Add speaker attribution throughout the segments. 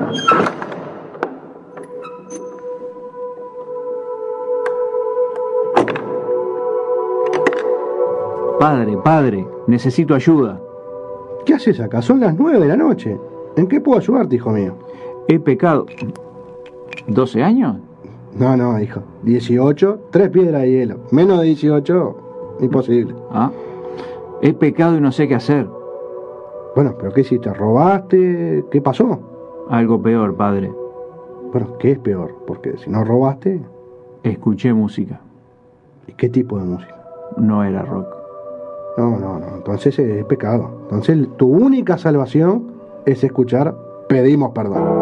Speaker 1: Padre, necesito ayuda.
Speaker 2: ¿Qué haces acá? Son las 9 de la noche. ¿En qué puedo ayudarte, hijo mío?
Speaker 1: He pecado. ¿12 años?
Speaker 2: No, hijo. 18, 3 piedras de hielo. Menos de 18, imposible.
Speaker 1: Ah. He pecado y no sé qué hacer.
Speaker 2: Bueno, ¿pero qué hiciste? ¿Robaste? ¿Qué pasó?
Speaker 1: Algo peor, padre.
Speaker 2: Bueno, ¿qué es peor? Porque si no robaste...
Speaker 1: Escuché música.
Speaker 2: ¿Y qué tipo de música?
Speaker 1: No era rock.
Speaker 2: No. Entonces es pecado. Entonces tu única salvación es escuchar Pedimos Perdón.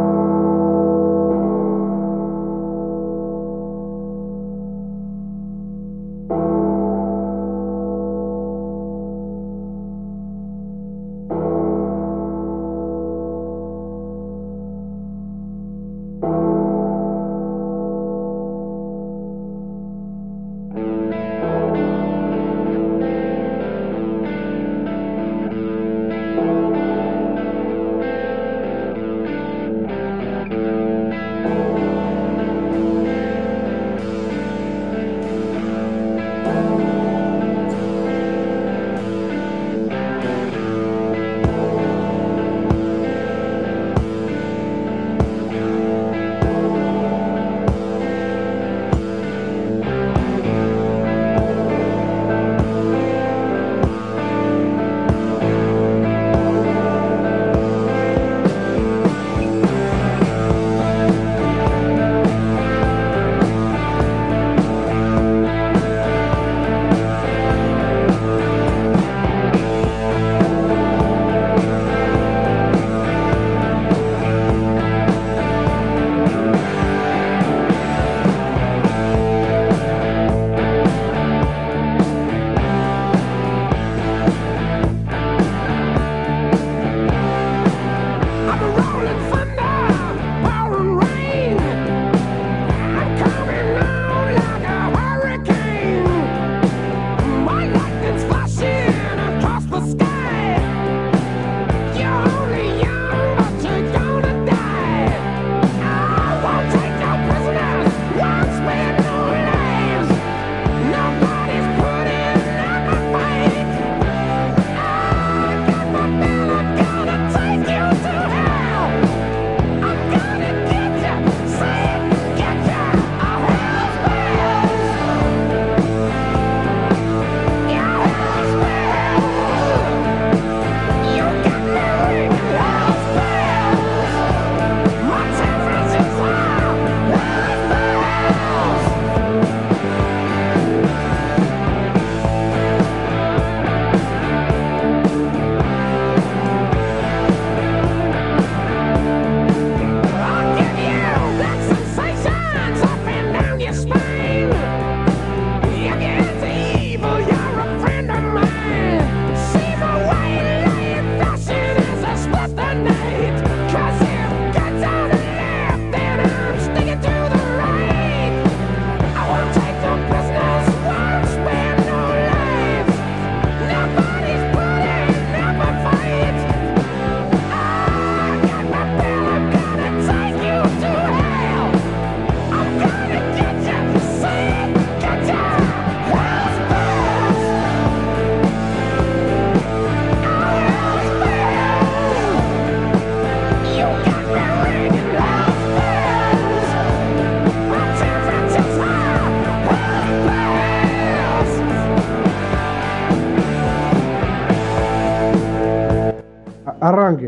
Speaker 2: Arranque.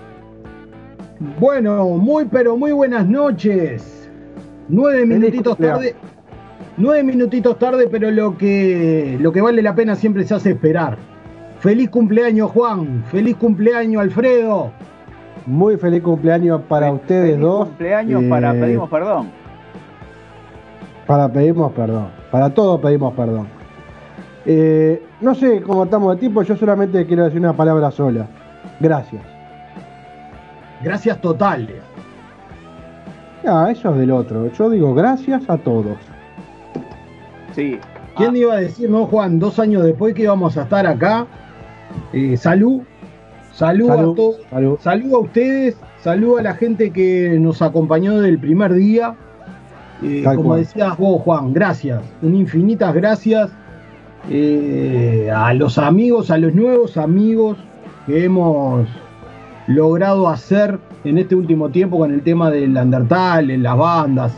Speaker 3: Bueno, pero muy buenas noches. 9 minutitos tarde. 9 minutitos tarde, pero lo que vale la pena siempre se hace esperar. Feliz cumpleaños, Juan. Feliz cumpleaños, Alfredo.
Speaker 2: Muy feliz cumpleaños para ustedes
Speaker 4: feliz
Speaker 2: dos.
Speaker 4: Cumpleaños para Pedimos Perdón.
Speaker 2: Para Pedimos Perdón. Para todos pedimos perdón. No sé cómo estamos de tiempo, yo solamente quiero decir una palabra sola. Gracias.
Speaker 3: Gracias totales.
Speaker 2: Eso es del otro. Yo digo gracias a todos.
Speaker 4: Sí.
Speaker 3: ¿Quién iba a decir, no, Juan, 2 años después que íbamos a estar acá? Salud a todos. Salud a ustedes saludo a la gente que nos acompañó desde el primer día. Como decías vos, Juan, gracias, infinitas gracias a los amigos, a los nuevos amigos que hemos logrado hacer en este último tiempo con el tema del Undertale, en las bandas,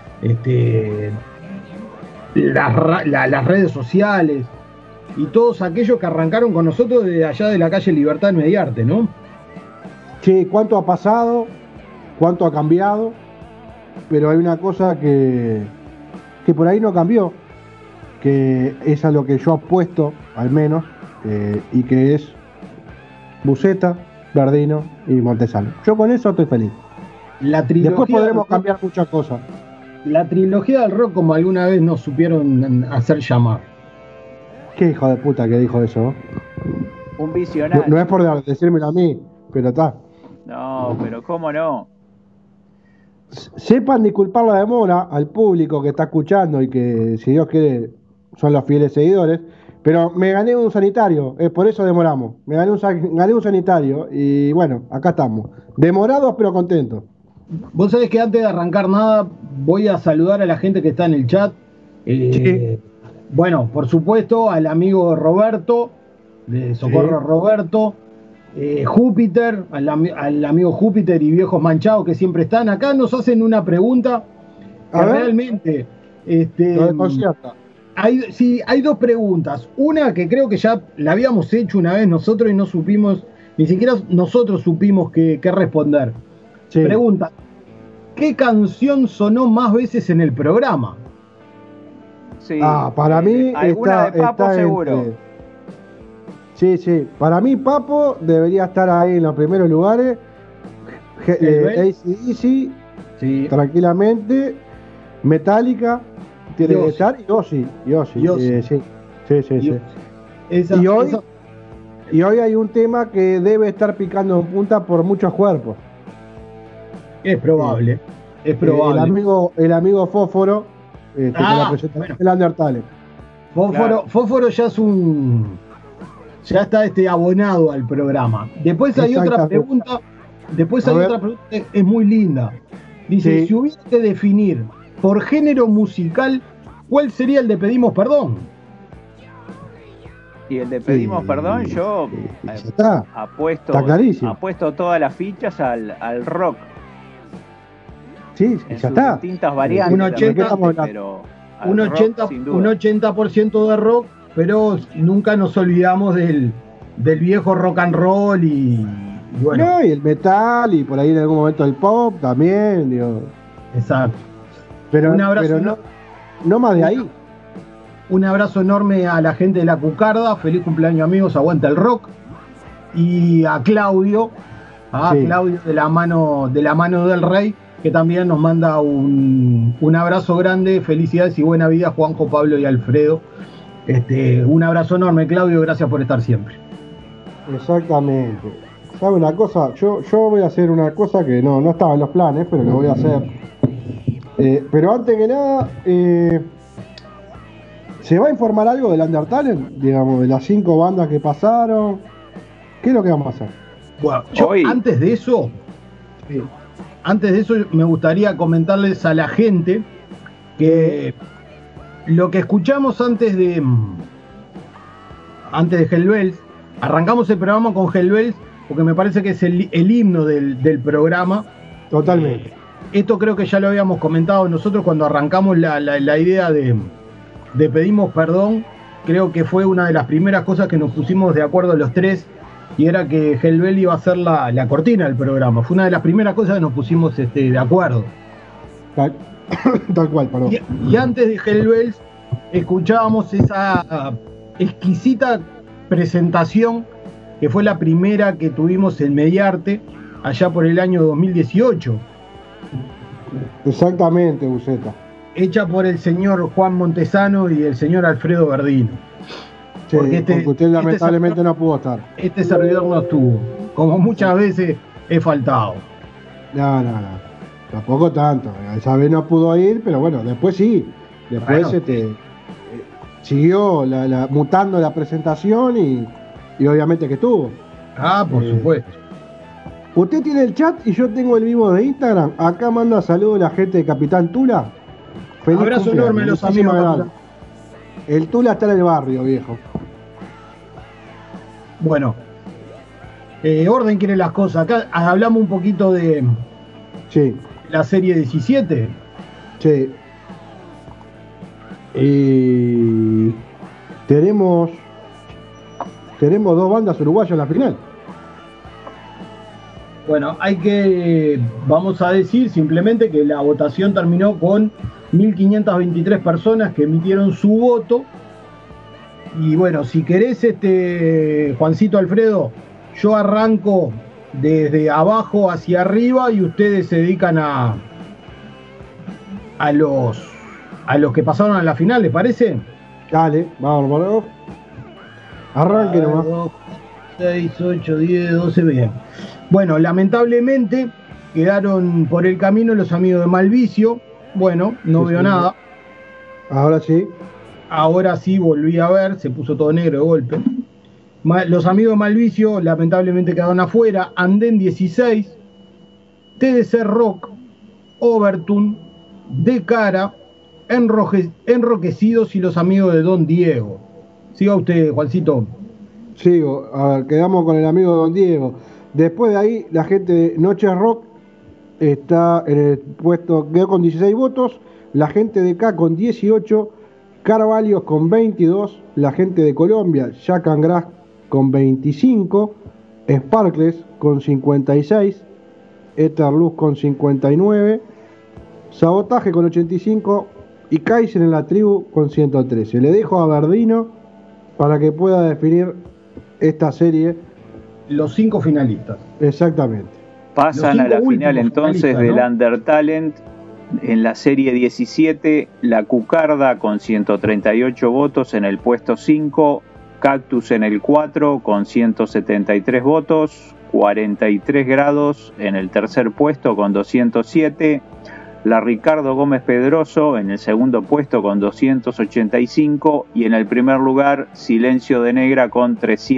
Speaker 3: las redes sociales y todos aquellos que arrancaron con nosotros de allá de la calle Libertad en Mediarte, ¿no?
Speaker 2: Sí, cuánto ha pasado, cuánto ha cambiado, pero hay una cosa que por ahí no cambió, que es a lo que yo apuesto, al menos, y que es Buseta, Verdino y Montesano. Yo con eso estoy feliz. Después podremos cambiar muchas cosas.
Speaker 3: La trilogía del rock, como alguna vez nos supieron hacer llamar.
Speaker 2: Qué hijo de puta que dijo eso.
Speaker 4: Un visionario.
Speaker 2: No es por decírmelo a mí, pero está.
Speaker 4: No, pero cómo no.
Speaker 2: Sepan disculpar la demora al público que está escuchando y que, si Dios quiere, son los fieles seguidores. Pero me gané un sanitario, por eso demoramos. Gané un sanitario y bueno, acá estamos. Demorados pero contentos.
Speaker 3: Vos sabés que antes de arrancar nada, voy a saludar a la gente que está en el chat.
Speaker 2: Sí.
Speaker 3: Bueno, por supuesto, al amigo Roberto, de Socorro sí. Roberto, Júpiter, al amigo Júpiter y Viejos Manchados que siempre están. Acá nos hacen una pregunta que realmente... Hay dos preguntas. Una que creo que ya la habíamos hecho una vez nosotros y no supimos, ni siquiera nosotros supimos qué responder. Sí. Pregunta: ¿qué canción sonó más veces en el programa?
Speaker 4: Sí,
Speaker 2: para mí
Speaker 4: alguna de Papo seguro.
Speaker 2: Sí, para mí Papo debería estar ahí en los primeros lugares. AC/DC, sí. Tranquilamente. Metallica tiene que estar, y Ozzy. Sí. Y hoy hay un tema que debe estar picando en punta por muchos cuerpos.
Speaker 3: Es probable.
Speaker 2: El amigo Fósforo, con la presentación del Undertale.
Speaker 3: Fósforo ya es ya está abonado al programa. Después hay otra pregunta. Que es muy linda. Dice, si hubiera que definir por género musical, ¿cuál sería el de Pedimos Perdón?
Speaker 4: Y el de Pedimos Perdón, yo apuesto todas las fichas al rock.
Speaker 2: Sí, ya está.
Speaker 4: Distintas variantes.
Speaker 3: Un 80% de rock, pero nunca nos olvidamos del viejo rock and roll y bueno.
Speaker 2: No, y el metal, y por ahí en algún momento el pop también, digo.
Speaker 3: Exacto.
Speaker 2: Pero no más de ahí.
Speaker 3: Un abrazo enorme a la gente de La Cucarda. Feliz cumpleaños, amigos. Aguanta el rock. Y a Claudio. Claudio de la mano del Rey, que también nos manda un abrazo grande. Felicidades y buena vida, Juanjo, Pablo y Alfredo. Un abrazo enorme, Claudio. Gracias por estar siempre.
Speaker 2: Exactamente. ¿Sabe una cosa? Yo voy a hacer una cosa que no estaba en los planes, pero lo voy a hacer. Pero antes que nada, ¿se va a informar algo del Undertale? Digamos, de las 5 bandas que pasaron. ¿Qué es lo que vamos a hacer?
Speaker 3: Bueno, antes de eso me gustaría comentarles a la gente que lo que escuchamos antes de Hellbells, arrancamos el programa con Hellbells porque me parece que es el himno del programa.
Speaker 2: Totalmente.
Speaker 3: Esto creo que ya lo habíamos comentado nosotros cuando arrancamos la idea de Pedimos Perdón. Creo que fue una de las primeras cosas que nos pusimos de acuerdo los tres, y era que Hellbells iba a ser la cortina del programa. Fue una de las primeras cosas que nos pusimos de acuerdo.
Speaker 2: Tal cual, perdón.
Speaker 3: Y antes de Hellbells escuchábamos esa exquisita presentación que fue la primera que tuvimos en Mediarte allá por el año 2018.
Speaker 2: Exactamente, Buceta.
Speaker 3: Hecha por el señor Juan Montesano y el señor Alfredo Verdino.
Speaker 2: Sí, porque usted lamentablemente no pudo estar.
Speaker 3: Este servidor no estuvo, como muchas veces he faltado.
Speaker 2: No, tampoco tanto. Esa vez no pudo ir, pero bueno, después sí. Después siguió mutando la presentación y obviamente que estuvo.
Speaker 3: Por supuesto.
Speaker 2: Usted tiene el chat y yo tengo el vivo de Instagram. Acá manda saludos la gente de Capitán Tula.
Speaker 3: Feliz abrazo enorme a los amigos.
Speaker 2: El Tula está en el barrio, viejo.
Speaker 3: Bueno, orden quiere las cosas. Acá hablamos un poquito de la serie 17.
Speaker 2: Sí. Y tenemos dos bandas uruguayas en la final.
Speaker 3: Bueno, vamos a decir simplemente que la votación terminó con 1.523 personas que emitieron su voto. Y bueno, si querés, Juancito Alfredo, yo arranco desde abajo hacia arriba y ustedes se dedican a los que pasaron a la final, ¿les parece?
Speaker 2: Dale, vamos por ahí. Arranque nomás.
Speaker 3: 6, 8, 10, 12, bien. Bueno, lamentablemente quedaron por el camino los amigos de Malvicio. Bueno, no veo nada.
Speaker 2: Ahora sí.
Speaker 3: Ahora sí volví a ver, se puso todo negro de golpe. Los amigos de Malvicio lamentablemente quedaron afuera. Andén 16, TDC Rock, Overtune, De Cara, Enroquecidos y los amigos de Don Diego. Siga usted, Juancito.
Speaker 2: Sigo, a ver, quedamos con el amigo de Don Diego. Después de ahí, la gente de Noche Rock está en el puesto, quedó con 16 votos. La gente de K con 18, Carvalhos con 22, la gente de Colombia, Jack and Grass con 25, Sparkles con 56, Etherluz con 59, Sabotaje con 85 y Kaiser en la tribu con 113. Le dejo a Verdino para que pueda definir esta serie.
Speaker 3: Los 5 finalistas.
Speaker 2: Exactamente.
Speaker 4: Pasan a la final entonces del Undertalent. En la serie 17, La Cucarda con 138 votos en el puesto 5, Cactus en el 4 con 173 votos, 43 grados en el tercer puesto con 207, la Ricardo Gómez Pedroso en el segundo puesto con 285 y en el primer lugar Silencio de Negra con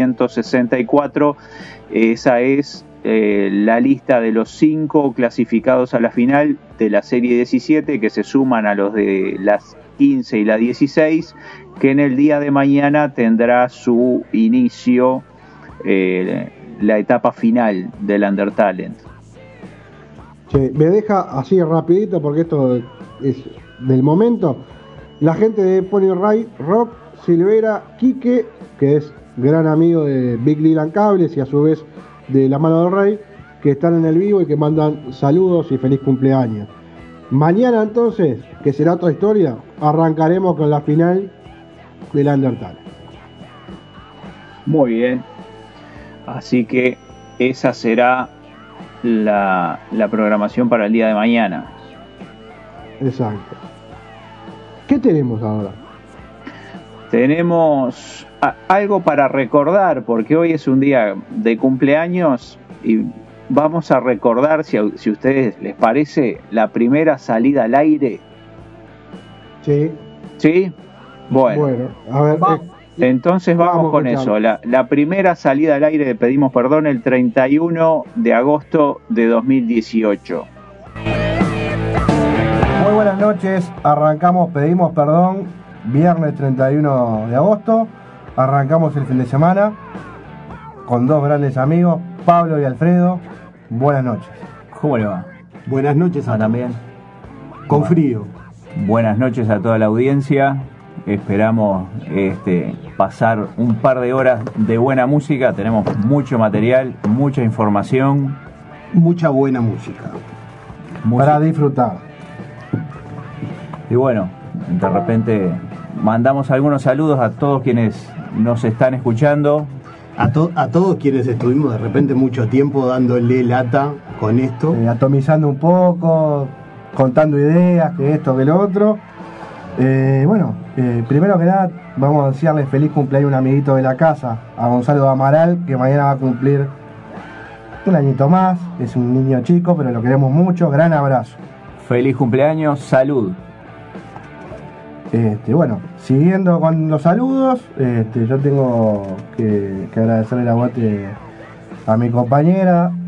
Speaker 4: 364. Esa es la lista de los 5 clasificados a la final de la serie 17, que se suman a los de las 15 y la 16, que en el día de mañana tendrá su inicio la etapa final del Undertalent.
Speaker 2: Che, me deja así rapidito porque esto es del momento. La gente de Pony Ride Rock, Silvera, Quique, que es gran amigo de Big Lilan Cables y a su vez de La Mano del Rey, que están en el vivo y que mandan saludos y feliz cumpleaños. Mañana entonces, que será otra historia, arrancaremos con la final del Undertale.
Speaker 4: Muy bien. Así que esa será la programación para el día de mañana.
Speaker 2: Exacto. ¿Qué tenemos ahora?
Speaker 4: Tenemos algo para recordar, porque hoy es un día de cumpleaños y vamos a recordar, si a ustedes les parece, la primera salida al aire.
Speaker 2: Sí.
Speaker 4: ¿Sí? Bueno,
Speaker 2: a ver.
Speaker 4: Entonces vamos con eso. La primera salida al aire, pedimos perdón, el 31 de agosto de 2018.
Speaker 2: Muy buenas noches, arrancamos, pedimos perdón, viernes 31 de agosto, arrancamos el fin de semana con dos grandes amigos, Pablo y Alfredo. Buenas noches.
Speaker 4: ¿Cómo le va?
Speaker 5: Buenas noches
Speaker 4: también.
Speaker 5: Con frío.
Speaker 4: Buenas noches a toda la audiencia. Esperamos pasar un par de horas de buena música. Tenemos mucho material, mucha información.
Speaker 5: Mucha buena música.
Speaker 2: Para disfrutar.
Speaker 4: Y bueno, de repente mandamos algunos saludos a todos quienes nos están escuchando.
Speaker 5: A todos quienes estuvimos de repente mucho tiempo dándole lata con esto.
Speaker 2: Atomizando un poco, contando ideas, que esto, que lo otro. Primero que nada vamos a desearle feliz cumpleaños a un amiguito de la casa, a Gonzalo Amaral, que mañana va a cumplir un añito más. Es un niño chico, pero lo queremos mucho. Gran abrazo.
Speaker 4: Feliz cumpleaños, salud.
Speaker 2: Siguiendo con los saludos, yo tengo que agradecerle el aguante a mi compañera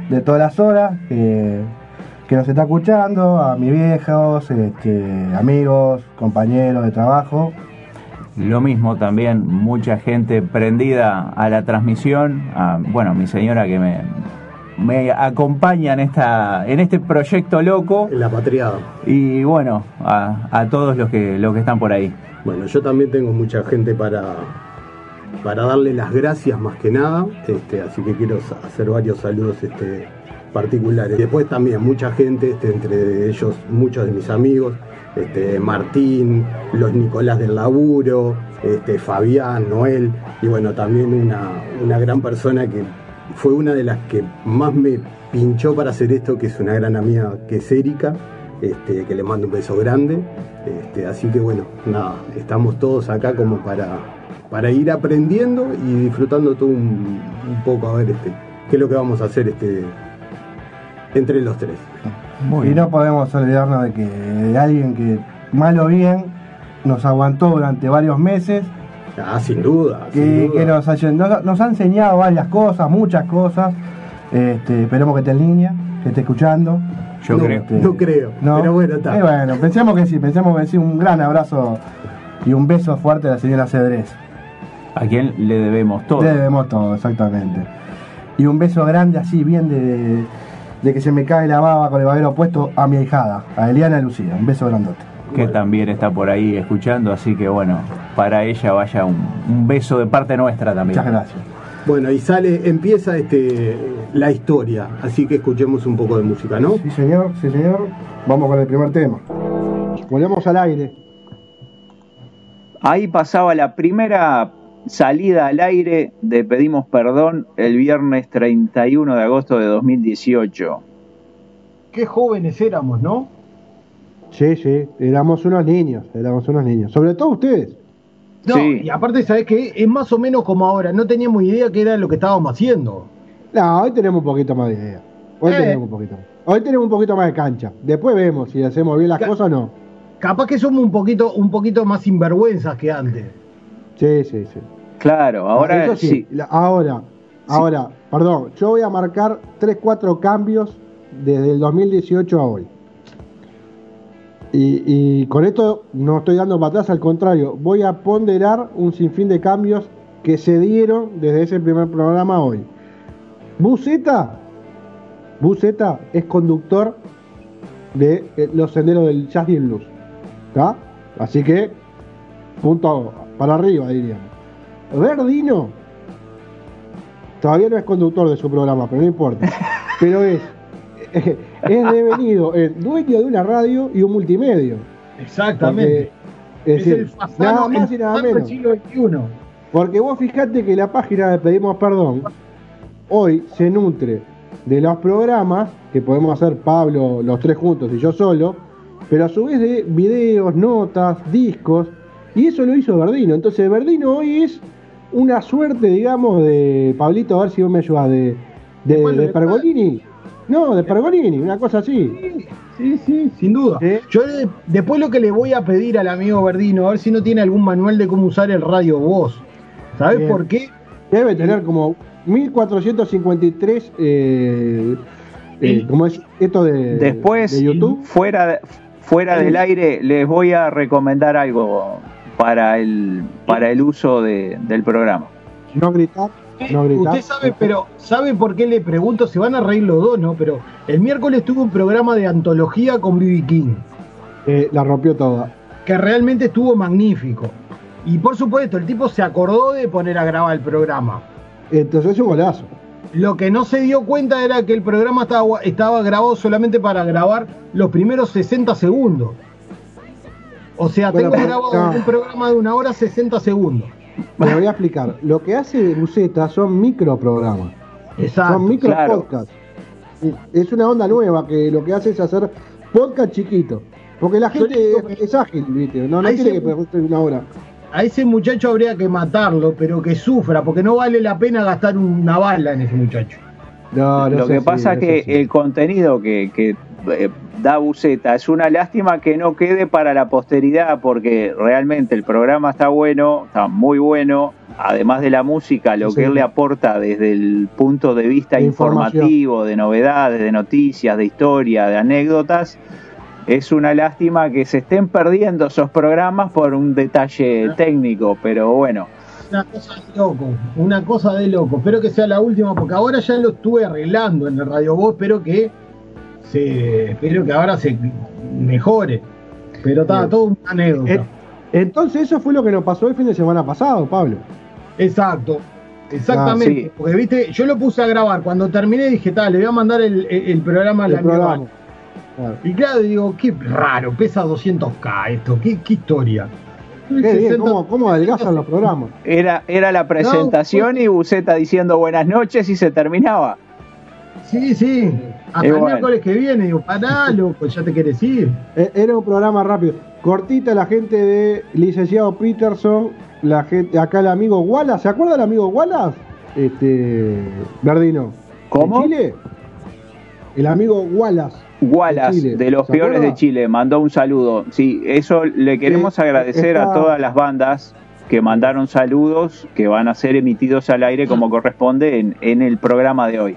Speaker 2: de todas las horas que nos está escuchando, a mis viejos, amigos, compañeros de trabajo.
Speaker 4: Lo mismo también, mucha gente prendida a la transmisión, bueno, mi señora que me acompaña en este proyecto loco.
Speaker 5: En la patriada. Y
Speaker 4: bueno, a todos los que están por ahí.
Speaker 5: Bueno, yo también tengo mucha gente para darle las gracias más que nada, así que quiero hacer varios saludos particulares. Después también mucha gente, entre ellos muchos de mis amigos, Martín, los Nicolás del laburo, Fabián, Noel, y bueno, también una gran persona que fue una de las que más me pinchó para hacer esto, que es una gran amiga, que es Erika, que le mando un beso grande, así que bueno, nada, estamos todos acá como para ir aprendiendo y disfrutando todo un poco, a ver qué es lo que vamos a hacer entre los tres.
Speaker 2: Y no podemos olvidarnos de alguien que, mal o bien, nos aguantó durante varios meses.
Speaker 5: Sin duda.
Speaker 2: Que nos ha enseñado varias cosas, muchas cosas. Esperemos que esté en línea, que esté escuchando.
Speaker 5: Yo creo. No creo,
Speaker 2: ¿no?
Speaker 5: Pero bueno, está.
Speaker 2: Bueno, pensemos que sí. Un gran abrazo y un beso fuerte a la señora Cedrés.
Speaker 4: A quien le debemos todo.
Speaker 2: Le debemos todo, exactamente. Y un beso grande, así bien de que se me cae la baba con el babero puesto, a mi ahijada, a Eliana Lucía. Un beso grandote.
Speaker 4: Que también está por ahí escuchando, así que bueno, para ella vaya un beso de parte nuestra también.
Speaker 2: Muchas gracias.
Speaker 5: Bueno, y empieza la historia, así que escuchemos un poco de música, ¿no?
Speaker 2: Sí, señor. Vamos con el primer tema. Volvemos al aire.
Speaker 4: Ahí pasaba la primera salida al aire de Pedimos Perdón el viernes 31 de agosto de 2018.
Speaker 3: Qué jóvenes éramos, ¿no?
Speaker 2: Sí, éramos unos niños, sobre todo ustedes.
Speaker 3: No, sí. Y aparte, ¿sabés qué? Es más o menos como ahora, no teníamos idea qué era lo que estábamos haciendo.
Speaker 2: No, hoy tenemos un poquito más de idea. Hoy tenemos un poquito más de cancha. Después vemos si hacemos bien las cosas o no.
Speaker 3: Capaz que somos un poquito más sinvergüenzas que antes.
Speaker 2: Sí.
Speaker 4: Claro, ahora
Speaker 2: eso sí. Ahora, perdón, yo voy a marcar 3-4 cambios desde el 2018 a hoy. Y con esto no estoy dando para atrás, al contrario, voy a ponderar un sinfín de cambios que se dieron desde ese primer programa a hoy. Buceta es conductor de los senderos del jazz y el blues, ¿está? Así que punto para arriba, diríamos. Verdino todavía no es conductor de su programa, pero no importa. Pero es devenido dueño de una radio y un multimedio.
Speaker 3: Exactamente.
Speaker 2: Es decir,
Speaker 3: el Fasano,
Speaker 2: nada más y nada menos.
Speaker 3: Del siglo XXI.
Speaker 2: Porque vos fijate que la página de Pedimos Perdón hoy se nutre de los programas que podemos hacer Pablo, los tres juntos y yo solo, pero a su vez de videos, notas, discos, y eso lo hizo Verdino. Entonces Verdino hoy es una suerte, digamos, de Pablito, a ver si vos me ayudás, de Pergolini. No, de Pergolini, una cosa así.
Speaker 3: Sí, sin duda. Yo después lo que le voy a pedir al amigo Verdino, a ver si no tiene algún manual de cómo usar el radio voz. ¿Sabes por qué?
Speaker 2: Debe tener como 1453 ¿cómo es esto
Speaker 4: después,
Speaker 2: de YouTube?
Speaker 4: Fuera del aire les voy a recomendar algo para el uso del programa.
Speaker 2: No gritar.
Speaker 3: Usted sabe, pero ¿sabe por qué le pregunto? Se van a reír los dos, ¿no? Pero el miércoles tuvo un programa de antología con B.B. King.
Speaker 2: La rompió toda.
Speaker 3: Que realmente estuvo magnífico. Y por supuesto, el tipo se acordó de poner a grabar el programa.
Speaker 2: Entonces es un golazo.
Speaker 3: Lo que no se dio cuenta era que el programa estaba grabado solamente para grabar los primeros 60 segundos. O sea, tengo grabado un programa de 1 hora 60 segundos.
Speaker 2: Me voy a explicar. Lo que hace Buceta son microprogramas.
Speaker 3: Exacto.
Speaker 2: Son micropodcasts. Es una onda nueva que lo que hace es hacer podcast chiquito. Porque la gente es ágil, ¿viste? No tiene que perder 1 hora.
Speaker 3: A ese muchacho habría que matarlo, pero que sufra, porque no vale la pena gastar una bala en ese muchacho.
Speaker 4: Lo que pasa es que el contenido que da Buceta, es una lástima que no quede para la posteridad, porque realmente el programa está bueno, está muy bueno, además de la música, lo que él le aporta desde el punto de vista informativo, de novedades, de noticias, de historia, de anécdotas. Es una lástima que se estén perdiendo esos programas por un detalle técnico, pero bueno.
Speaker 3: Una cosa de loco. Espero que sea la última, porque ahora ya lo estuve arreglando en el Radio Voz. Espero que ahora se mejore. Pero está todo una anécdota.
Speaker 2: Entonces eso fue lo que nos pasó el fin de semana pasado, Pablo.
Speaker 3: Exactamente. Sí. Porque viste, yo lo puse a grabar. Cuando terminé dije, le voy a mandar el programa a la programa. Claro. Y claro, digo, qué raro, pesa 200K esto, qué historia.
Speaker 2: Qué bien, ¿cómo adelgazan los programas?
Speaker 4: Era la presentación y Buceta diciendo buenas noches y se terminaba.
Speaker 3: Sí. Hasta el miércoles que viene, digo, pará, loco, ya te querés ir.
Speaker 2: Era un programa rápido. Cortita la gente de licenciado Peterson, la gente, acá el amigo Wallace, ¿se acuerda del amigo Wallace? Verdino.
Speaker 4: ¿Cómo?
Speaker 2: ¿De Chile? El amigo Wallace,
Speaker 4: de los peores de Chile, mandó un saludo. Sí, eso le queremos agradecer a todas las bandas que mandaron saludos, que van a ser emitidos al aire como corresponde en el programa de hoy.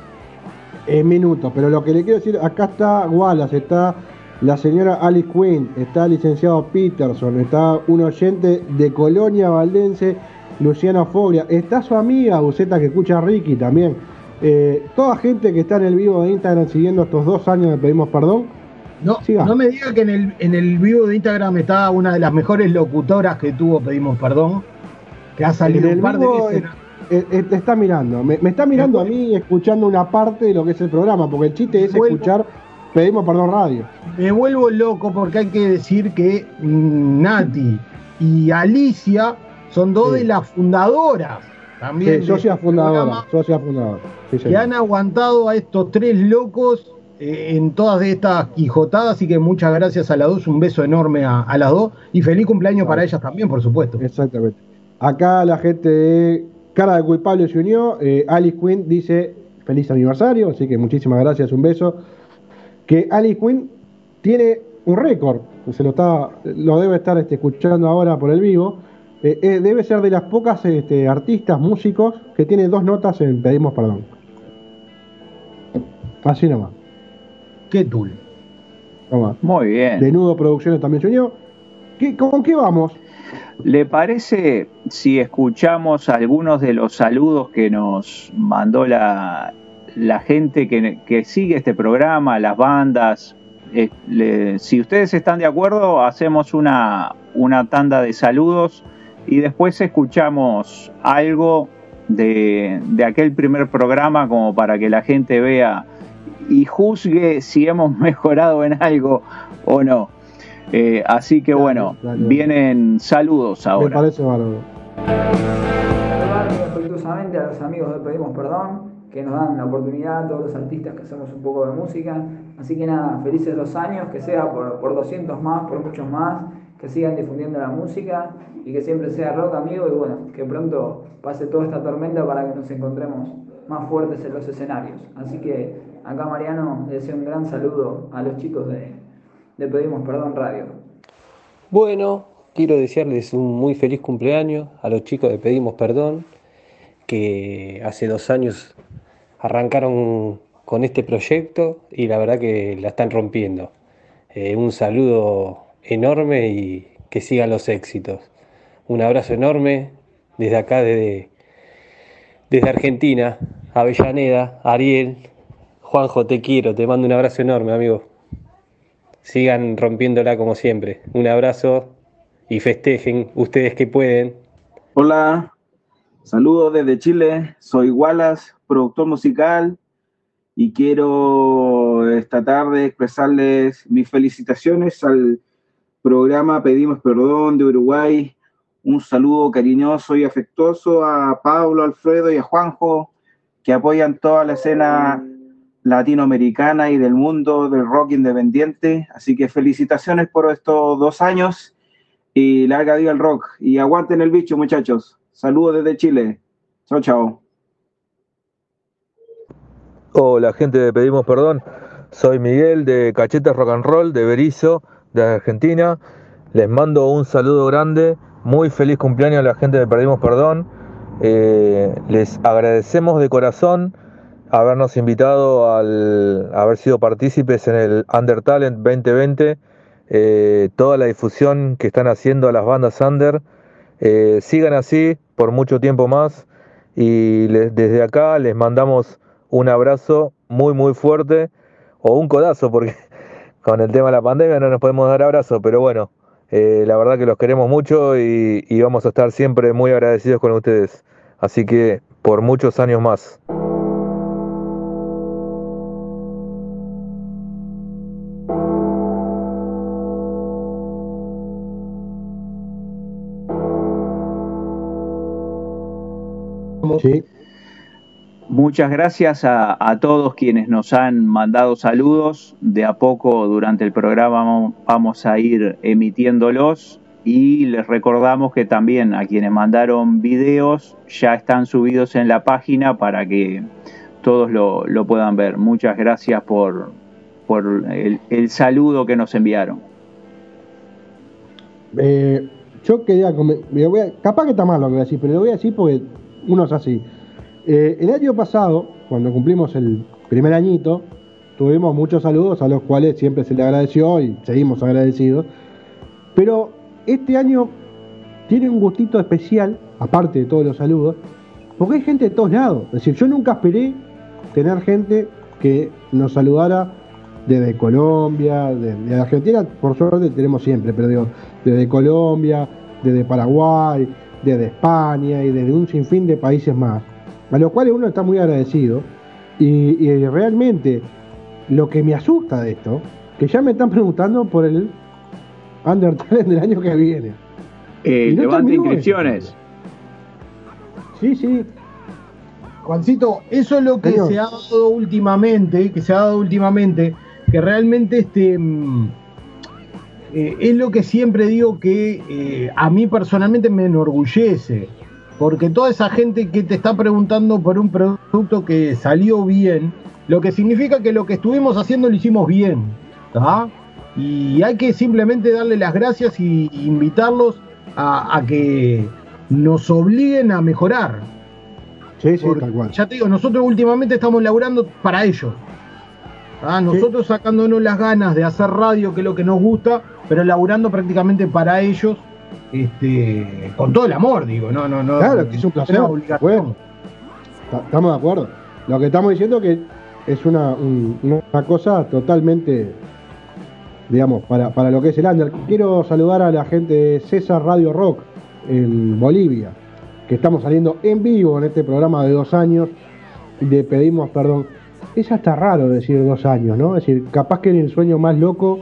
Speaker 2: En minutos, pero lo que le quiero decir, acá está Wallace, está la señora Alice Quinn, está el licenciado Peterson, está un oyente de Colonia Valdense, Luciana Foglia, está su amiga Buceta que escucha a Ricky también. Toda gente que está en el vivo de Instagram siguiendo estos 2 años de Pedimos Perdón.
Speaker 3: No me diga que en el vivo de Instagram está una de las mejores locutoras que tuvo Pedimos Perdón, que ha salido un par de veces.
Speaker 2: Te está mirando, me está mirando a mí escuchando una parte de lo que es el programa, porque el chiste es escuchar Pedimos Perdón Radio.
Speaker 3: Me vuelvo loco porque hay que decir que Nati y Alicia son dos de las fundadoras. También
Speaker 2: socias fundadoras. Sí,
Speaker 3: que han aguantado a estos 3 locos en todas estas quijotadas, así que muchas gracias a las dos, un beso enorme a las dos y feliz cumpleaños para ellas también, por supuesto.
Speaker 2: Exactamente. Acá la gente de Cara de Culpable se unió, Alice Quinn dice feliz aniversario, así que muchísimas gracias, un beso. Que Alice Quinn tiene un récord, lo debe estar escuchando ahora por el vivo. Debe ser de las pocas artistas, músicos que tiene 2 notas en Pedimos Perdón. Así nomás.
Speaker 3: Qué tul.
Speaker 4: Muy bien.
Speaker 2: De Nudo Producciones también se unió. ¿Con qué vamos?
Speaker 4: ¿Le parece si escuchamos algunos de los saludos que nos mandó la gente que sigue este programa, las bandas? Si ustedes están de acuerdo, hacemos una tanda de saludos y después escuchamos algo de aquel primer programa como para que la gente vea y juzgue si hemos mejorado en algo o no. Así que bueno, vienen saludos ahora.
Speaker 2: Me parece bárbaro.
Speaker 6: Saludar muy afectuosamente a los amigos de Pedimos Perdón, que nos dan la oportunidad, a todos los artistas que hacemos un poco de música. Así que nada, felices 2 años, que sea por 200 más, por muchos más, que sigan difundiendo la música y que siempre sea rock, amigo, y bueno, que pronto pase toda esta tormenta para que nos encontremos más fuertes en los escenarios. Así que acá Mariano le deseo un gran saludo a los chicos de Pedimos Perdón Radio.
Speaker 7: Bueno, quiero desearles un muy feliz cumpleaños a los chicos de Pedimos Perdón, que hace 2 años arrancaron con este proyecto y la verdad que la están rompiendo. Un saludo enorme y que sigan los éxitos. Un abrazo enorme desde acá, desde Argentina, Avellaneda, Ariel, Juanjo, te quiero, te mando un abrazo enorme, amigo. Sigan rompiéndola como siempre. Un abrazo y festejen ustedes que pueden.
Speaker 8: Hola, saludos desde Chile, soy Wallace, productor musical, y quiero esta tarde expresarles mis felicitaciones al programa Pedimos Perdón de Uruguay. Un saludo cariñoso y afectuoso a Pablo, Alfredo y a Juanjo, que apoyan toda la escena latinoamericana y del mundo del rock independiente. Así que felicitaciones por estos 2 años y larga vida al rock. Y aguanten el bicho, muchachos. Saludos desde Chile. Chao, chao.
Speaker 9: Hola, gente de Pedimos Perdón. Soy Miguel de Cachetes Rock and Roll, de Berizo, de Argentina. Les mando un saludo grande. Muy feliz cumpleaños a la gente de Perdimos Perdón. Les agradecemos de corazón habernos invitado haber sido partícipes en el Under Talent 2020. Toda la difusión que están haciendo a las bandas under. Sigan así por mucho tiempo más. Y desde acá les mandamos un abrazo muy muy fuerte, o un codazo, porque con el tema de la pandemia no nos podemos dar abrazos, pero bueno, la verdad que los queremos mucho y vamos a estar siempre muy agradecidos con ustedes, así que por muchos años más.
Speaker 2: Sí.
Speaker 4: Muchas gracias a todos quienes nos han mandado saludos. De a poco durante el programa vamos a ir emitiéndolos, y les recordamos que también a quienes mandaron videos ya están subidos en la página para que todos lo puedan ver. Muchas gracias por el saludo que nos enviaron.
Speaker 2: Yo quería capaz que está mal lo que voy a decir, pero lo voy a decir porque uno es así. El año pasado, cuando cumplimos el primer añito, tuvimos muchos saludos a los cuales siempre se le agradeció y seguimos agradecidos. Pero este año tiene un gustito especial, aparte de todos los saludos, porque hay gente de todos lados. Es decir, yo nunca esperé tener gente que nos saludara desde Colombia, de Argentina, por suerte tenemos siempre, pero digo, desde Colombia, desde Paraguay, desde España y desde un sinfín de países más, a los cuales uno está muy agradecido. Y realmente lo que me asusta de esto, que ya me están preguntando por el Under Talent del año que viene.
Speaker 4: No levante inscripciones.
Speaker 2: Sí.
Speaker 3: Juancito, eso es lo que se ha dado últimamente, que realmente es lo que siempre digo que a mí personalmente me enorgullece, porque toda esa gente que te está preguntando por un producto que salió bien, lo que significa que lo que estuvimos haciendo lo hicimos bien, ¿tá? Y hay que simplemente darle las gracias y invitarlos a que nos obliguen a mejorar.
Speaker 2: Sí, tal cual.
Speaker 3: Ya te digo, nosotros últimamente estamos laburando para ellos. Nosotros sacándonos las ganas de hacer radio, que es lo que nos gusta, pero laburando prácticamente para ellos, con todo el amor, digo, no.
Speaker 2: Claro, que es un placer. Bueno, estamos de acuerdo. Lo que estamos diciendo que es una cosa totalmente, digamos, para lo que es el under. Quiero saludar a la gente de César Radio Rock en Bolivia, que estamos saliendo en vivo en este programa de 2 años. Le pedimos perdón. Es hasta raro decir 2 años, ¿no? Es decir, capaz que en el sueño más loco,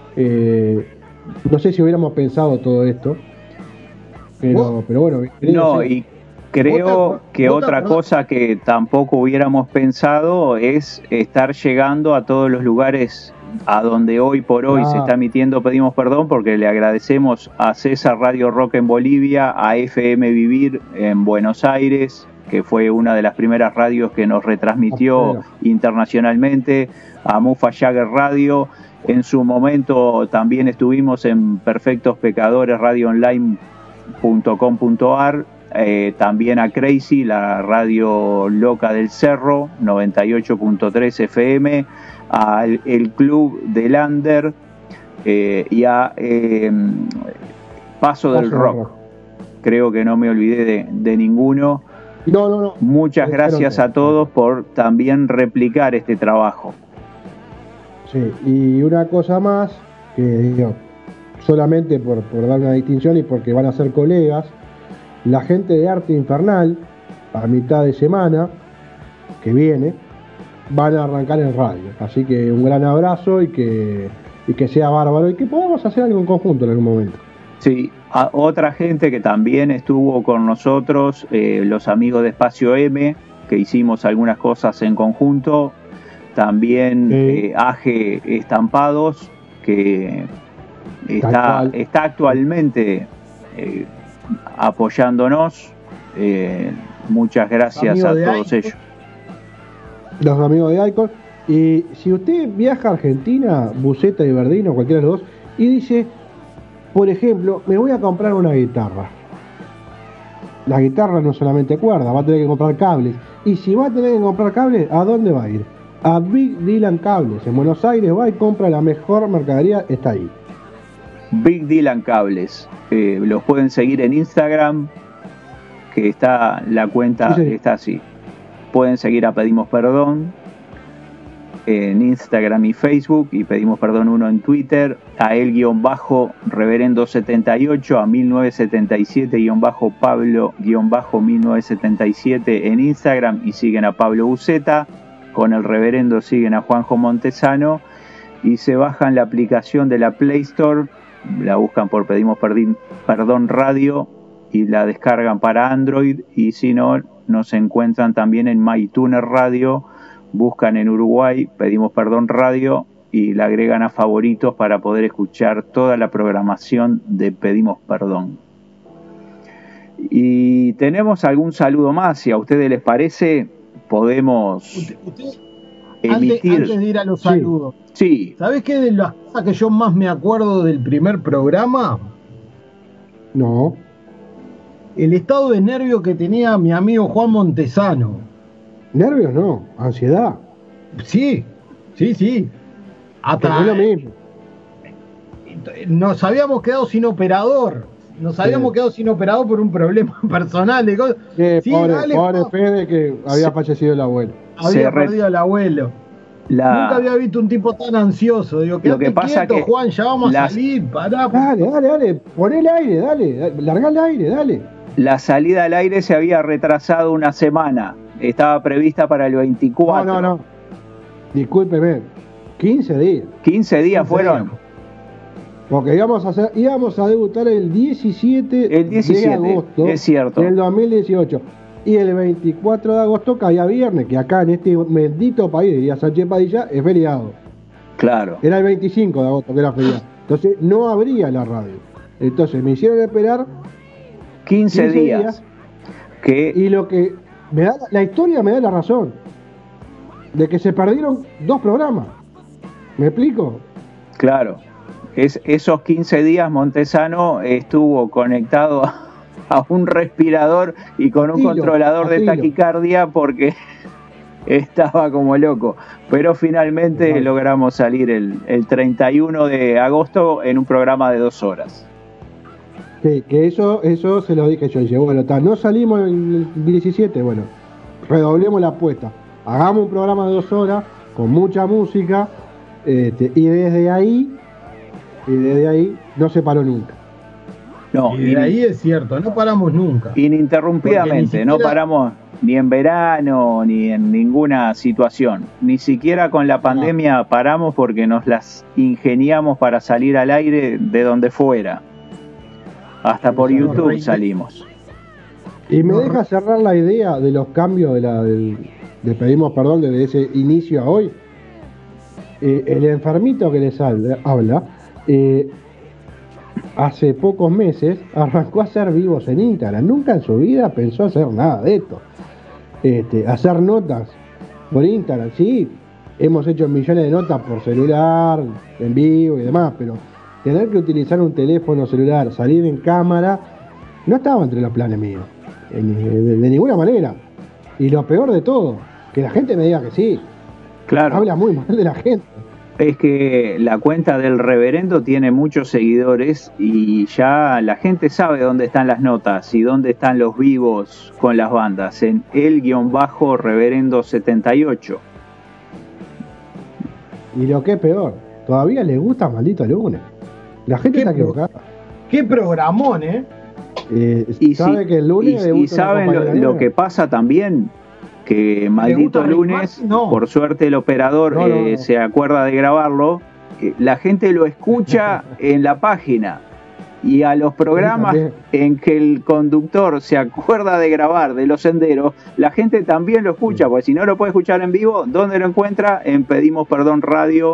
Speaker 2: no sé si hubiéramos pensado todo esto, pero bueno.
Speaker 4: No, y creo que otra cosa que tampoco hubiéramos pensado es estar llegando a todos los lugares a donde hoy por hoy se está emitiendo Pedimos Perdón, porque le agradecemos a César Radio Rock en Bolivia, a FM Vivir en Buenos Aires, que fue una de las primeras radios que nos retransmitió internacionalmente, a Mufa Jagger Radio. En su momento también estuvimos en Perfectos Pecadores, radioonline.com.ar, también a Crazy, la radio loca del Cerro, 98.3 FM, al el Club del Under y a Paso del Rock. Creo que no me olvidé de ninguno.
Speaker 2: No.
Speaker 4: Muchas gracias a todos por también replicar este trabajo.
Speaker 2: Sí, y una cosa más, que digo, solamente por dar una distinción y porque van a ser colegas, la gente de Arte Infernal, a mitad de semana que viene, van a arrancar en radio. Así que un gran abrazo y que sea bárbaro y que podamos hacer algo en conjunto en algún momento.
Speaker 4: Sí, a otra gente que también estuvo con nosotros, los amigos de Espacio M, que hicimos algunas cosas en conjunto, también AG Estampados, que está actualmente apoyándonos. Muchas gracias a todos ellos.
Speaker 2: Los amigos de Icon. Y si usted viaja a Argentina, Buceta y Verdino, cualquiera de los dos, y dice, por ejemplo, me voy a comprar una guitarra. La guitarra no solamente cuerda, va a tener que comprar cables. Y si va a tener que comprar cables, ¿a dónde va a ir? A Big Dylan Cables. En Buenos Aires va y compra la mejor mercadería, está ahí.
Speaker 4: Big Dylan Cables. Los pueden seguir en Instagram, que está la cuenta, sí. Está así. Pueden seguir a Pedimos Perdón en Instagram y Facebook, y Pedimos Perdón 1 en Twitter, a el-reverendo78, a 1977-Pablo-1977 en Instagram, y siguen a Pablo Buceta. Con el reverendo siguen a Juanjo Montesano, y se bajan la aplicación de la Play Store, la buscan por Pedimos Perdón Radio y la descargan para Android, y si no, nos encuentran también en MyTuner Radio. Buscan en Uruguay Pedimos Perdón Radio y la agregan a favoritos para poder escuchar toda la programación de Pedimos Perdón. Y tenemos algún saludo más, si a ustedes les parece, podemos emitir.
Speaker 3: Antes de ir a los saludos,
Speaker 4: sí.
Speaker 3: ¿Sabés qué de las cosas que yo más me acuerdo del primer programa?
Speaker 2: No.
Speaker 3: El estado de nervio que tenía mi amigo Juan Montesano.
Speaker 2: Nervios no, ansiedad.
Speaker 3: Sí.
Speaker 2: Hasta lo mismo.
Speaker 3: Nos habíamos quedado sin operador. Quedado sin operador por un problema personal de cosas.
Speaker 2: Sí, pobre Fede, que había fallecido el abuelo.
Speaker 3: Había perdido al abuelo. Nunca había visto un tipo tan ansioso. Digo,
Speaker 4: lo que pasa
Speaker 3: quieto,
Speaker 4: que
Speaker 3: Juan, ya vamos a salir, pará.
Speaker 2: Dale, poné el aire, dale, largá el aire, dale.
Speaker 4: La salida al aire se había retrasado una semana. Estaba prevista para el 24.
Speaker 2: No. Discúlpeme. 15 días.
Speaker 4: 15 días fueron.
Speaker 2: Porque íbamos a debutar el 17 de agosto.
Speaker 4: Es cierto.
Speaker 2: Del 2018. Y el 24 de agosto caía viernes, que acá en este bendito país, diría Sánchez Padilla, es feriado.
Speaker 4: Claro.
Speaker 2: Era el 25 de agosto que era feriado. Entonces no habría la radio. Entonces me hicieron esperar
Speaker 4: 15 días.
Speaker 2: Y lo que la historia me da la razón de que se perdieron 2 programas. ¿Me explico?
Speaker 4: Claro. Esos 15 días Montesano estuvo conectado a un respirador y con un controlador de taquicardia porque estaba como loco. Pero finalmente logramos salir el 31 de agosto en un programa de 2 horas.
Speaker 2: Sí, que eso se lo dije yo. Dice, bueno, no salimos el 17, bueno, redoblemos la apuesta. Hagamos un programa de 2 horas con mucha música, y desde ahí no se paró nunca.
Speaker 3: No, y de ahí es cierto, no paramos nunca.
Speaker 4: Ininterrumpidamente, no paramos ni en verano ni en ninguna situación. Ni siquiera con la pandemia paramos, porque nos las ingeniamos para salir al aire de donde fuera. Hasta por YouTube salimos.
Speaker 2: Y me deja cerrar la idea de los cambios de Pedimos Perdón desde ese inicio a hoy. El enfermito que les habla, hace pocos meses arrancó a hacer vivos en Instagram. Nunca en su vida pensó hacer nada de esto. Hacer notas por Instagram, sí. Hemos hecho millones de notas por celular, en vivo y demás, pero tener que utilizar un teléfono celular, salir en cámara, no estaba entre los planes míos, de ninguna manera. Y lo peor de todo, que la gente me diga que sí.
Speaker 4: Claro.
Speaker 2: Habla muy mal de la gente.
Speaker 4: Es que la cuenta del reverendo tiene muchos seguidores y ya la gente sabe dónde están las notas y dónde están los vivos con las bandas, en el-reverendo78.
Speaker 2: Y lo que es peor, todavía le gusta Maldito Lunes. La gente está equivocada.
Speaker 3: Qué programón,
Speaker 2: y sabe que el lunes
Speaker 4: y saben lo que pasa también, que Maldito Lunes, por suerte el operador se acuerda de grabarlo, la gente lo escucha en la página, y a los programas en que el conductor se acuerda de grabar de Los Senderos, la gente también lo escucha, porque si no lo puede escuchar en vivo, ¿dónde lo encuentra? En Pedimos Perdón Radio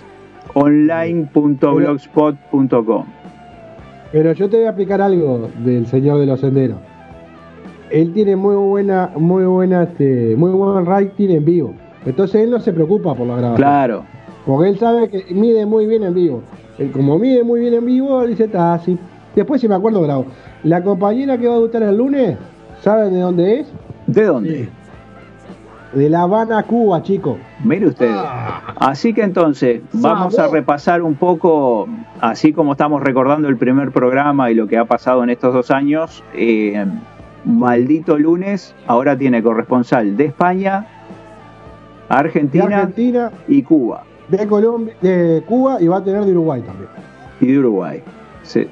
Speaker 4: online.blogspot.com.
Speaker 2: Pero yo te voy a explicar algo del señor de Los Senderos. Él tiene muy buen rating en vivo. Entonces él no se preocupa por la grabación.
Speaker 4: Claro.
Speaker 2: Porque él sabe que mide muy bien en vivo. Él, como mide muy bien en vivo, dice, está así. Después, si me acuerdo, grabo. La compañera que va a debutar el lunes, ¿saben de dónde es?
Speaker 4: ¿De dónde?
Speaker 2: De La Habana, Cuba, chicos.
Speaker 4: Mire usted. Así que entonces, vamos a repasar un poco, así como estamos recordando el primer programa y lo que ha pasado en estos 2 años. Maldito Lunes ahora tiene corresponsal de España, Argentina y Cuba.
Speaker 2: De Colombia, de Cuba, y va a tener de Uruguay también.
Speaker 4: Y de Uruguay. Sí.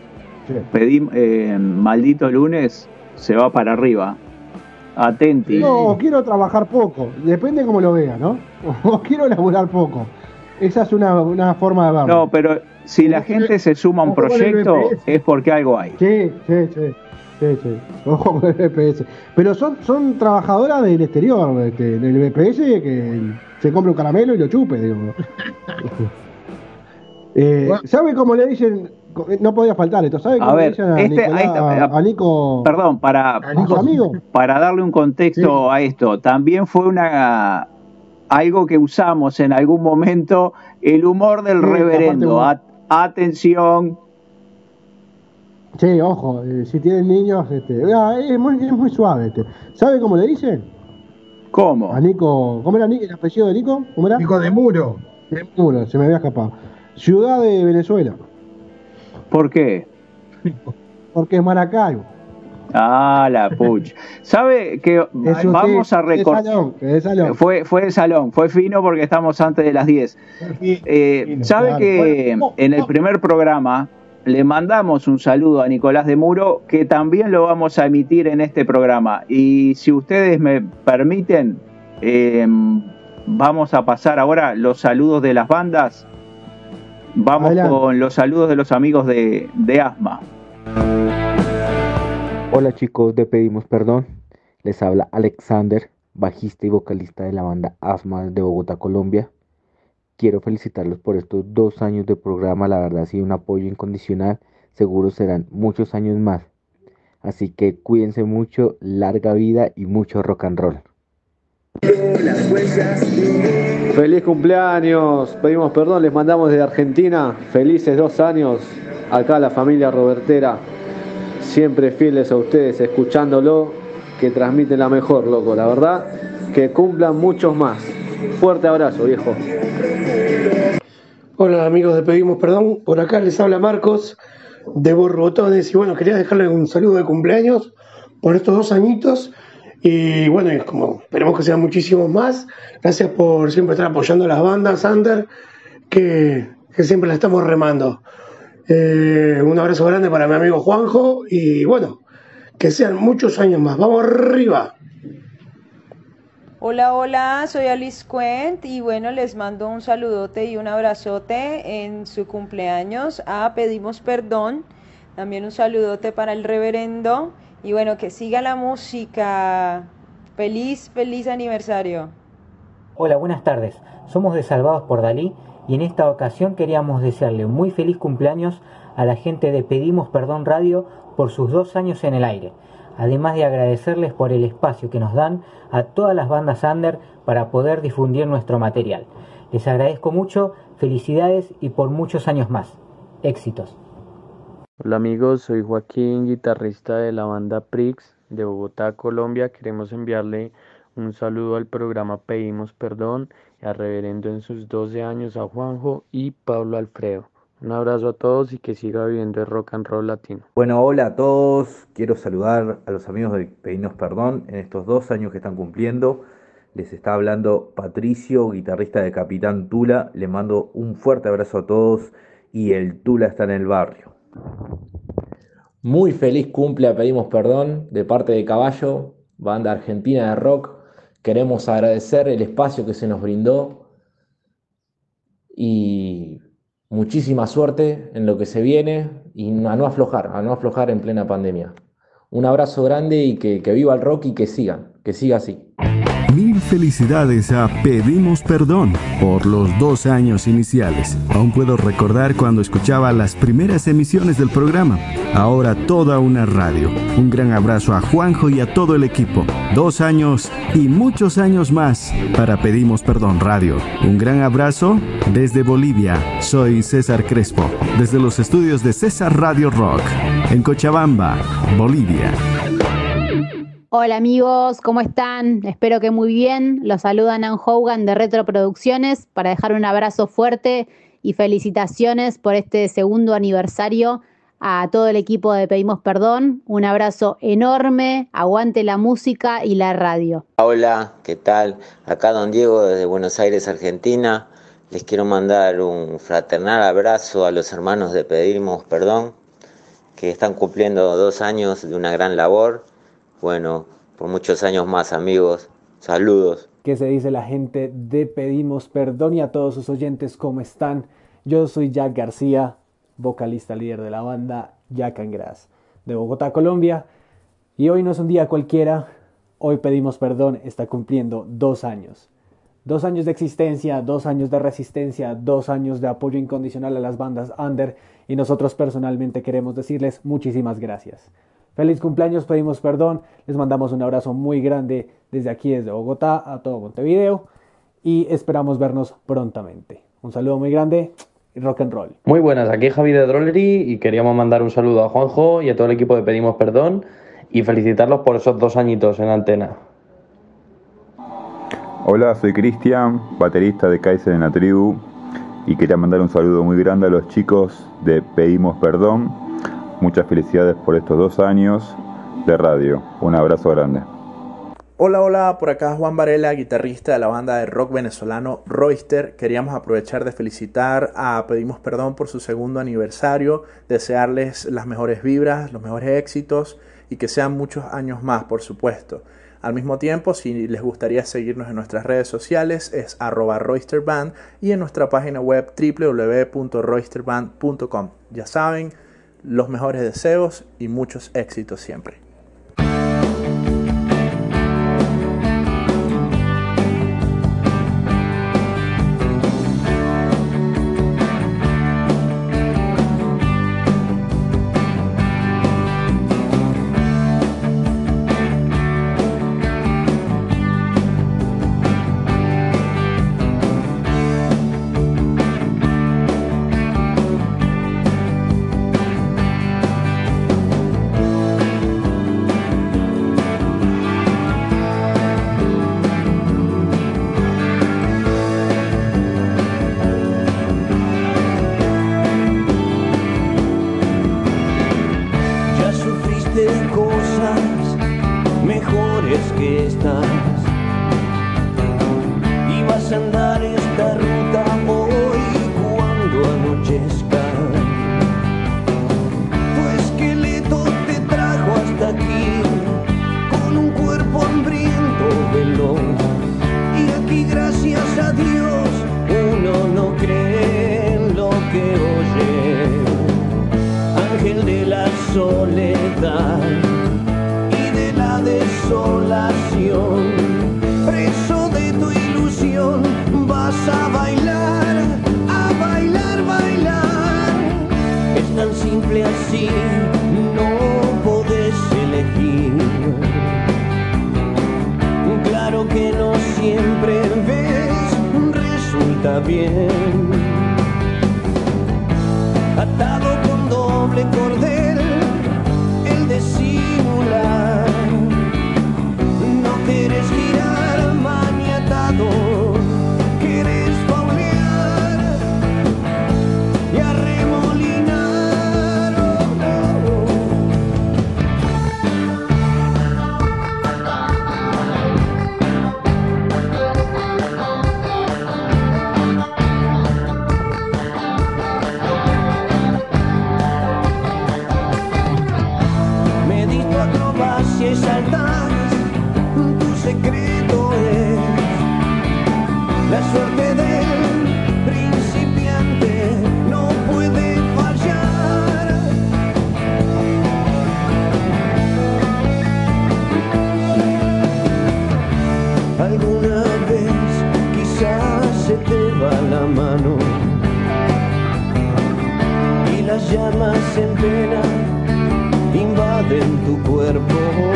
Speaker 4: Maldito Lunes se va para arriba. Atenti.
Speaker 2: No, quiero trabajar poco, depende cómo lo vea, ¿no? O quiero laburar poco. Esa es una forma de verlo.
Speaker 4: No, pero si la gente se suma a un proyecto es porque algo hay.
Speaker 2: Sí. Ojo con el BPS. Pero son trabajadoras del exterior, del BPS, que se compra un caramelo y lo chupe, digo. ¿Sabe cómo le dicen? No podía faltar esto. ¿Sabe cómo le dicen a Nico?
Speaker 4: Perdón, para darle un contexto a esto, también fue algo que usamos en algún momento, el humor del reverendo. Atención.
Speaker 2: Sí, ojo, si tienen niños, es muy suave. ¿Sabe cómo le dicen?
Speaker 4: ¿Cómo?
Speaker 2: A Nico, ¿cómo era el apellido de Nico? ¿Cómo era?
Speaker 3: Nico de Muro.
Speaker 2: De Muro, se me había escapado. Ciudad de Venezuela.
Speaker 4: ¿Por qué?
Speaker 2: Porque es Maracaibo.
Speaker 4: Ah, la pucha. ¿Sabe que vamos a recordar?
Speaker 2: De salón.
Speaker 4: Fue de salón, fue fino porque estamos antes de las 10. ¿Sabe claro, que en el primer programa le mandamos un saludo a Nicolás de Muro, que también lo vamos a emitir en este programa? Y si ustedes me permiten, vamos a pasar ahora los saludos de las bandas. Vamos Adelante. Con los saludos de los amigos de Asma.
Speaker 10: Hola chicos de Pedimos Perdón, les habla Alexander, bajista y vocalista de la banda Asma de Bogotá, Colombia. Quiero felicitarlos por estos 2 años de programa, la verdad ha sido un apoyo incondicional, seguro serán muchos años más. Así que cuídense mucho, larga vida y mucho rock and roll.
Speaker 11: Feliz cumpleaños, Pedimos Perdón, les mandamos desde Argentina, felices 2 años, acá la familia Robertera, siempre fieles a ustedes, escuchándolo, que transmiten la mejor, loco, la verdad, que cumplan muchos más. Fuerte abrazo, viejo.
Speaker 12: Hola amigos de Pedimos Perdón, por acá les habla Marcos de Borbotones y bueno, quería dejarle un saludo de cumpleaños por estos 2 añitos. Y bueno, como esperemos que sean muchísimos más. Gracias por siempre estar apoyando a las bandas under, que siempre la estamos remando. Un abrazo grande para mi amigo Juanjo y bueno, que sean muchos años más. ¡Vamos arriba!
Speaker 13: Hola, soy Alice Cuent y bueno, les mando un saludote y un abrazote en su cumpleaños a Pedimos Perdón. También un saludote para el reverendo. Y bueno, que siga la música. Feliz aniversario.
Speaker 14: Hola, buenas tardes. Somos de Salvados por Dalí y en esta ocasión queríamos desearle un muy feliz cumpleaños a la gente de Pedimos Perdón Radio por sus 2 años en el aire. Además de agradecerles por el espacio que nos dan a todas las bandas under para poder difundir nuestro material. Les agradezco mucho, felicidades y por muchos años más. Éxitos.
Speaker 15: Hola amigos, soy Joaquín, guitarrista de la banda Prix de Bogotá, Colombia. Queremos enviarle un saludo al programa Pedimos Perdón y al reverendo en sus 12 años, a Juanjo y Pablo Alfredo. Un abrazo a todos y que siga viviendo el rock and roll latino.
Speaker 16: Bueno, hola a todos. Quiero saludar a los amigos de Pedimos Perdón en estos 2 años que están cumpliendo. Les está hablando Patricio, guitarrista de Capitán Tula. Les mando un fuerte abrazo a todos y el Tula está en el barrio.
Speaker 17: Muy feliz cumple a Pedimos Perdón de parte de Caballo, banda argentina de rock. Queremos agradecer el espacio que se nos brindó y muchísima suerte en lo que se viene y a no aflojar en plena pandemia. Un abrazo grande y que viva el rock y que siga así.
Speaker 18: mil felicidades a Pedimos Perdón por los 2 años iniciales. Aún puedo recordar cuando escuchaba las primeras emisiones del programa. Ahora toda una radio. Un gran abrazo a Juanjo y a todo el equipo. 2 años y muchos años más para Pedimos Perdón Radio. Un gran abrazo desde Bolivia. Soy César Crespo, desde los estudios de César Radio Rock, en Cochabamba, Bolivia.
Speaker 19: Hola amigos, ¿cómo están? Espero que muy bien. Los saluda Nan Hogan de Retro Producciones para dejar un abrazo fuerte y felicitaciones por este 2º aniversario a todo el equipo de Pedimos Perdón. Un abrazo enorme, aguante la música y la radio.
Speaker 20: Hola, ¿qué tal? Acá Don Diego desde Buenos Aires, Argentina. Les quiero mandar un fraternal abrazo a los hermanos de Pedimos Perdón, que están cumpliendo 2 años de una gran labor. Bueno, por muchos años más, amigos. Saludos.
Speaker 21: ¿Qué se dice la gente de Pedimos Perdón y a todos sus oyentes? ¿Cómo están? Yo soy Jack García, vocalista líder de la banda Jack and Grass de Bogotá, Colombia. Y hoy no es un día cualquiera. Hoy Pedimos Perdón está cumpliendo 2 años. 2 años de existencia, 2 años de resistencia, 2 años de apoyo incondicional a las bandas under. Y nosotros personalmente queremos decirles muchísimas gracias. Feliz cumpleaños, Pedimos Perdón. Les mandamos un abrazo muy grande desde aquí, desde Bogotá, a todo Montevideo. Y esperamos vernos prontamente. Un saludo muy grande y rock and roll.
Speaker 22: Muy buenas, aquí es Javi de Drollery y queríamos mandar un saludo a Juanjo y a todo el equipo de Pedimos Perdón y felicitarlos por esos 2 añitos en antena.
Speaker 23: Hola, soy Cristian, baterista de Kaiser en la Tribu, y quería mandar un saludo muy grande a los chicos de Pedimos Perdón. Muchas felicidades por estos 2 años de radio. Un abrazo grande.
Speaker 24: Hola, por acá Juan Varela, guitarrista de la banda de rock venezolano Royster. Queríamos aprovechar de felicitar a Pedimos Perdón por su 2º aniversario, desearles las mejores vibras, los mejores éxitos y que sean muchos años más, por supuesto. Al mismo tiempo, si les gustaría seguirnos en nuestras redes sociales, es @RoysterBand y en nuestra página web www.roysterband.com. Ya saben, los mejores deseos y muchos éxitos siempre.
Speaker 1: llamas en pena invaden tu cuerpo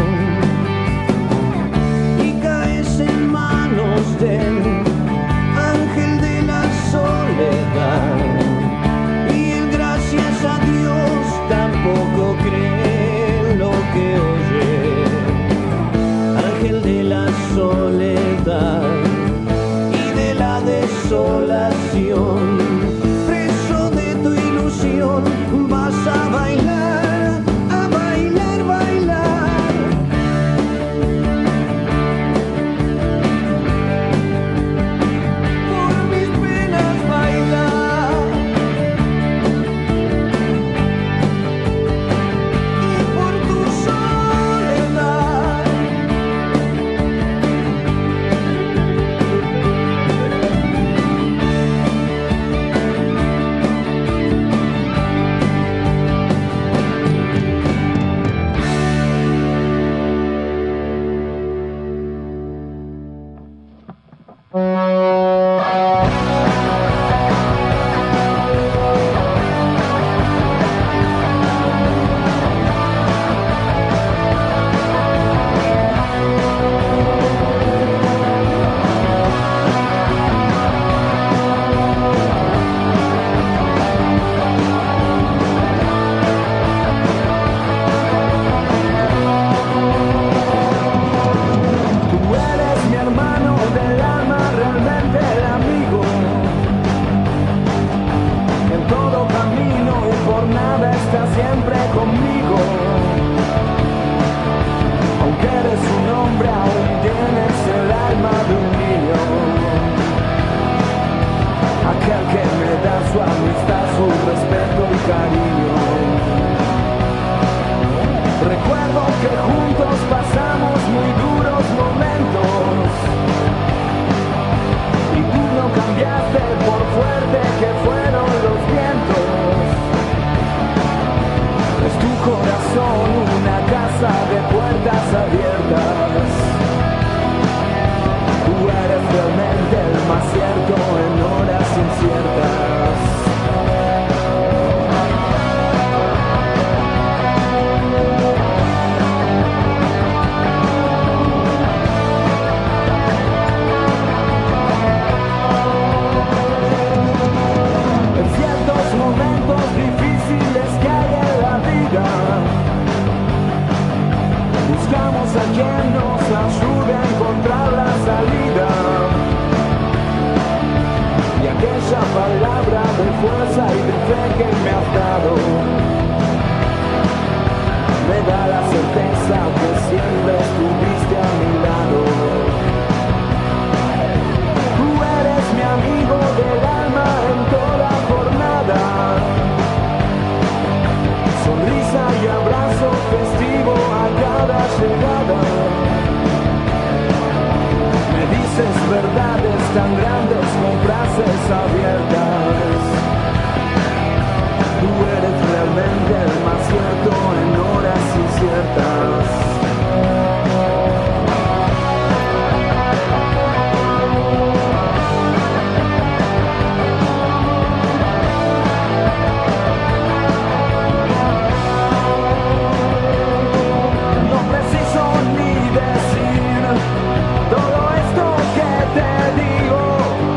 Speaker 1: y caes en manos del ángel de la soledad. Y el gracias a Dios tampoco cree en lo que oye. Ángel de la soledad y de la desolación, preso de tu ilusión, vas a bailar, a bailar, bailar. Por mis penas bailar y por tu soledad. Tú eres mi hermano del alma, realmente el amigo. En todo camino y por nada estás siempre conmigo. Aunque eres un hombre, aún tienes el alma de un niño. Aquel que me da su amistad, su respeto y cariño. Recuerdo que juntos pasamos muy duros momentos y tú no cambiaste por fuerte que fueron los vientos. Es tu corazón una casa de puertas abiertas. Tú eres realmente el más cierto en horas inciertas. En ciertos momentos difíciles que hay en la vida, buscamos a quien nos ayude a encontrar la salida. Y aquella palabra de fuerza y de fe que me has dado me da la certeza que siempre estuviste a mi lado. Tú eres mi amigo del alma en toda jornada. Sonrisa y abrazo festivo a cada llegada. Me dices verdades tan grandes con frases abiertas. Tú eres realmente el más cierto en horas inciertas. No preciso ni decir todo esto que te digo.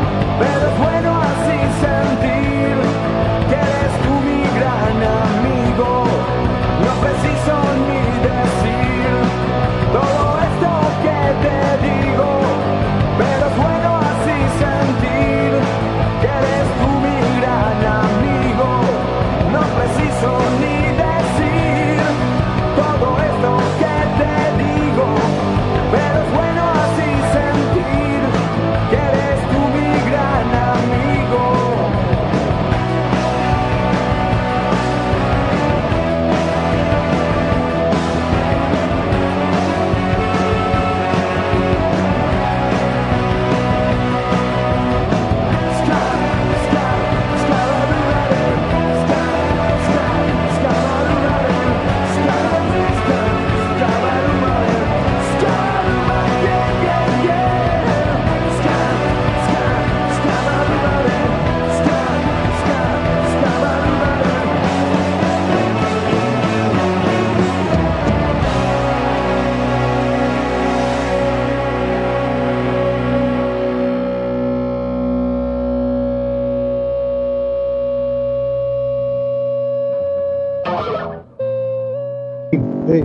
Speaker 3: Sí.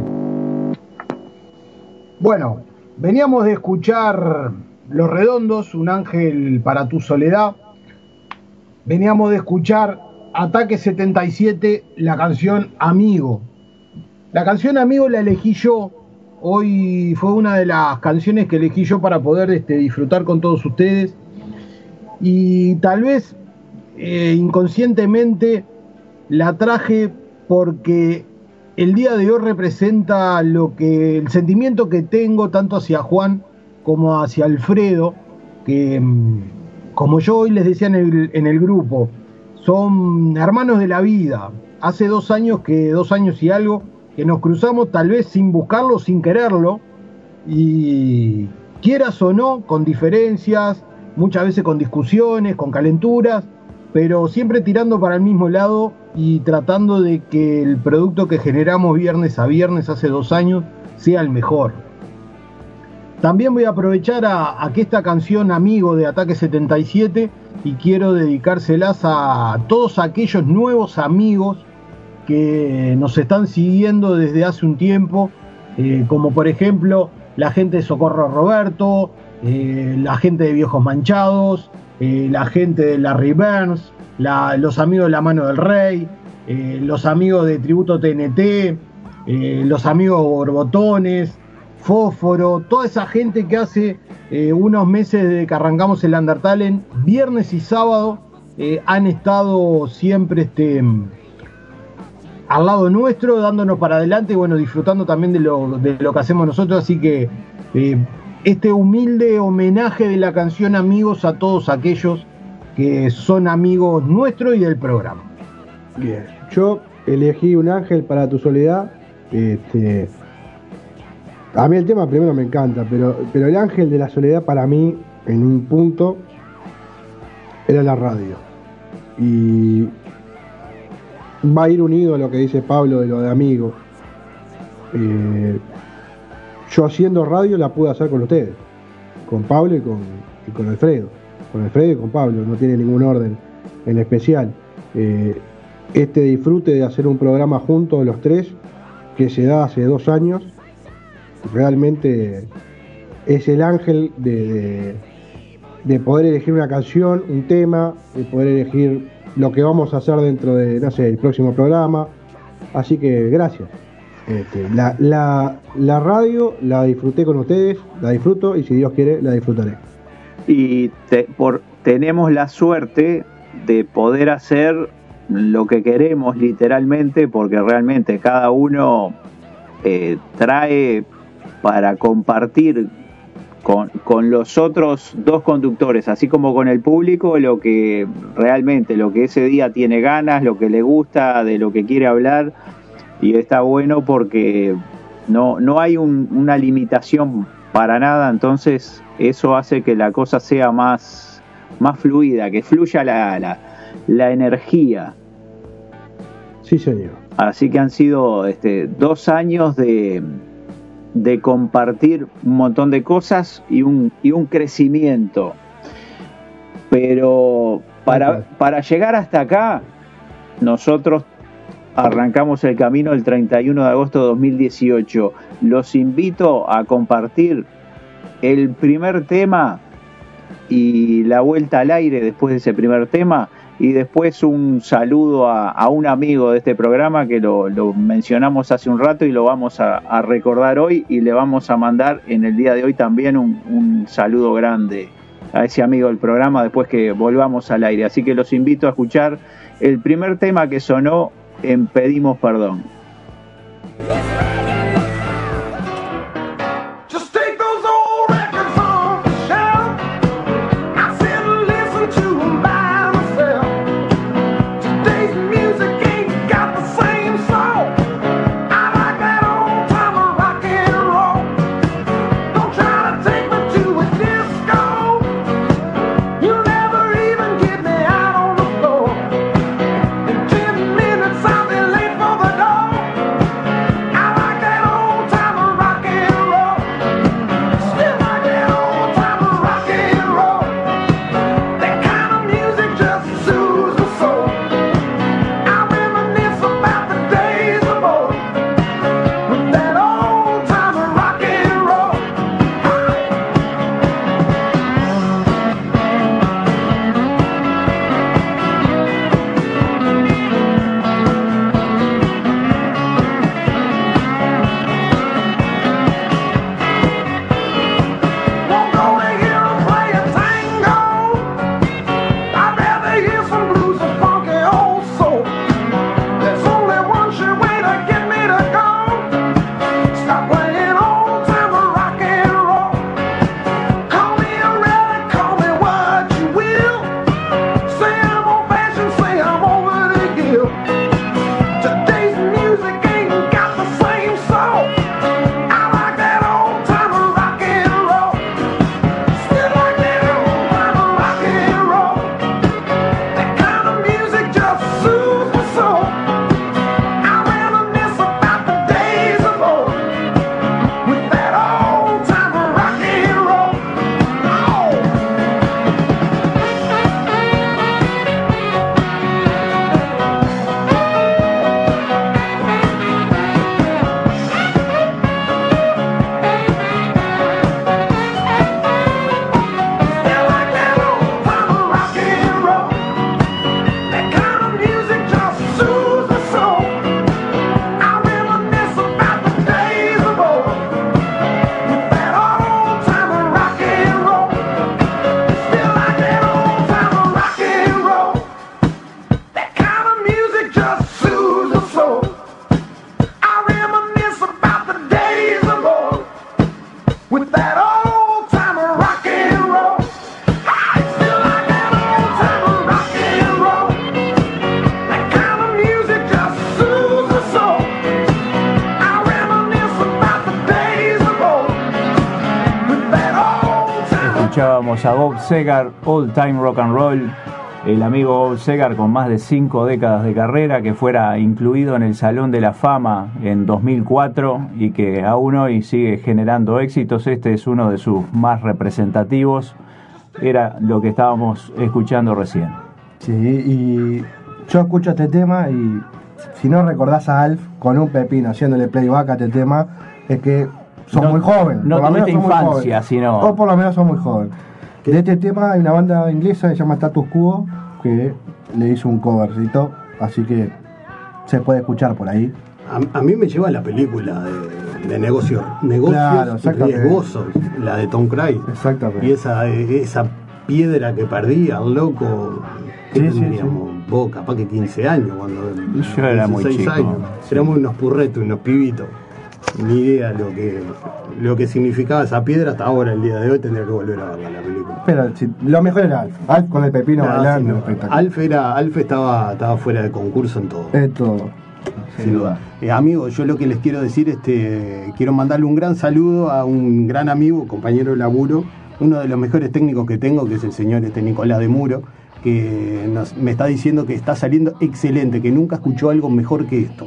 Speaker 3: Bueno, veníamos de escuchar Los Redondos, Un ángel para tu soledad. Veníamos de escuchar Ataque 77, la canción Amigo. La canción Amigo la elegí yo. Hoy fue una de las canciones que elegí yo para poder disfrutar con todos ustedes. Y tal vez inconscientemente la traje porque el día de hoy representa el sentimiento que tengo tanto hacia Juan como hacia Alfredo, que como yo hoy les decía en el grupo, son hermanos de la vida. Hace 2 años y algo, que nos cruzamos tal vez sin buscarlo, sin quererlo, y quieras o no, con diferencias, muchas veces con discusiones, con calenturas, pero siempre tirando para el mismo lado y tratando de que el producto que generamos viernes a viernes hace 2 años sea el mejor. También voy a aprovechar a que esta canción Amigo de Ataque 77 y quiero dedicárselas a todos aquellos nuevos amigos que nos están siguiendo desde hace un tiempo, como por ejemplo la gente de Socorro Roberto, la gente de Viejos Manchados, la gente de Larry Burns, los amigos de La Mano del Rey, los amigos de Tributo TNT, los amigos Borbotones, Fósforo, toda esa gente que hace unos meses desde que arrancamos el Undertale, viernes y sábado, han estado siempre al lado nuestro, dándonos para adelante y bueno, disfrutando también de lo que hacemos nosotros. Así que este humilde homenaje de la canción Amigos a todos aquellos que son amigos nuestros y del programa.
Speaker 2: Bien, yo elegí Un ángel para tu soledad. A mí el tema primero me encanta, pero el ángel de la soledad para mí, en un punto, era la radio. Y va a ir unido a lo que dice Pablo de lo de amigos. Yo haciendo radio la pude hacer con ustedes, con Pablo y con Alfredo. Con Alfredo y con Pablo, no tiene ningún orden en especial. Este disfrute de hacer un programa juntos los tres, que se da hace 2 años, realmente es el ángel de poder elegir una canción, un tema, de poder elegir lo que vamos a hacer dentro de, no sé, el próximo programa. Así que gracias. La radio la disfruté con ustedes, la disfruto y si Dios quiere la disfrutaré.
Speaker 4: Y tenemos la suerte de poder hacer lo que queremos literalmente, porque realmente cada uno trae para compartir con los otros 2 conductores, así como con el público, lo que ese día tiene ganas, lo que le gusta, de lo que quiere hablar, y está bueno porque no hay una limitación para nada, entonces eso hace que la cosa sea más fluida, que fluya la energía.
Speaker 2: Sí, señor.
Speaker 4: Así que han sido 2 años de compartir un montón de cosas y un crecimiento. Pero para llegar hasta acá, nosotros arrancamos el camino el 31 de agosto de 2018. Los invito a compartir el primer tema y la vuelta al aire después de ese primer tema, y después un saludo a un amigo de este programa que lo mencionamos hace un rato y lo vamos a recordar hoy, y le vamos a mandar en el día de hoy también un saludo grande a ese amigo del programa después que volvamos al aire. Así que los invito a escuchar el primer tema que sonó en Pedimos Perdón.
Speaker 1: I
Speaker 4: escuchábamos a Bob Seger, Old Time Rock and Roll, el amigo Bob Seger con más de 5 décadas de carrera, que fuera incluido en el Salón de la Fama en 2004 y que aún hoy sigue generando éxitos. Este es uno de sus más representativos, era lo que estábamos escuchando recién.
Speaker 2: Sí, y yo escucho este tema y si no recordás a Alf con un pepino haciéndole playback a este tema, es que sos muy joven.
Speaker 4: No tuviste infancia, sino...
Speaker 2: O por lo menos sos muy joven. De este tema hay una banda inglesa que se llama Status Quo, que le hizo un covercito, así que se puede escuchar por ahí.
Speaker 3: A mí me lleva la película de negocios
Speaker 2: claro,
Speaker 3: riesgosos, la de Tom Cruise.
Speaker 2: Exactamente.
Speaker 3: Y esa piedra que perdía el loco, que teníamos vos, capaz que 15 años, cuando
Speaker 4: yo era muy chico.
Speaker 3: Años. Éramos unos purretos, unos pibitos. Ni idea lo que significaba esa piedra hasta ahora, el día de hoy, tendría que volver a verla la película.
Speaker 2: Pero lo mejor era Alf. Alf con el pepino bailando, espectacular.
Speaker 3: Alf estaba fuera de concurso en todo.
Speaker 2: En todo.
Speaker 3: Sin duda. Amigos, yo lo que les quiero decir, quiero mandarle un gran saludo a un gran amigo, compañero de laburo, uno de los mejores técnicos que tengo, que es el señor Nicolás de Muro, que me está diciendo que está saliendo excelente, que nunca escuchó algo mejor que esto.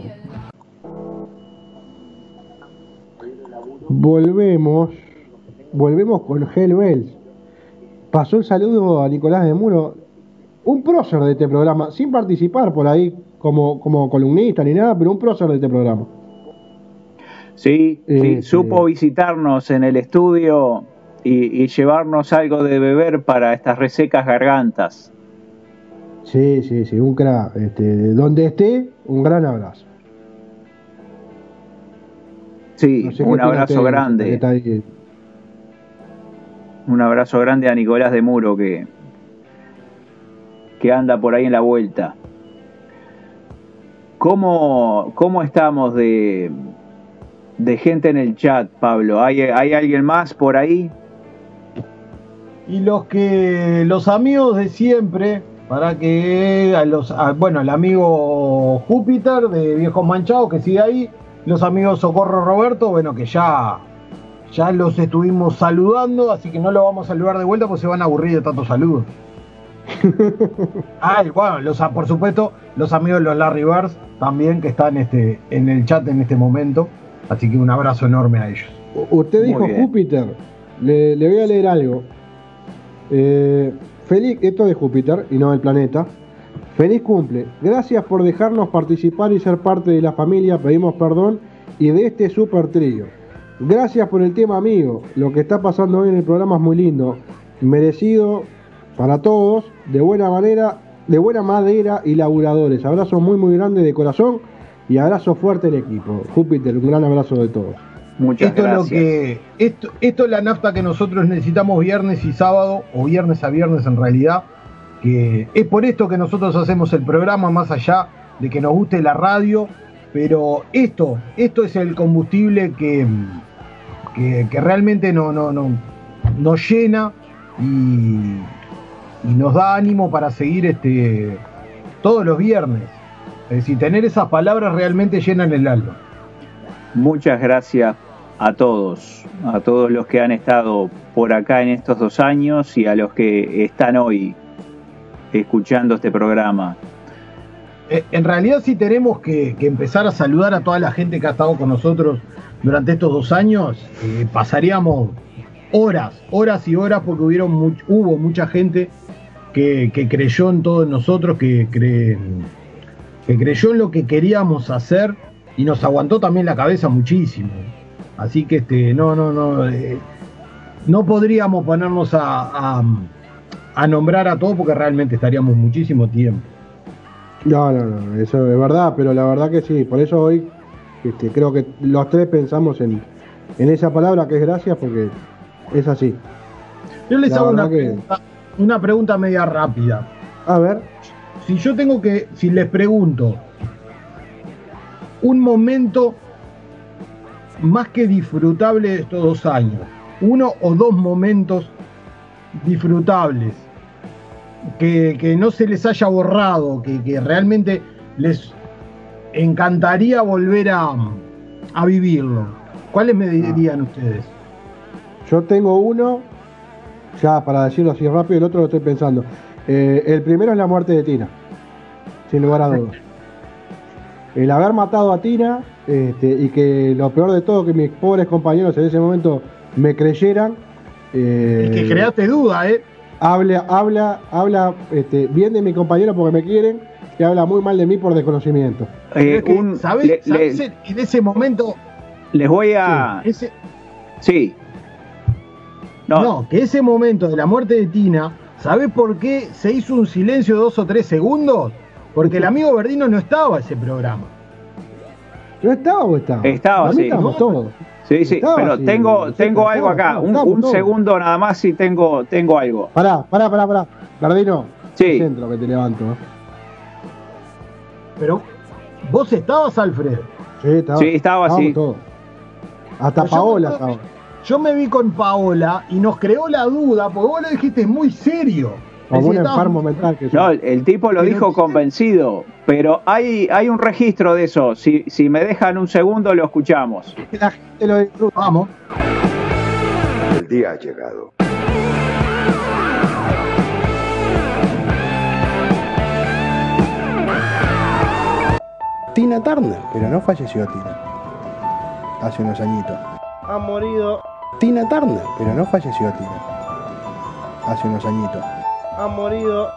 Speaker 2: Volvemos con Hell Bells. Pasó el saludo a Nicolás de Muro, un prócer de este programa, sin participar por ahí como columnista ni nada, pero un prócer de este programa.
Speaker 4: Sí, supo visitarnos en el estudio y llevarnos algo de beber para estas resecas gargantas.
Speaker 2: Sí, un crack. Donde esté, un gran abrazo.
Speaker 4: Sí, no sé, un abrazo grande. Un abrazo grande a Nicolás de Muro que anda por ahí en la vuelta. ¿Cómo estamos de gente en el chat, Pablo? ¿Hay alguien más por ahí?
Speaker 3: Y los amigos de siempre, para que el amigo Júpiter de Viejos Manchados, que sigue ahí, los amigos Socorro Roberto, bueno, que ya los estuvimos saludando, así que no los vamos a saludar de vuelta porque se van a aburrir de tantos saludos. Por supuesto, los amigos de los Larry Birds también, que están en el chat en este momento, así que un abrazo enorme a ellos.
Speaker 2: Usted dijo Júpiter, le voy a leer algo. Feliz, esto de Júpiter y no del planeta. Feliz cumple, gracias por dejarnos participar y ser parte de la familia, pedimos perdón, y de este super trío. Gracias por el tema, amigo, lo que está pasando hoy en el programa es muy lindo, merecido para todos, de buena manera, de buena madera y laburadores. Abrazo muy grande de corazón y abrazo fuerte al equipo. Júpiter, un gran abrazo de todos.
Speaker 4: Muchas gracias.
Speaker 3: Esto es la nafta que nosotros necesitamos viernes y sábado, o viernes a viernes en realidad, que es por esto que nosotros hacemos el programa, más allá de que nos guste la radio, pero esto es el combustible que realmente nos llena y nos da ánimo para seguir todos los viernes. Es decir, tener esas palabras realmente llenan el alma.
Speaker 4: Muchas gracias a todos los que han estado por acá en estos 2 años y a los que están hoy escuchando este programa.
Speaker 3: En realidad sí tenemos que empezar a saludar a toda la gente que ha estado con nosotros durante estos 2 años. Pasaríamos horas y horas, porque hubo mucha gente que creyó en todos nosotros, que creyó en lo que queríamos hacer y nos aguantó también la cabeza muchísimo. Así que no podríamos ponernos a nombrar a todos porque realmente estaríamos muchísimo tiempo.
Speaker 2: No, eso es verdad, pero la verdad que sí, por eso hoy creo que los tres pensamos en esa palabra que es gracias, porque es así.
Speaker 3: Yo les hago una pregunta media rápida.
Speaker 2: A ver.
Speaker 3: Si les pregunto un momento más que disfrutable de estos 2 años, 1 o 2 momentos disfrutables que no se les haya borrado, que realmente les encantaría volver a vivirlo, ¿cuáles me dirían ustedes?
Speaker 2: Yo tengo uno ya para decirlo así rápido, el otro lo estoy pensando. El primero es la muerte de Tina, sin lugar a dudas. El haber matado a Tina, y que lo peor de todo, que mis pobres compañeros en ese momento me creyeran.
Speaker 3: Y que creaste duda,
Speaker 2: Habla bien de mi compañero porque me quieren, y habla muy mal de mí por desconocimiento.
Speaker 3: ¿Sabes en ese momento?
Speaker 4: Les voy a... Sí.
Speaker 3: No, que ese momento de la muerte de Tina, ¿sabés por qué se hizo un silencio de 2 o 3 segundos? Porque el amigo Verdino no estaba en ese programa.
Speaker 2: ¿No estaba o estaba?
Speaker 4: Estaba, sí.
Speaker 2: Todos.
Speaker 4: Sí, estaba, pero
Speaker 2: sí,
Speaker 4: tengo algo acá. Un segundo nada más y tengo algo.
Speaker 2: Pará. Verdino.
Speaker 4: Sí.
Speaker 2: Centro que te levanto.
Speaker 3: Pero, ¿vos estabas, Alfred?
Speaker 2: Sí, estaba
Speaker 4: sí.
Speaker 2: Todos. Hasta pero Paola estaba.
Speaker 3: Yo me vi con Paola y nos creó la duda, porque vos lo dijiste muy serio.
Speaker 2: Como un enfermo mental que
Speaker 4: no, el tipo lo dijo convencido, pero hay un registro de eso. Si me dejan un segundo lo escuchamos.
Speaker 2: La gente lo disfruta.
Speaker 3: Vamos.
Speaker 5: El día ha llegado.
Speaker 2: Tina Turner, pero no falleció Tina. Hace unos añitos.
Speaker 6: Ha morido.
Speaker 2: Tina Turner, pero no falleció Tina. Hace unos añitos.
Speaker 6: Ha morido.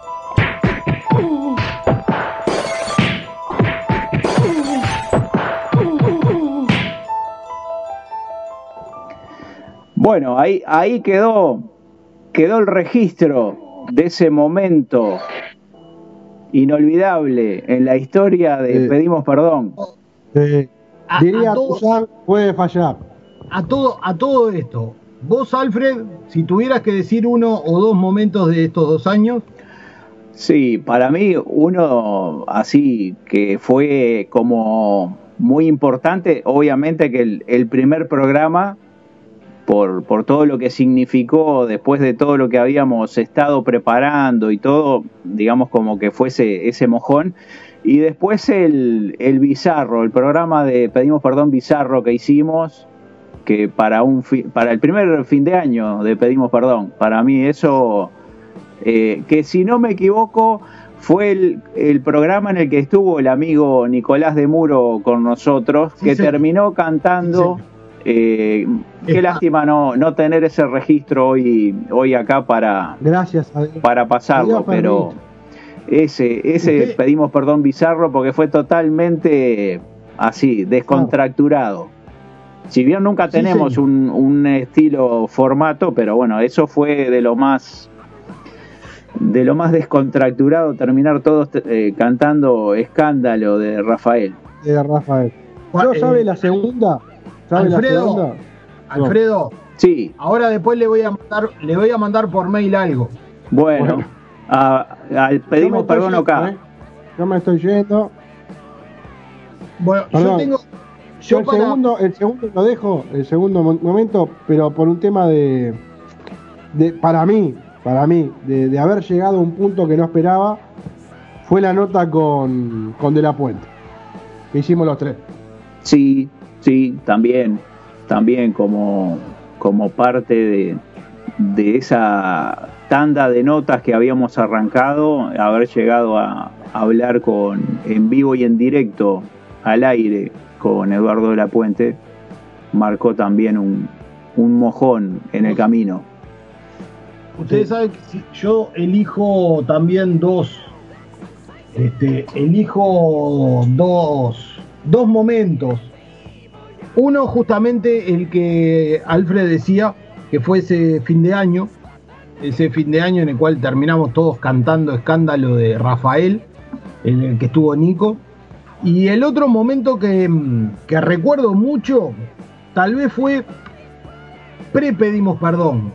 Speaker 4: Bueno, ahí quedó el registro de ese momento inolvidable en la historia de Pedimos Perdón.
Speaker 2: Diría Tuzán, puede fallar.
Speaker 3: A todo esto, vos, Alfred, si tuvieras que decir 1 o 2 momentos de estos 2 años.
Speaker 4: Sí, para mí uno así que fue como muy importante, obviamente que el primer programa, por todo lo que significó después de todo lo que habíamos estado preparando y todo, digamos como que fuese ese mojón. Y después el bizarro, el programa de Pedimos Perdón bizarro que hicimos, que para el primer fin de año de Pedimos Perdón, para mí eso, que si no me equivoco, fue el programa en el que estuvo el amigo Nicolás de Muro con nosotros, que terminó cantando. Qué lástima no tener ese registro hoy acá para pasarlo, pero ese Pedimos Perdón bizarro porque fue totalmente así, descontracturado. Si bien nunca tenemos un estilo formato, pero bueno, eso fue de lo más descontracturado, terminar todos cantando Escándalo de Rafael.
Speaker 2: ¿No sabe la segunda?
Speaker 3: Alfredo,
Speaker 4: sí.
Speaker 3: Ahora después le voy a mandar por mail algo.
Speaker 4: Bueno. Pedimos perdón acá.
Speaker 2: Yo me estoy yendo.
Speaker 3: Bueno,
Speaker 2: el segundo lo dejo, el segundo momento, pero por un tema de para mí, de haber llegado a un punto que no esperaba, fue la nota con De La Puente, que hicimos los 3.
Speaker 4: Sí, también como parte de esa tanda de notas que habíamos arrancado, haber llegado a hablar en vivo y en directo al aire con Eduardo de la Puente, marcó también un mojón en el camino.
Speaker 3: Ustedes saben que yo elijo también dos momentos. Uno justamente el que Alfred decía, que fue ese fin de año en el cual terminamos todos cantando Escándalo de Rafael, en el que estuvo Nico. Y el otro momento que recuerdo mucho, tal vez fue Pedimos Perdón,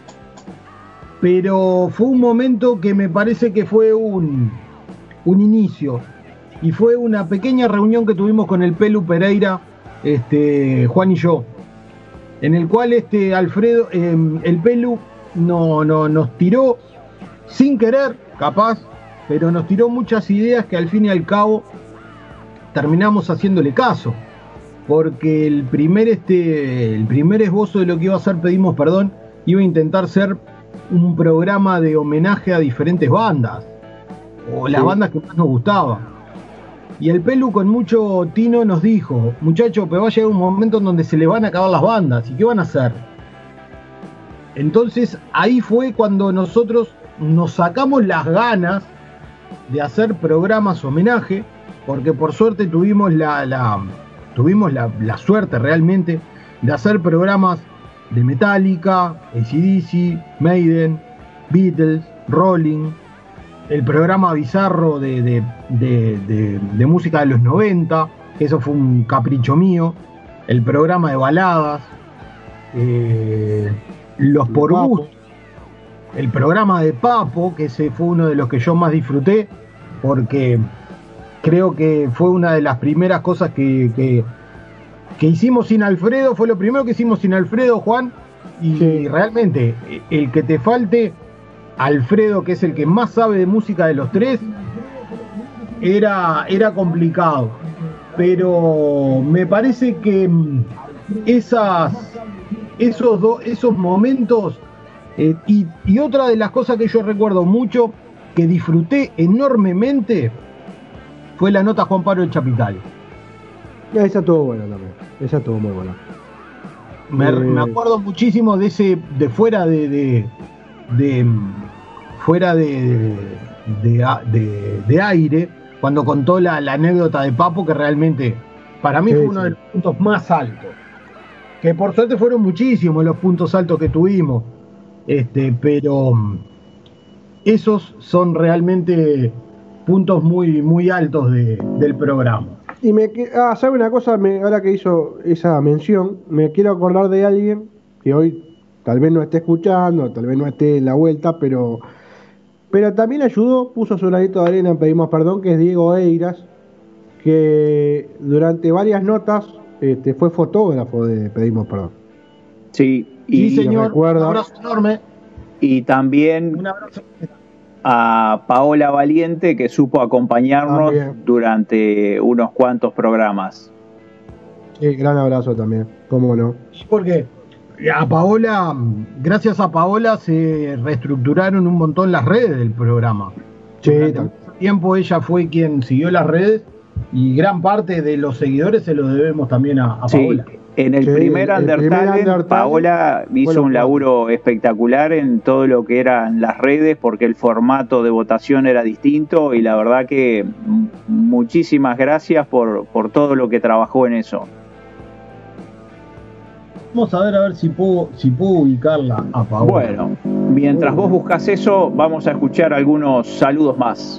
Speaker 3: pero fue un momento que me parece que fue un inicio, y fue una pequeña reunión que tuvimos con el Pelu Pereira, Juan y yo, en el cual Alfredo, el Pelu nos tiró sin querer, capaz, pero nos tiró muchas ideas que al fin y al cabo terminamos haciéndole caso, porque el primer esbozo de lo que iba a ser Pedimos Perdón iba a intentar ser un programa de homenaje a diferentes bandas, o las bandas que más nos gustaban. Y el Pelu con mucho tino nos dijo, muchachos, pero va a llegar un momento en donde se le van a acabar las bandas, ¿y qué van a hacer? Entonces ahí fue cuando nosotros nos sacamos las ganas de hacer programas homenaje, porque por suerte tuvimos la suerte realmente de hacer programas de Metallica, AC/DC, Maiden, Beatles, Rolling, el programa bizarro de música de los 90, que eso fue un capricho mío, el programa de baladas, los por gusto, el programa de Papo, que ese fue uno de los que yo más disfruté, porque creo que fue una de las primeras cosas que hicimos sin Alfredo, fue lo primero que hicimos sin Alfredo, Juan, y realmente el que te falte Alfredo, que es el que más sabe de música de los tres, era complicado, pero me parece que esos momentos, y otra de las cosas que yo recuerdo mucho, que disfruté enormemente, fue la nota Juan Pablo del Chapital.
Speaker 2: Esa estuvo buena también, esa estuvo muy buena.
Speaker 3: Me acuerdo muchísimo de ese, de fuera de aire, cuando contó la anécdota de Papo, que realmente para mí fue uno de los puntos más altos, que por suerte fueron muchísimos los puntos altos que tuvimos, pero esos son realmente puntos muy, muy altos del programa.
Speaker 2: Y ¿sabe una cosa? Ahora que hizo esa mención, me quiero acordar de alguien que hoy tal vez no esté escuchando, tal vez no esté en la vuelta, pero también ayudó, puso su granito de arena en Pedimos Perdón, que es Diego Eiras, que durante varias notas fue fotógrafo de Pedimos Perdón.
Speaker 4: Sí,
Speaker 3: sí, señor, un abrazo enorme.
Speaker 4: Y también a Paola Valiente, que supo acompañarnos durante unos cuantos programas.
Speaker 2: Sí, gran abrazo también, cómo no.
Speaker 3: Porque a Paola, gracias a Paola se reestructuraron un montón las redes del programa. Durante mucho tiempo ella fue quien siguió las redes, y gran parte de los seguidores se los debemos también a Paola.
Speaker 4: En el primer Undertale, Paola hizo un laburo espectacular en todo lo que eran las redes, porque el formato de votación era distinto, y la verdad que muchísimas gracias por todo lo que trabajó en eso.
Speaker 3: Vamos a ver si puedo ubicarla a Paola.
Speaker 4: Bueno, mientras vos buscas eso, vamos a escuchar algunos saludos más.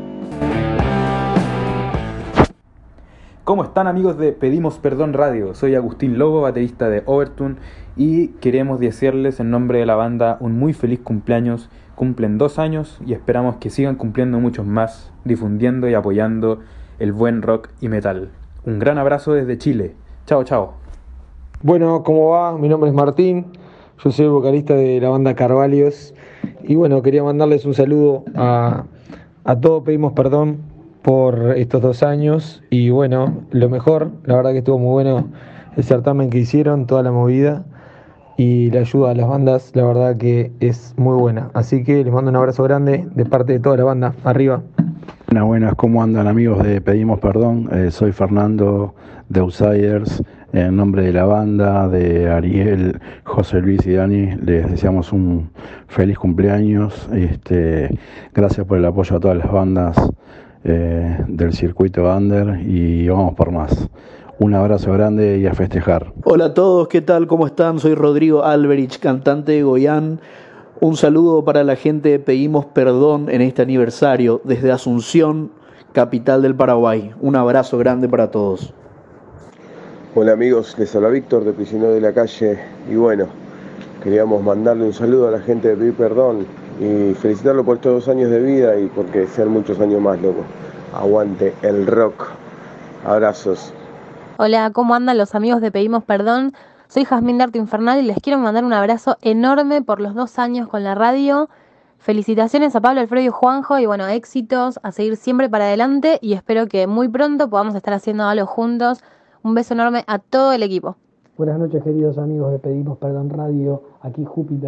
Speaker 7: ¿Cómo están, amigos de Pedimos Perdón Radio? Soy Agustín Lobo, baterista de Overtune, y queremos desearles en nombre de la banda un muy feliz cumpleaños. Cumplen 2 años y esperamos que sigan cumpliendo muchos más, difundiendo y apoyando el buen rock y metal. Un gran abrazo desde Chile. Chao, chao.
Speaker 8: Bueno, ¿cómo va? Mi nombre es Martín, yo soy el vocalista de la banda Carvalios, y bueno, quería mandarles un saludo a todos. Pedimos perdón por estos 2 años, y bueno, lo mejor, la verdad que estuvo muy bueno el certamen que hicieron, toda la movida y la ayuda a las bandas, la verdad que es muy buena, así que les mando un abrazo grande de parte de toda la banda. Arriba.
Speaker 9: Buenas, ¿cómo andan, amigos de Pedimos Perdón? Soy Fernando de Outsiders. En nombre de la banda, de Ariel, José Luis y Dani, les deseamos un feliz cumpleaños. Gracias por el apoyo a todas las bandas del circuito under, y vamos por más. Un abrazo grande y a festejar.
Speaker 24: Hola a todos, ¿qué tal? ¿Cómo están? Soy Rodrigo Alberich, cantante de Goián. Un saludo para la gente de Pedimos Perdón en este aniversario desde Asunción, capital del Paraguay. Un abrazo grande para todos.
Speaker 10: Hola amigos, les habla Víctor de Prisionero de la Calle, y bueno, queríamos mandarle un saludo a la gente de Pedir Perdón y felicitarlo por estos 2 años de vida, y porque sean muchos años más, loco. Aguante el rock. Abrazos.
Speaker 25: Hola, ¿cómo andan los amigos de Pedimos Perdón? Soy Jazmín de Arte Infernal y les quiero mandar un abrazo enorme por los 2 años con la radio. Felicitaciones a Pablo, Alfredo y Juanjo, y bueno, éxitos, a seguir siempre para adelante, y espero que muy pronto podamos estar haciendo algo juntos. Un beso enorme a todo el equipo.
Speaker 26: Buenas noches, queridos amigos de Pedimos Perdón Radio, aquí Júpiter.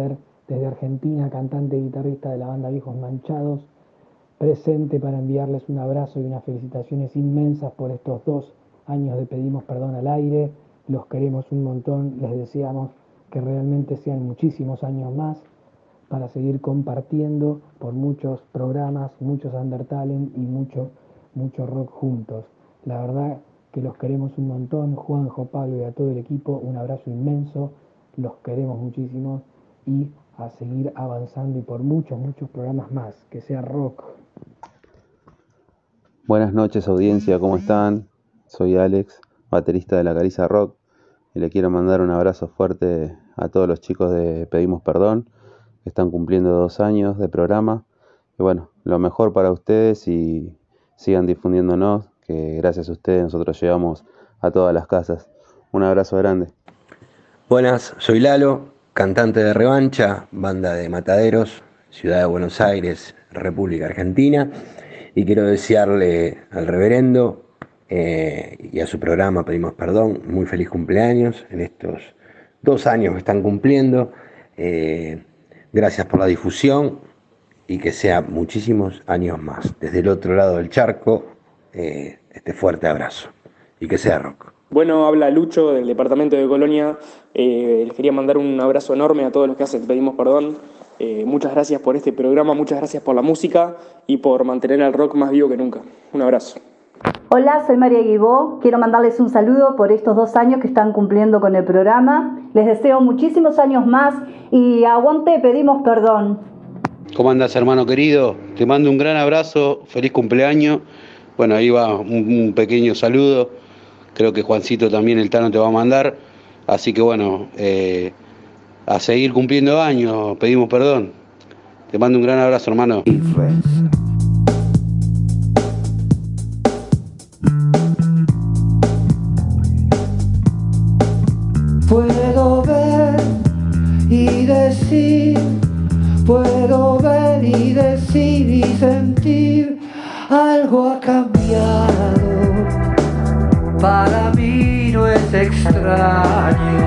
Speaker 11: desde Argentina, cantante y guitarrista de la banda Viejos Manchados, presente para enviarles un abrazo y unas felicitaciones inmensas por estos 2 años de Pedimos Perdón al aire. Los queremos un montón, les deseamos que realmente sean muchísimos años más para seguir compartiendo por muchos programas, muchos Undertalent y mucho rock juntos. La verdad que los queremos un montón, Juanjo, Pablo y a todo el equipo, un abrazo inmenso, los queremos muchísimo y a seguir avanzando y por muchos programas más, que sea rock.
Speaker 12: Buenas noches audiencia, ¿cómo están? Soy Alex, baterista de La Caliza Rock, y le quiero mandar un abrazo fuerte a todos los chicos de Pedimos Perdón, que están cumpliendo 2 años de programa. Y bueno, lo mejor para ustedes y sigan difundiéndonos, que gracias a ustedes nosotros llegamos a todas las casas. Un abrazo grande.
Speaker 13: Buenas, soy Lalo, cantante de Revancha, banda de Mataderos, Ciudad de Buenos Aires, República Argentina, y quiero desearle al reverendo y a su programa Pedimos Perdón muy feliz cumpleaños en estos 2 años que están cumpliendo. Gracias por la difusión y que sea muchísimos años más. Desde el otro lado del charco, este fuerte abrazo y que sea rock.
Speaker 14: Bueno, habla Lucho del departamento de Colonia. Les quería mandar un abrazo enorme a todos los que hacen Pedimos Perdón. Muchas gracias por este programa, muchas gracias por la música y por mantener al rock más vivo que nunca. Un abrazo.
Speaker 15: Hola, soy María Guibó. Quiero mandarles un saludo por estos 2 años que están cumpliendo con el programa. Les deseo muchísimos años más y aguante Pedimos Perdón.
Speaker 26: ¿Cómo andas, hermano querido? Te mando un gran abrazo, feliz cumpleaños. Bueno, ahí va un pequeño saludo. Creo que Juancito también, el Tano, te va a mandar. Así que bueno, a seguir cumpliendo años, Pedimos Perdón. Te mando un gran abrazo, hermano.
Speaker 27: Puedo ver y decir, puedo ver y decir y sentir, algo ha cambiado. Para mí no es extraño.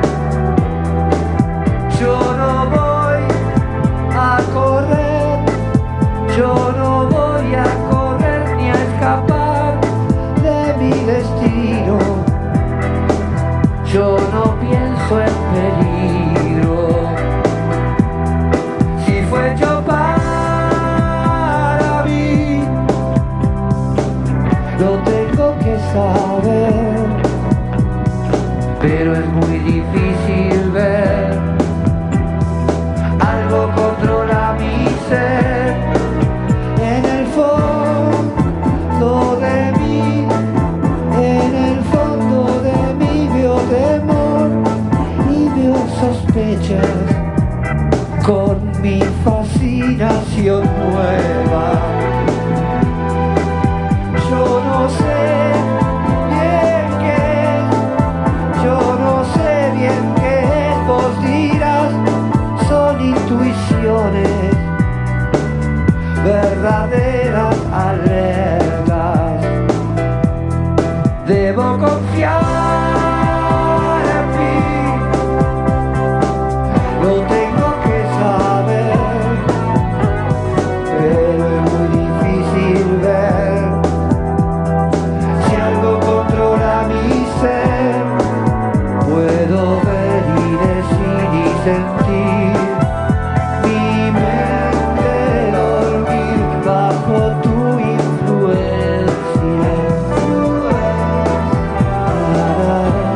Speaker 27: Yo no voy a correr, yo no voy a correr ni a escapar de mi destino. Yo no pienso en peligro. Si fue hecho para mí, lo tengo que saber, pero es muy difícil ver. Algo controla mi ser, en el fondo de mí, en el fondo de mí veo temor y veo sospechas con mi fascinación nueva. Yo no sé bien qué es, yo no sé bien qué es, vos dirás, son intuiciones, verdaderas alertas. Debo confiar en mí, lo tengo que saber, pero es muy difícil ver. Si algo controla mi ser, puedo ver y decir y sentir. Mi mente dormir bajo tu influencia.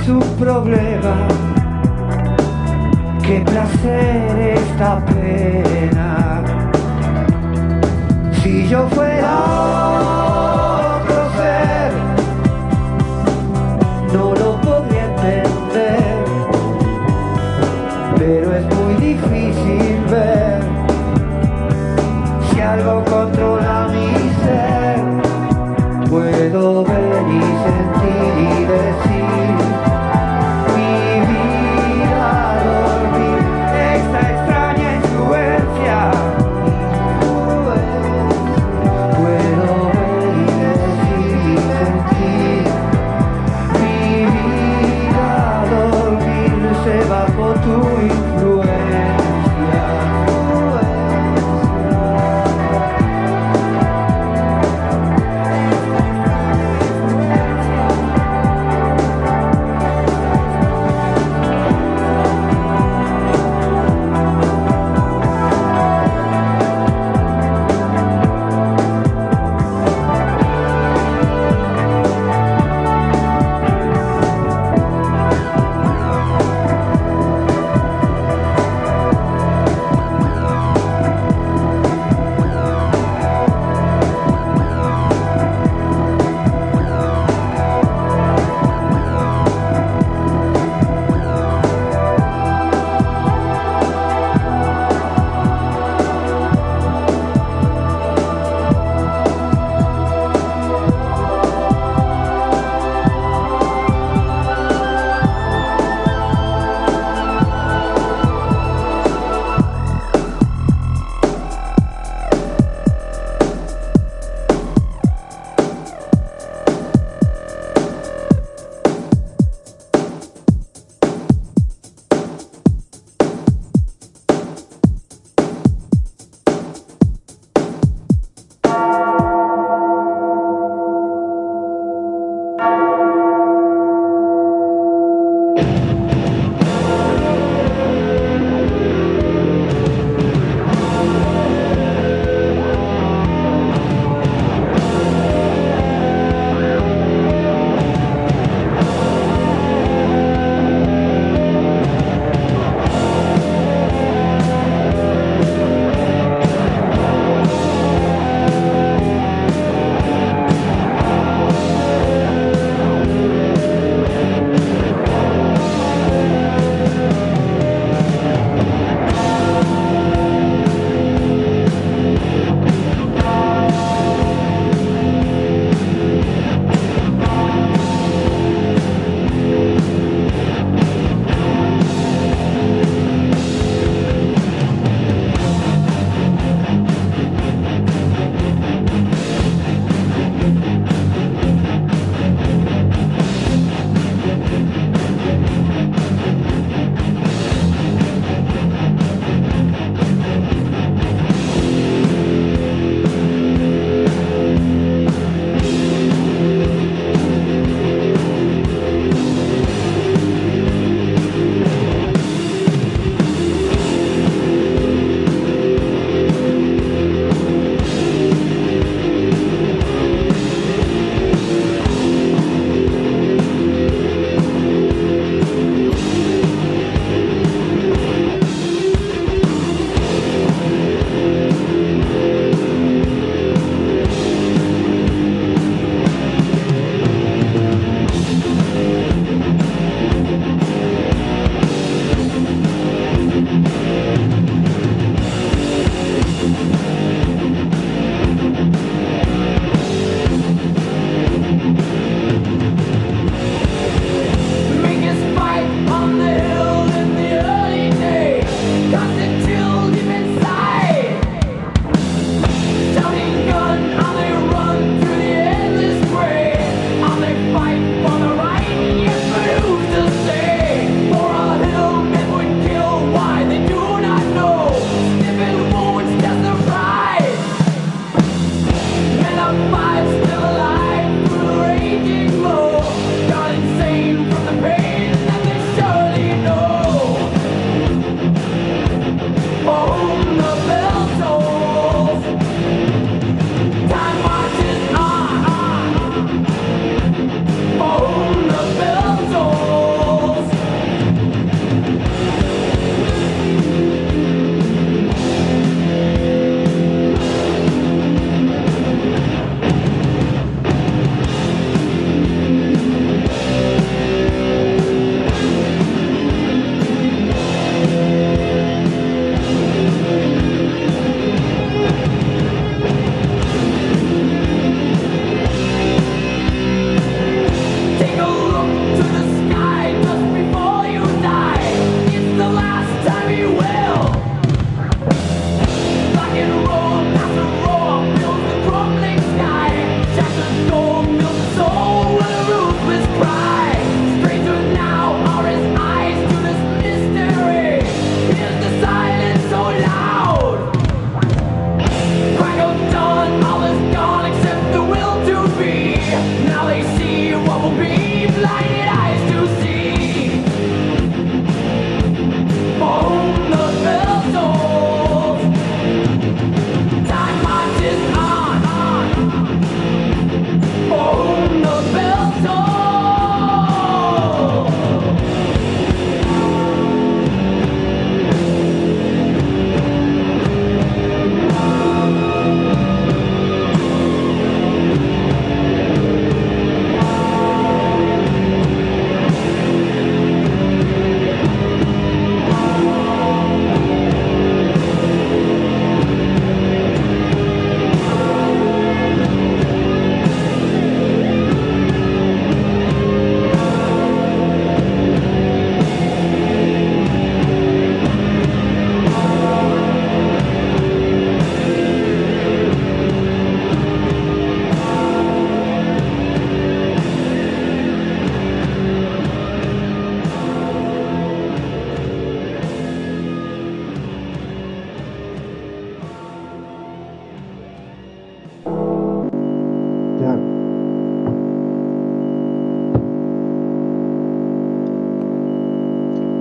Speaker 27: un problema, qué placer esta pena. Si yo fuera otro ser, no lo podría entender, pero es muy difícil ver si algo controla mi ser. Puedo ver y sentir y decir mi vida dormir, esta extraña influencia. Puedo ver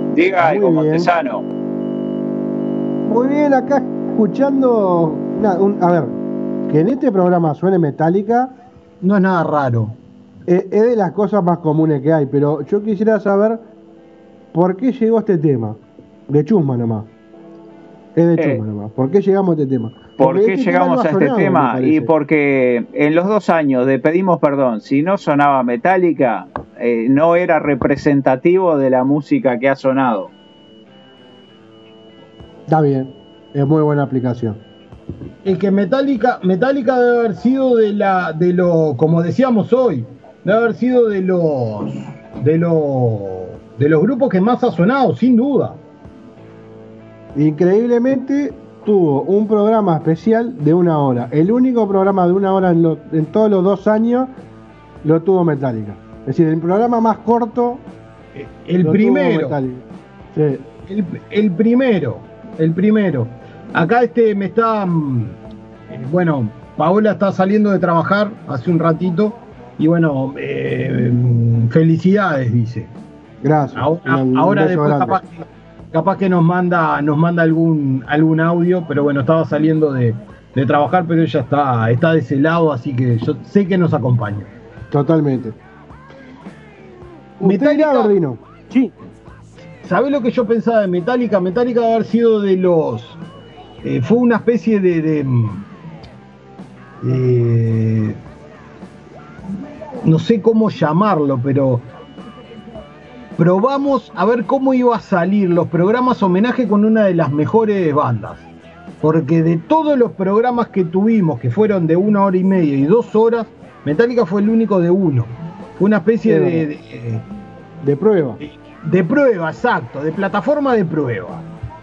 Speaker 4: Diga algo, Montesano.
Speaker 2: Muy bien, acá escuchando. A ver, que en este programa suene Metallica
Speaker 3: no es nada raro.
Speaker 2: Es de las cosas más comunes que hay, pero yo quisiera saber por qué llegó este tema. De chusma nomás. Es de chusma nomás. ¿Por qué llegamos a este tema?
Speaker 4: ¿Por qué llegamos a este tema? Y porque en los 2 años de Pedimos Perdón, si no sonaba Metallica, no era representativo de la música que ha sonado.
Speaker 2: Está bien, es muy buena aplicación.
Speaker 3: Es que Metallica debe haber sido de lo, como decíamos hoy, debe haber sido de los grupos que más ha sonado, sin duda.
Speaker 2: Increíblemente tuvo un programa especial de 1 hora. El único programa de 1 hora en todos los 2 años lo tuvo Metallica. Es decir, el programa más corto.
Speaker 3: El primero.
Speaker 2: Sí.
Speaker 3: El primero. Acá me está. Bueno, Paola está saliendo de trabajar hace un ratito. Y bueno, felicidades, dice.
Speaker 2: Gracias.
Speaker 3: Ahora después capaz que nos manda algún audio, pero bueno, estaba saliendo de trabajar, pero ella está de ese lado, así que yo sé que nos acompaña.
Speaker 2: Totalmente.
Speaker 3: Metallica,
Speaker 2: Gordino.
Speaker 3: Sí. ¿Sabés lo que yo pensaba de Metallica? Metallica debe haber sido de los... fue una especie de no sé cómo llamarlo, pero probamos a ver cómo iba a salir los programas homenaje con una de las mejores bandas. Porque de todos los programas que tuvimos, que fueron de 1 hora y media y 2 horas, Metallica fue el único de 1. Fue una especie
Speaker 2: de prueba.
Speaker 3: De prueba, exacto, de plataforma de prueba.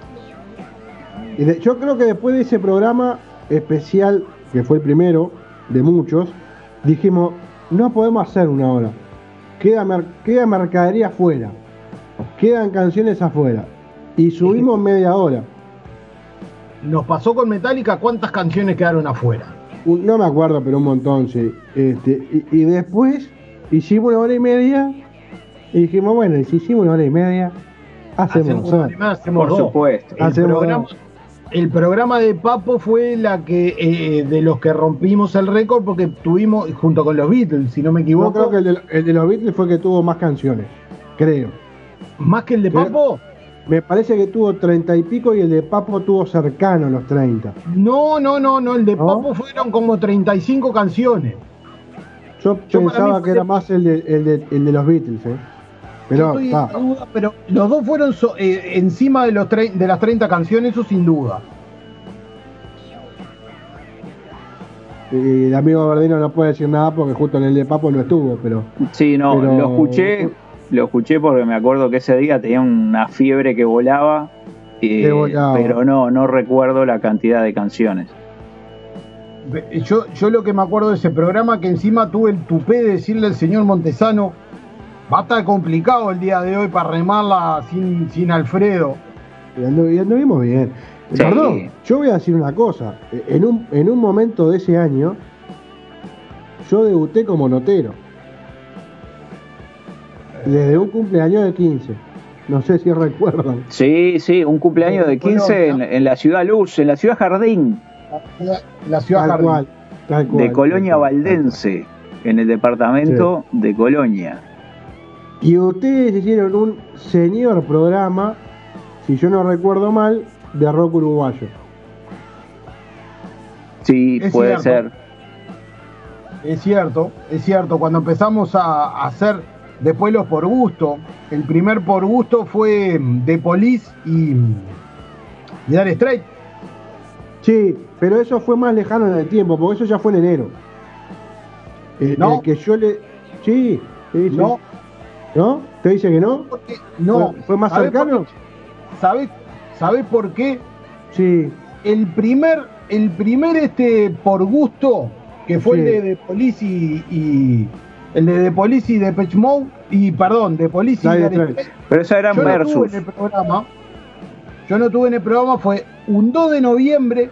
Speaker 2: Yo creo que después de ese programa especial, que fue el primero de muchos, dijimos, no podemos hacer 1 hora. Queda mercadería afuera. Quedan canciones afuera. Y subimos media hora.
Speaker 3: Nos pasó con Metallica, ¿cuántas canciones quedaron afuera?
Speaker 2: No me acuerdo, pero un montón, sí. Y después hicimos 1 hora y media y dijimos, bueno, y si hicimos 1 hora y media, hacemos
Speaker 4: Por supuesto.
Speaker 3: El programa de Papo fue de los que rompimos el récord porque tuvimos, junto con los Beatles, si no me equivoco.
Speaker 2: Yo creo que el de los Beatles fue que tuvo más canciones, creo.
Speaker 3: ¿Más que el de Papo?
Speaker 2: Me parece que tuvo 30 y pico y el de Papo tuvo cercano a los 30.
Speaker 3: No, el de Papo fueron como 35 canciones.
Speaker 2: Yo pensaba que era más el de los Beatles, Pero
Speaker 3: los dos fueron encima de las 30 canciones, eso sin duda.
Speaker 2: El amigo Verdino no puede decir nada porque justo en el de Papo no estuvo, pero...
Speaker 4: Sí, no, lo escuché porque me acuerdo que ese día tenía una fiebre que volaba, pero no recuerdo la cantidad de canciones.
Speaker 3: Yo lo que me acuerdo de ese programa, que encima tuve el tupé de decirle al señor Montesano, va a estar complicado el día de hoy para remarla sin Alfredo.
Speaker 2: Y anduvimos bien. Sí. Perdón, yo voy a decir una cosa. En un momento de ese año, yo debuté como notero. Desde un cumpleaños de 15. No sé si recuerdan.
Speaker 4: Sí, un cumpleaños de 15 en la ciudad Luz, en la ciudad Jardín.
Speaker 3: La ciudad Jardín.
Speaker 2: Tal cual,
Speaker 4: de Colonia Valdense, en el departamento de Colonia.
Speaker 2: Y ustedes hicieron un señor programa, si yo no recuerdo mal, de rock uruguayo.
Speaker 4: Sí, puede ser.
Speaker 3: Es cierto. Cuando empezamos a hacer después los por gusto, el primer por gusto fue The Police y Dire Straits.
Speaker 2: Sí, pero eso fue más lejano en el tiempo, porque eso ya fue en enero.
Speaker 3: ¿No?
Speaker 2: El que yo le... Sí.
Speaker 3: No.
Speaker 2: ¿No? ¿Te dice que no?
Speaker 3: No.
Speaker 2: ¿Fue más cercano?
Speaker 3: ¿Sabés por qué?
Speaker 2: Sí.
Speaker 3: El primer por gusto, que fue el de The Police y el de The Police y Depeche Mode, The Police y Dire Straits.
Speaker 4: Pero eso eran versus.
Speaker 3: Yo no tuve en el programa, fue un 2 de noviembre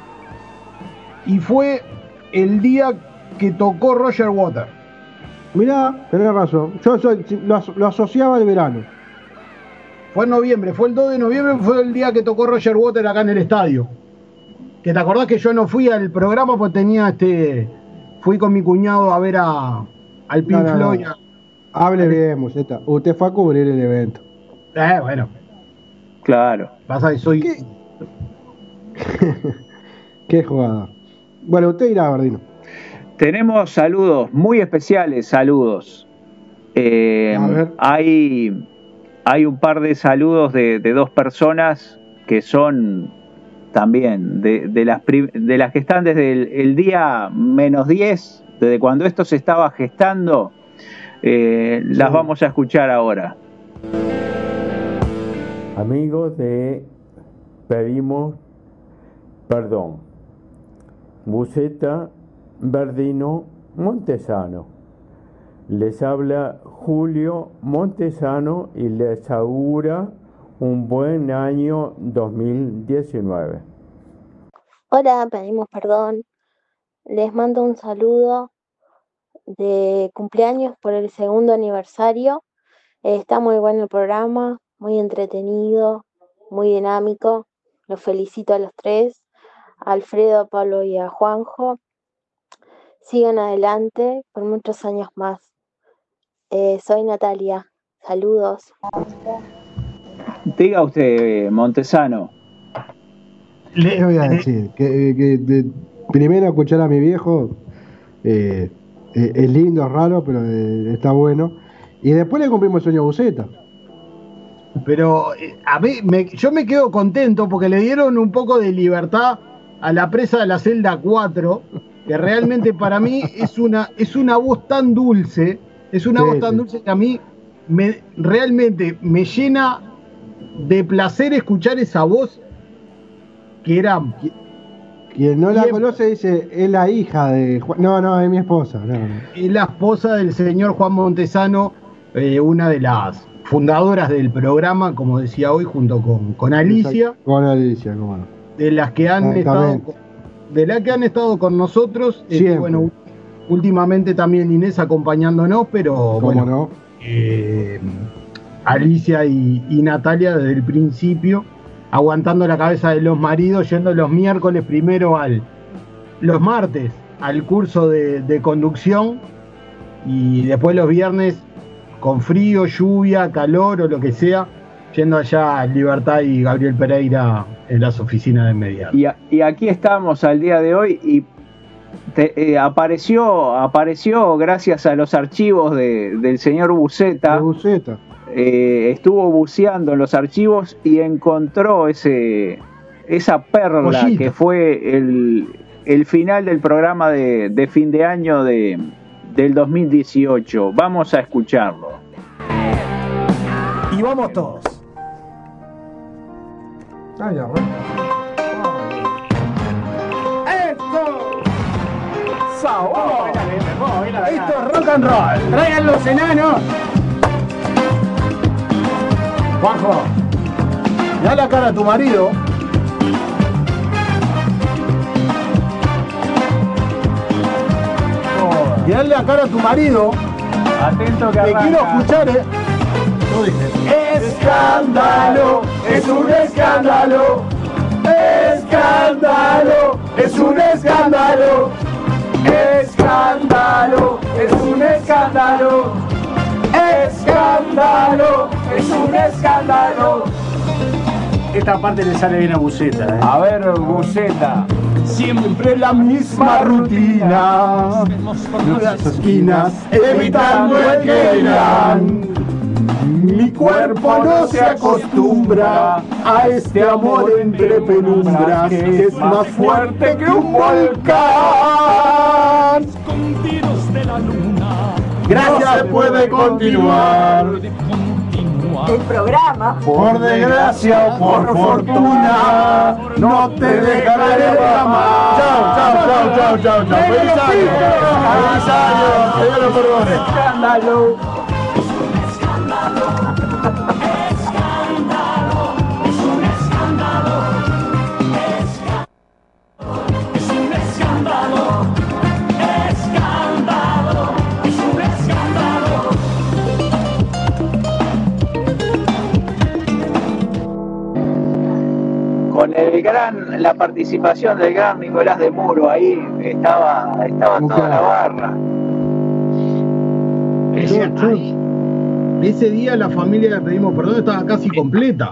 Speaker 3: y fue el día que tocó Roger Waters.
Speaker 2: Mirá, tenés razón. Yo lo asociaba al verano.
Speaker 3: Fue en noviembre, fue el 2 de noviembre, fue el día que tocó Roger Waters acá en el estadio. Que te acordás que yo no fui al programa porque tenía fui con mi cuñado a ver al Pink Floyd.
Speaker 2: No. Hable bien, Museta. Usted fue a cubrir el evento.
Speaker 3: Bueno.
Speaker 4: Claro.
Speaker 3: Pasa que soy...
Speaker 2: Qué jugada. Bueno, usted irá, Bardino.
Speaker 4: Tenemos saludos muy especiales, saludos. Hay un par de saludos de dos personas que son también de las que están desde el día -10, desde cuando esto se estaba gestando. Las vamos a escuchar ahora.
Speaker 16: Amigos de Pedimos Perdón, Museta, Bardino, Montesano. Les habla Julio Montesano y les augura un buen año 2019.
Speaker 17: Hola, pedimos perdón. Les mando un saludo de cumpleaños por el 2º aniversario. Está muy bueno el programa, muy entretenido, muy dinámico. Los felicito a los tres, a Alfredo, a Pablo y a Juanjo. Sigan adelante por muchos años más. Soy Natalia. Saludos.
Speaker 4: Diga usted, Montesano.
Speaker 2: Le voy a decir que primero escuchar a mi viejo es lindo, es raro, pero está bueno. Y después le cumplimos el sueño a Buceta.
Speaker 3: Pero a mí yo me quedo contento porque le dieron un poco de libertad a la presa de la celda 4, que realmente para mí es una voz tan dulce, que a mí realmente me llena de placer escuchar esa voz que era...
Speaker 2: Quien no la conoce dice, es la hija de Juan... No, es mi esposa. No.
Speaker 3: Es la esposa del señor Juan Montesano, una de las fundadoras del programa, como decía hoy, junto con Alicia.
Speaker 2: Con Alicia, cómo no.
Speaker 3: De las que han estado con nosotros. Bueno, últimamente también Inés acompañándonos, pero bueno, no? Alicia y Natalia desde el principio, aguantando la cabeza de los maridos, yendo los miércoles primero los martes al curso de conducción y después los viernes con frío, lluvia, calor o lo que sea, yendo allá a Libertad y Gabriel Pereira en las oficinas de Mediar.
Speaker 4: Y aquí estamos al día de hoy y apareció gracias a los archivos del señor Buceta. Estuvo buceando en los archivos y encontró esa perla que fue el final del programa de fin de año del 2018. Vamos a escucharlo.
Speaker 3: Y vamos todos.
Speaker 1: ¡Esto! ¡Sabor!
Speaker 3: Esto es rock and roll. Traigan los enanos. Juanjo, da la cara a tu marido. Y dale la cara a tu marido.
Speaker 4: Atento que
Speaker 3: te quiero escuchar,
Speaker 1: Tú dices. Escándalo, es un escándalo. Escándalo, es un escándalo. Escándalo, es un escándalo. Escándalo, es un escándalo.
Speaker 3: Esta parte le sale bien a Buceta,
Speaker 4: A ver, Buceta.
Speaker 1: Siempre la misma rutina, las esquinas, evitando el que dirán. Mi cuerpo no se acostumbra a este amor entre penumbras, que es más fuerte que un volcán. Gracias, se puede continuar.
Speaker 15: El programa,
Speaker 1: por desgracia o por fortuna, no te dejaré jamás. Chao. Feliz año. Feliz año. Que Dios lo perdone.
Speaker 4: Escándalo. con la participación del gran Nicolás de Muro, ahí estaba toda la barra.
Speaker 3: Ese día la familia de Pedimos Perdón estaba casi completa.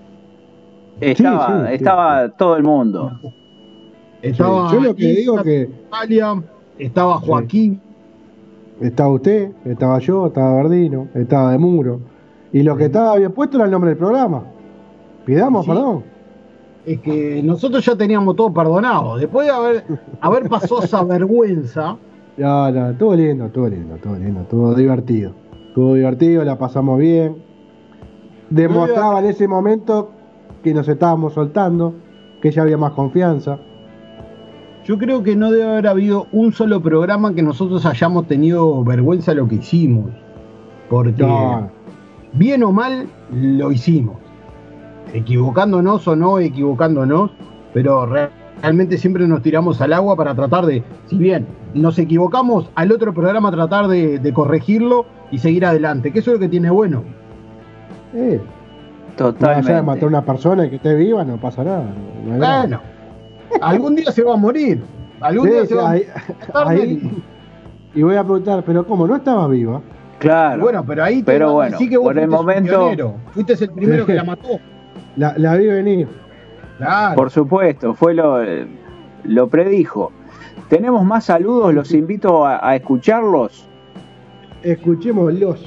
Speaker 4: Estaba todo el mundo.
Speaker 3: Estaba
Speaker 2: yo lo que digo que
Speaker 3: Italia, estaba Joaquín,
Speaker 2: estaba usted, estaba yo, estaba Verdino, estaba de Muro, y lo que estaba bien puesto era el nombre del programa. Pidamos perdón.
Speaker 3: Es que nosotros ya teníamos todo perdonado. Después de haber pasado esa vergüenza.
Speaker 2: No, estuvo lindo, estuvo divertido, la pasamos bien. Demostraba en ese momento que nos estábamos soltando, que ya había más confianza.
Speaker 3: Yo creo que no debe haber habido un solo programa que nosotros hayamos tenido vergüenza de lo que hicimos. Porque bien o mal lo hicimos. Equivocándonos o no equivocándonos, pero realmente siempre nos tiramos al agua para tratar de, si bien nos equivocamos, al otro programa tratar de corregirlo y seguir adelante, que eso es lo que tiene bueno.
Speaker 4: Totalmente.
Speaker 2: No, matar a una persona y que esté viva no pasa nada.
Speaker 3: Bueno, algún día se va a morir. Algún día se va a morir.
Speaker 2: Y voy a preguntar, ¿pero cómo no estaba viva?
Speaker 4: Claro.
Speaker 3: Bueno, pero ahí
Speaker 4: te van a decir que vos
Speaker 3: fuiste el momento fuiste el primero que la mató.
Speaker 2: La vi venir.
Speaker 3: Claro.
Speaker 4: Por supuesto, lo predijo. Tenemos más saludos, los invito a escucharlos.
Speaker 2: Escuchémoslos.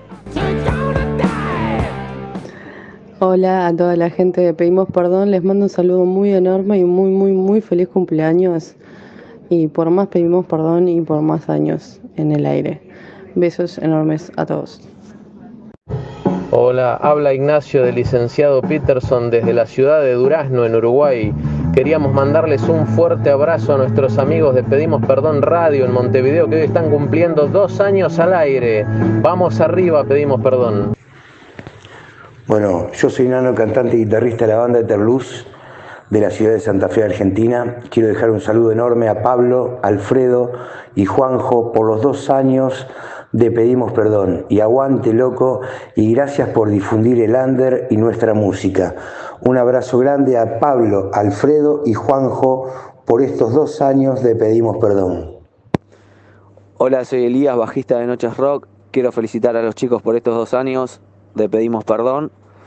Speaker 5: Hola a toda la gente de Pedimos Perdón, les mando un saludo muy enorme y muy feliz cumpleaños. Y por más pedimos perdón y por más años en el aire. Besos enormes a todos.
Speaker 18: Hola, habla Ignacio del licenciado Peterson desde la ciudad de Durazno, en Uruguay. Queríamos mandarles un fuerte abrazo a nuestros amigos de Pedimos Perdón Radio en Montevideo, que hoy están cumpliendo 2 años al aire. Vamos arriba, Pedimos Perdón.
Speaker 13: Bueno, yo soy Nano, cantante y guitarrista de la banda Eterluz de la ciudad de Santa Fe, Argentina. Quiero dejar un saludo enorme a Pablo, Alfredo y Juanjo por los 2 años de Pedimos Perdón. Y aguante, loco, y gracias por difundir el under y nuestra música. Un abrazo grande a Pablo, Alfredo y Juanjo por estos 2 años de Pedimos Perdón.
Speaker 19: Hola, soy Elías, bajista de Noches Rock. Quiero felicitar a los chicos por estos 2 años de Pedimos Perdón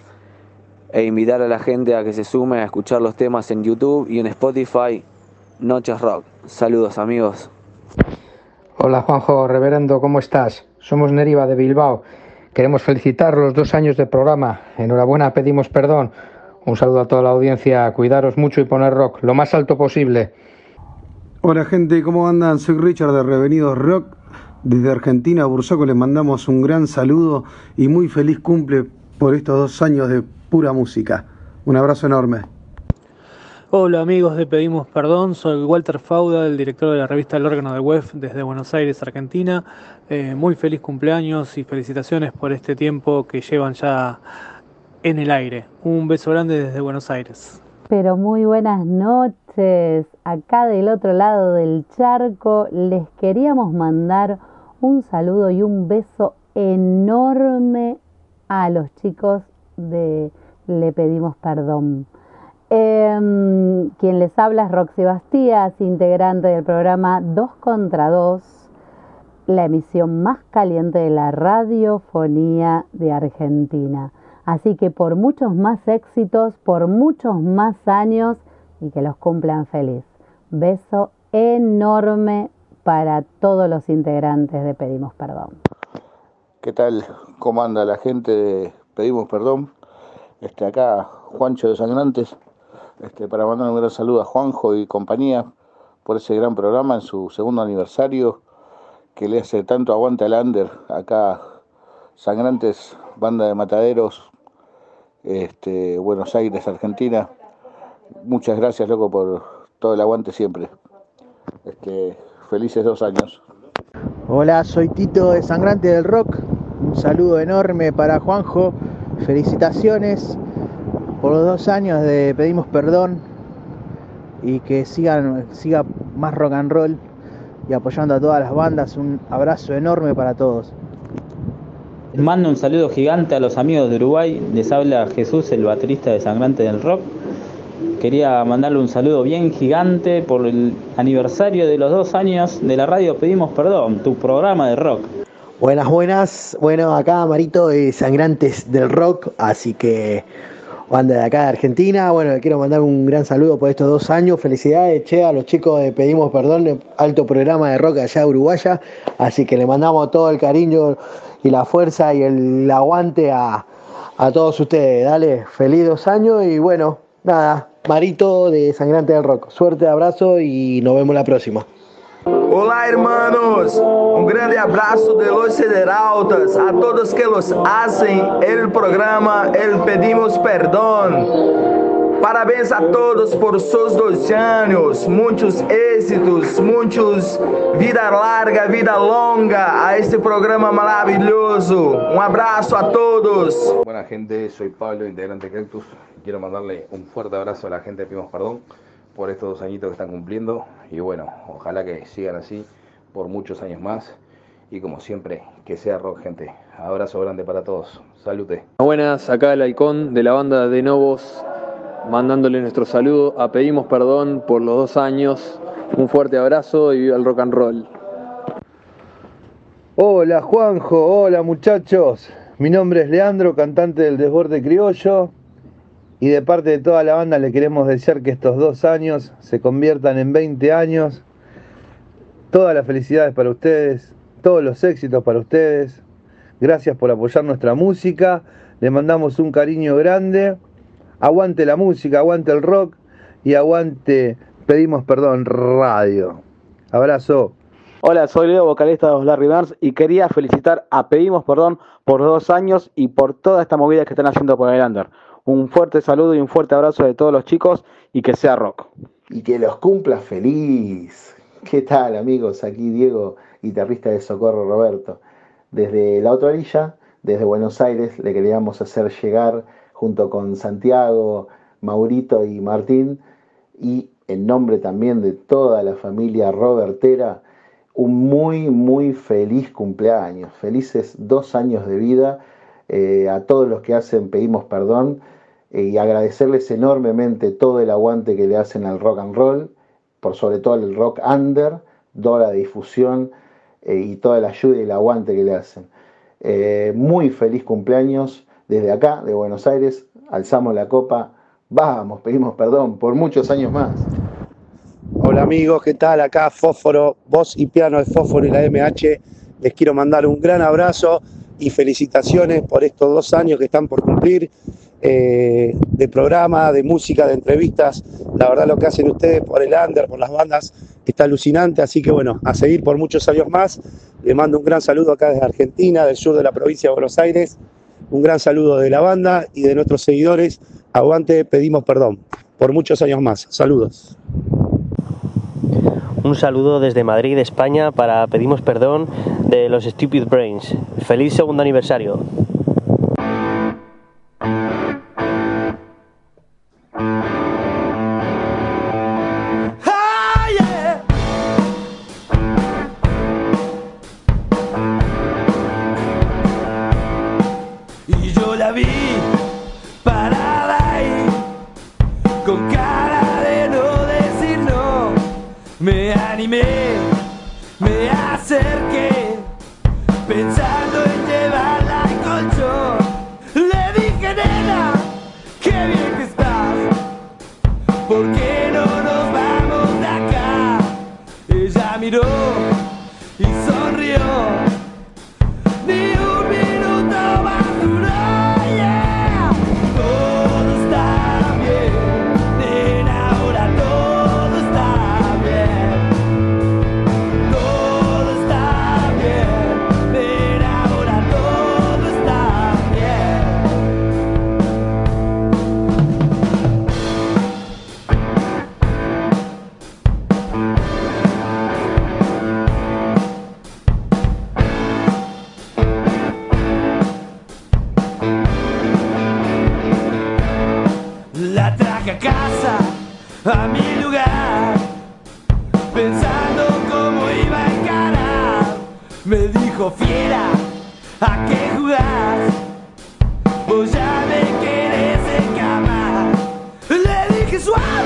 Speaker 19: e invitar a la gente a que se sume a escuchar los temas en YouTube y en Spotify. Noches Rock. Saludos, amigos.
Speaker 20: Hola Juanjo, reverendo, ¿cómo estás? Somos Neriva de Bilbao. Queremos felicitar los 2 años de programa. Enhorabuena, Pedimos Perdón. Un saludo a toda la audiencia. Cuidaros mucho y poner rock lo más alto posible.
Speaker 21: Hola gente, ¿cómo andan? Soy Richard de Revenidos Rock. Desde Argentina, a Bursaco, les mandamos un gran saludo y muy feliz cumple por estos 2 años de pura música. Un abrazo enorme.
Speaker 22: Hola amigos de Pedimos Perdón, soy Walter Fauda, el director de la revista El Órgano de Web desde Buenos Aires, Argentina. Muy feliz cumpleaños y felicitaciones por este tiempo que llevan ya en el aire. Un beso grande desde Buenos Aires.
Speaker 23: Pero muy buenas noches. Acá del otro lado del charco les queríamos mandar un saludo y un beso enorme a los chicos de Le Pedimos Perdón. Quien les habla es Roxy Bastías, integrante del programa 2 contra 2, la emisión más caliente de la radiofonía de Argentina. Así que por muchos más éxitos, por muchos más años y que los cumplan feliz. Beso enorme para todos los integrantes de Pedimos Perdón.
Speaker 28: ¿Qué tal? ¿Cómo anda la gente de Pedimos Perdón? Acá Juancho de Sangrantes, para mandar un gran saludo a Juanjo y compañía por ese gran programa en su 2º aniversario que le hace tanto aguante al under. Acá Sangrantes, banda de mataderos, Buenos Aires, Argentina. Muchas gracias, loco, por todo el aguante siempre. Felices 2 años.
Speaker 29: Hola, soy Tito de Sangrante del Rock. Un saludo enorme para Juanjo. Felicitaciones por los 2 años de Pedimos Perdón y que siga más rock and roll y apoyando a todas las bandas. Un abrazo enorme para todos.
Speaker 30: Les mando un saludo gigante a los amigos de Uruguay. Les habla Jesús, el baterista de Sangrante del Rock. quería mandarle un saludo bien gigante por el aniversario de los 2 años de la radio Pedimos Perdón, tu programa de rock.
Speaker 29: Buenas, buenas. Bueno, acá Marito de Sangrantes del Rock, así que banda de acá de Argentina. Bueno, le quiero mandar un gran saludo por estos 2 años. Felicidades, che, a los chicos de Pedimos Perdón, alto programa de rock allá de Uruguaya. Así que le mandamos todo el cariño y la fuerza y el aguante a todos ustedes. Dale, feliz 2 años y bueno, nada, Marito de Sangrante del Rock. Suerte, abrazo y nos vemos la próxima.
Speaker 6: Olá, hermanos, grande abraço de los Federaltas a todos que los hacen el programa El Pedimos Perdón. Parabéns a todos por sus 2 años, muchos éxitos, muchos vida larga, vida longa a este programa maravilloso. Un abrazo a todos.
Speaker 28: Buena gente, soy Pablo, integrante de Cactus. Quiero mandarle un fuerte abrazo a la gente de Pedimos Perdón por estos 2 añitos que están cumpliendo y bueno, ojalá que sigan así por muchos años más y como siempre, que sea rock, gente. Abrazo grande para todos. Salute.
Speaker 18: Buenas, acá el Halcón de la banda de Novos, mandándole nuestro saludo a Pedimos Perdón por los 2 años. Un fuerte abrazo y viva el rock and roll.
Speaker 7: Hola Juanjo, hola muchachos. Mi nombre es Leandro, cantante del Desborde Criollo. Y de parte de toda la banda le queremos desear que estos 2 años se conviertan en 20 años. Todas las felicidades para ustedes, todos los éxitos para ustedes. Gracias por apoyar nuestra música. Le mandamos un cariño grande. Aguante la música, aguante el rock y aguante Pedimos Perdón Radio. Abrazo.
Speaker 8: Hola, soy Leo, vocalista de los Larry Burns, y quería felicitar a Pedimos Perdón por los 2 años y por toda esta movida que están haciendo por el under. Un fuerte saludo y un fuerte abrazo de todos los chicos y que sea rock.
Speaker 28: Y que los cumpla feliz. ¿Qué tal, amigos? Aquí Diego, guitarrista de Socorro Roberto. Desde la otra orilla, desde Buenos Aires, le queríamos hacer llegar, junto con Santiago, Maurito y Martín, y en nombre también de toda la familia robertera, un muy, muy feliz cumpleaños. Felices 2 años de vida a todos los que hacen Pedimos Perdón. Y agradecerles enormemente todo el aguante que le hacen al rock and roll, por sobre todo el rock under, toda la difusión y toda la ayuda y el aguante que le hacen. Muy feliz cumpleaños desde acá, de Buenos Aires. Alzamos la copa, vamos, Pedimos Perdón por muchos años más.
Speaker 21: Hola amigos, ¿qué tal? Acá Fósforo, voz y piano de Fósforo y la MH. Les quiero mandar un gran abrazo y felicitaciones por estos 2 años que están por cumplir. De programa, de música, de entrevistas. La verdad lo que hacen ustedes por el under, por las bandas, está alucinante, así que bueno, a seguir por muchos años más. Les mando un gran saludo acá desde Argentina, del sur de la provincia de Buenos Aires. Un gran saludo de la banda y de nuestros seguidores. Aguante, Pedimos Perdón por muchos años más. Saludos.
Speaker 9: Un saludo desde Madrid, España, para Pedimos Perdón de los Stupid Brains. Feliz 2º aniversario.
Speaker 27: Y yo la vi parada ahí, con cara de no decir no. Me animé, me acerqué, pensando en llevarla al colchón. Le dije, nena, qué bien que estás, ¿por qué no nos vamos de acá? Ella miró y sonrió. Ni un minuto más duró, yeah. Todo está bien, nena, ahora todo está bien. Todo está bien, nena, ahora todo está la traje a casa, a mi lugar, pensando cómo iba a encarar. Me dijo, fiera, ¿a qué jugás? Vos ya me querés escapar. Le dije, suave,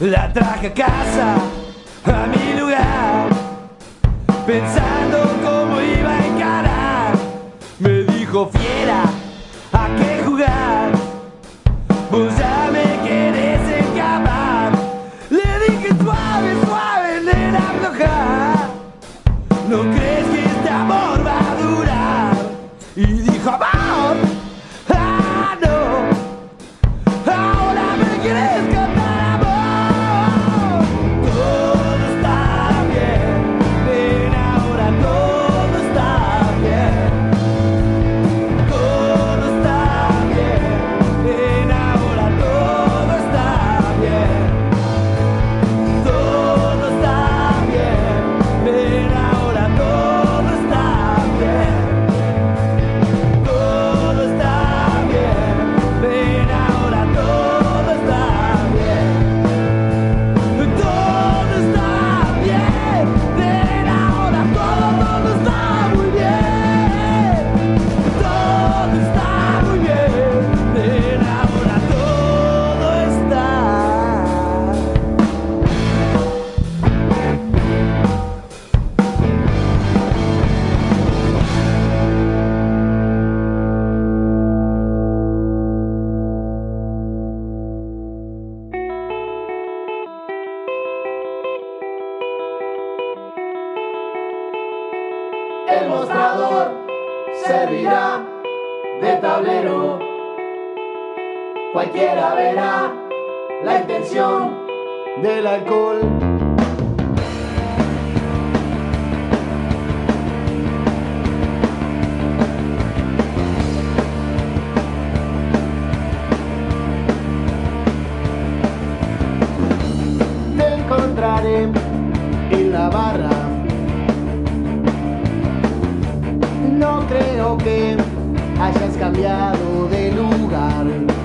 Speaker 27: La traje a casa, a mi lugar, pensando cómo iba a encarar. Me dijo fiera, ¿a qué jugar? Vos ya me querés escapar. Le dije suave, suave, nena floja. ¿No crees que este amor va a durar? Y dijo amor, ah no, ahora me quieres cantar amor. Todo está bien, ven ahora todo está bien. Todo está bien, ven ahora todo está bien. Todo está bien, ven ahora todo está bien. Todo está bien, ven ahora todo está bien. Todo está bien, ven ahora todo está muy bien. Todo está muy bien, ven ahora todo está.
Speaker 10: El mostrador servirá de tablero. Cualquiera verá la intención del alcohol. Te encontraré en la barra. No creo que hayas cambiado de lugar.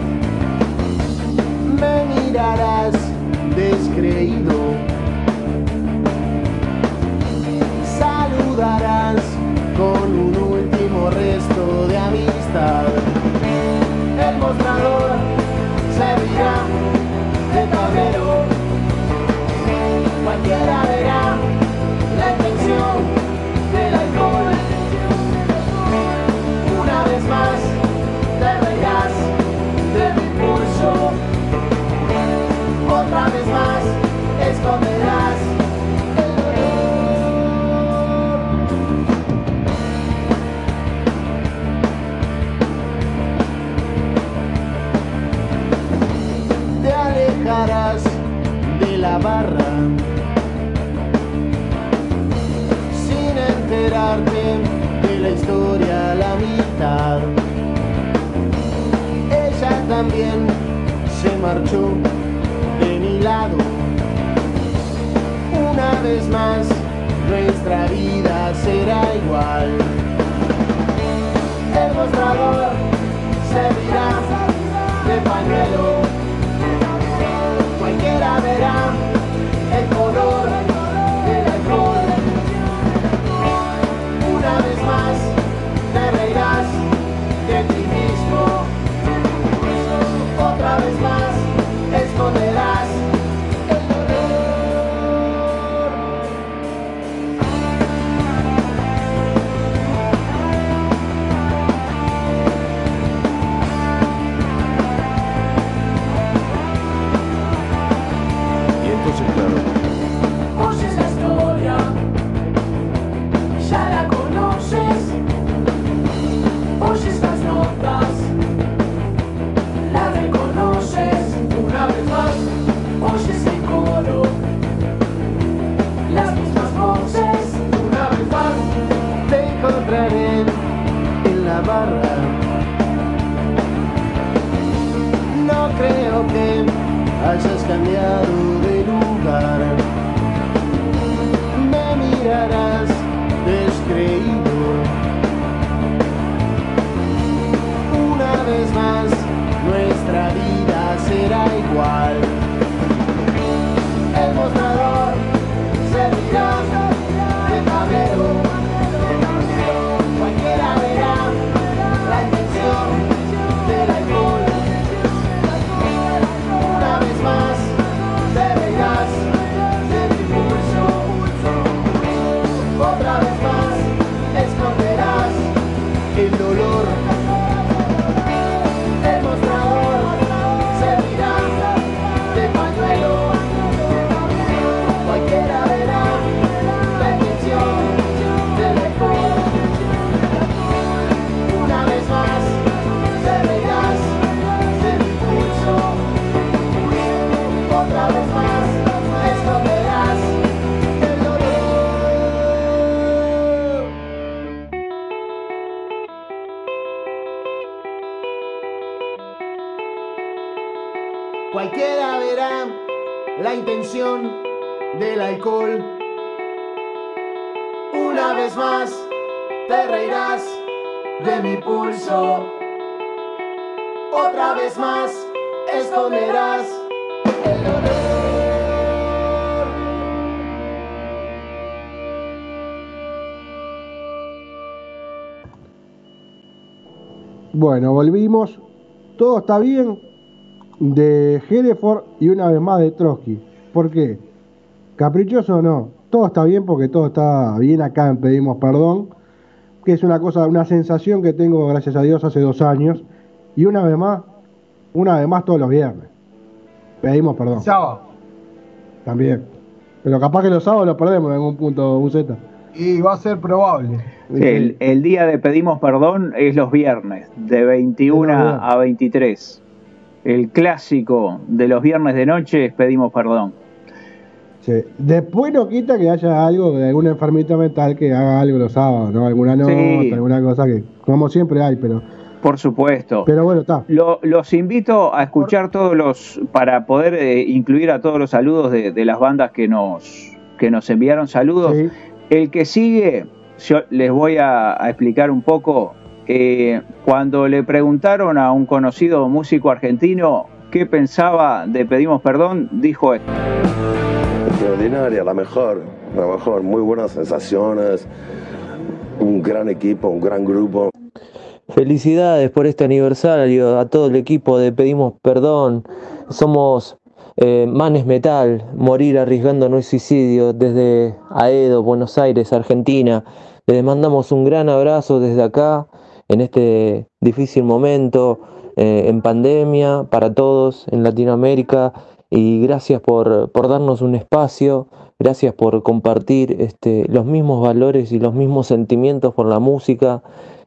Speaker 10: Me mirarás descreído. Saludarás con un último resto de amistad. El mostrador servirá de tablero. Cualquiera verá la intención del alcohol. Una vez más te reirás de mi pulso. Otra vez más esconderás el dolor. Te alejarás de la barra sin enterarte de la historia a la mitad. Ella también se marchó de mi lado. Una vez más nuestra vida será igual. El mostrador servirá de pañuelo. Cualquiera verá el color del alcohol. Una vez más te reirás de ti mismo. Otra vez más esconderás el dolor.
Speaker 28: Y entonces, claro,
Speaker 10: Oyes la historia, ya la conoces. Oyes las notas, la reconoces. Una vez más, oyes el coro, las mismas voces. Una vez más,
Speaker 28: te encontraré en la barra. No creo que hayas cambiado de lugar. Me mirarás descreído. Una vez más nuestra vida será igual. El mostrador servirá de tablero. Cualquiera verá la intención del alcohol. Una vez más te verá
Speaker 10: Cualquiera verá la intención del alcohol. Una vez más te reirás de mi pulso. Otra vez más esconderás el dolor.
Speaker 2: Bueno, volvimos. Todo está bien de Hereford y una vez más de Trotsky. ¿Por qué? ¿Caprichoso o no? Todo está bien porque todo está bien acá en Pedimos Perdón, que es una cosa, una sensación que tengo, gracias a Dios, hace 2 años. Y una vez más todos los viernes. Pedimos perdón.
Speaker 3: Sábado.
Speaker 2: También. Pero capaz que los sábados los perdemos en algún punto, Buceta.
Speaker 3: Y va a ser probable.
Speaker 4: El día de Pedimos Perdón es los viernes, de 21 a 23. El clásico de los viernes de noche es Pedimos Perdón.
Speaker 2: Sí. Después no quita que haya algo de alguna enfermita mental que haga algo los sábados, ¿no? Alguna nota,
Speaker 4: Sí.
Speaker 2: alguna cosa que, como siempre hay, pero...
Speaker 4: Por supuesto.
Speaker 2: Pero bueno, está.
Speaker 4: Los invito a escuchar para poder incluir a todos los saludos de las bandas que nos enviaron saludos.
Speaker 2: Sí.
Speaker 4: El que sigue, yo les voy a explicar un poco. Cuando le preguntaron a un conocido músico argentino qué pensaba de Pedimos Perdón, dijo esto.
Speaker 1: Extraordinaria, la mejor, muy buenas sensaciones, un gran equipo, un gran grupo.
Speaker 19: Felicidades por este aniversario a todo el equipo de Pedimos Perdón. Somos Manes Metal, Morir Arriesgando No es Suicidio, desde Aedo, Buenos Aires, Argentina. Les mandamos un gran abrazo desde acá, en este difícil momento, en pandemia, para todos en Latinoamérica. Y gracias por darnos un espacio, gracias por compartir los mismos valores y los mismos sentimientos por la música,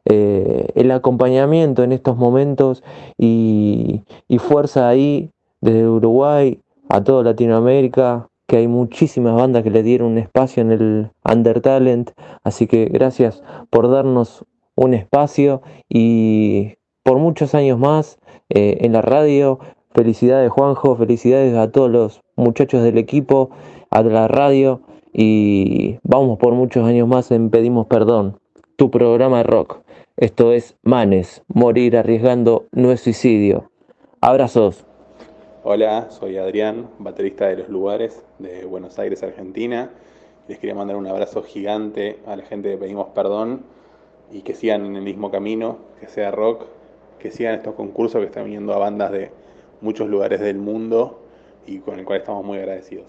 Speaker 19: el acompañamiento en estos momentos y fuerza ahí desde Uruguay a toda Latinoamérica, que hay muchísimas bandas que le dieron un espacio en el Undertalent, así que gracias por darnos un espacio y por muchos años más en la radio. Felicidades Juanjo, felicidades a todos los muchachos del equipo, a la radio, y vamos por muchos años más en Pedimos Perdón, tu programa de rock. Esto es Manes, Morir Arriesgando No es Suicidio. Abrazos.
Speaker 11: Hola, soy Adrián, baterista de Los Lugares de Buenos Aires, Argentina. Les quería mandar un abrazo gigante a la gente de Pedimos Perdón y que sigan en el mismo camino, que sea rock, que sigan estos concursos que están viniendo a bandas de muchos lugares del mundo y con el cual estamos muy agradecidos.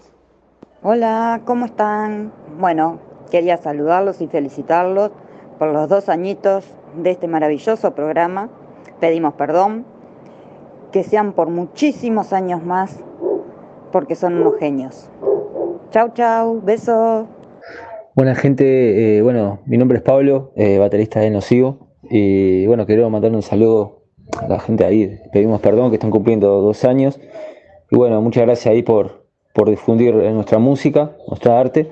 Speaker 12: Hola, ¿cómo están? Bueno, quería saludarlos y felicitarlos por los 2 añitos de este maravilloso programa. Pedimos perdón, que sean por muchísimos años más, porque son unos genios. Chau, chau, besos.
Speaker 19: Buena gente, mi nombre es Pablo, baterista de Nocivo, y bueno, quiero mandarle un saludo a la gente ahí, Pedimos Perdón, que están cumpliendo 2 años, y bueno, muchas gracias ahí por difundir nuestra música, nuestra arte,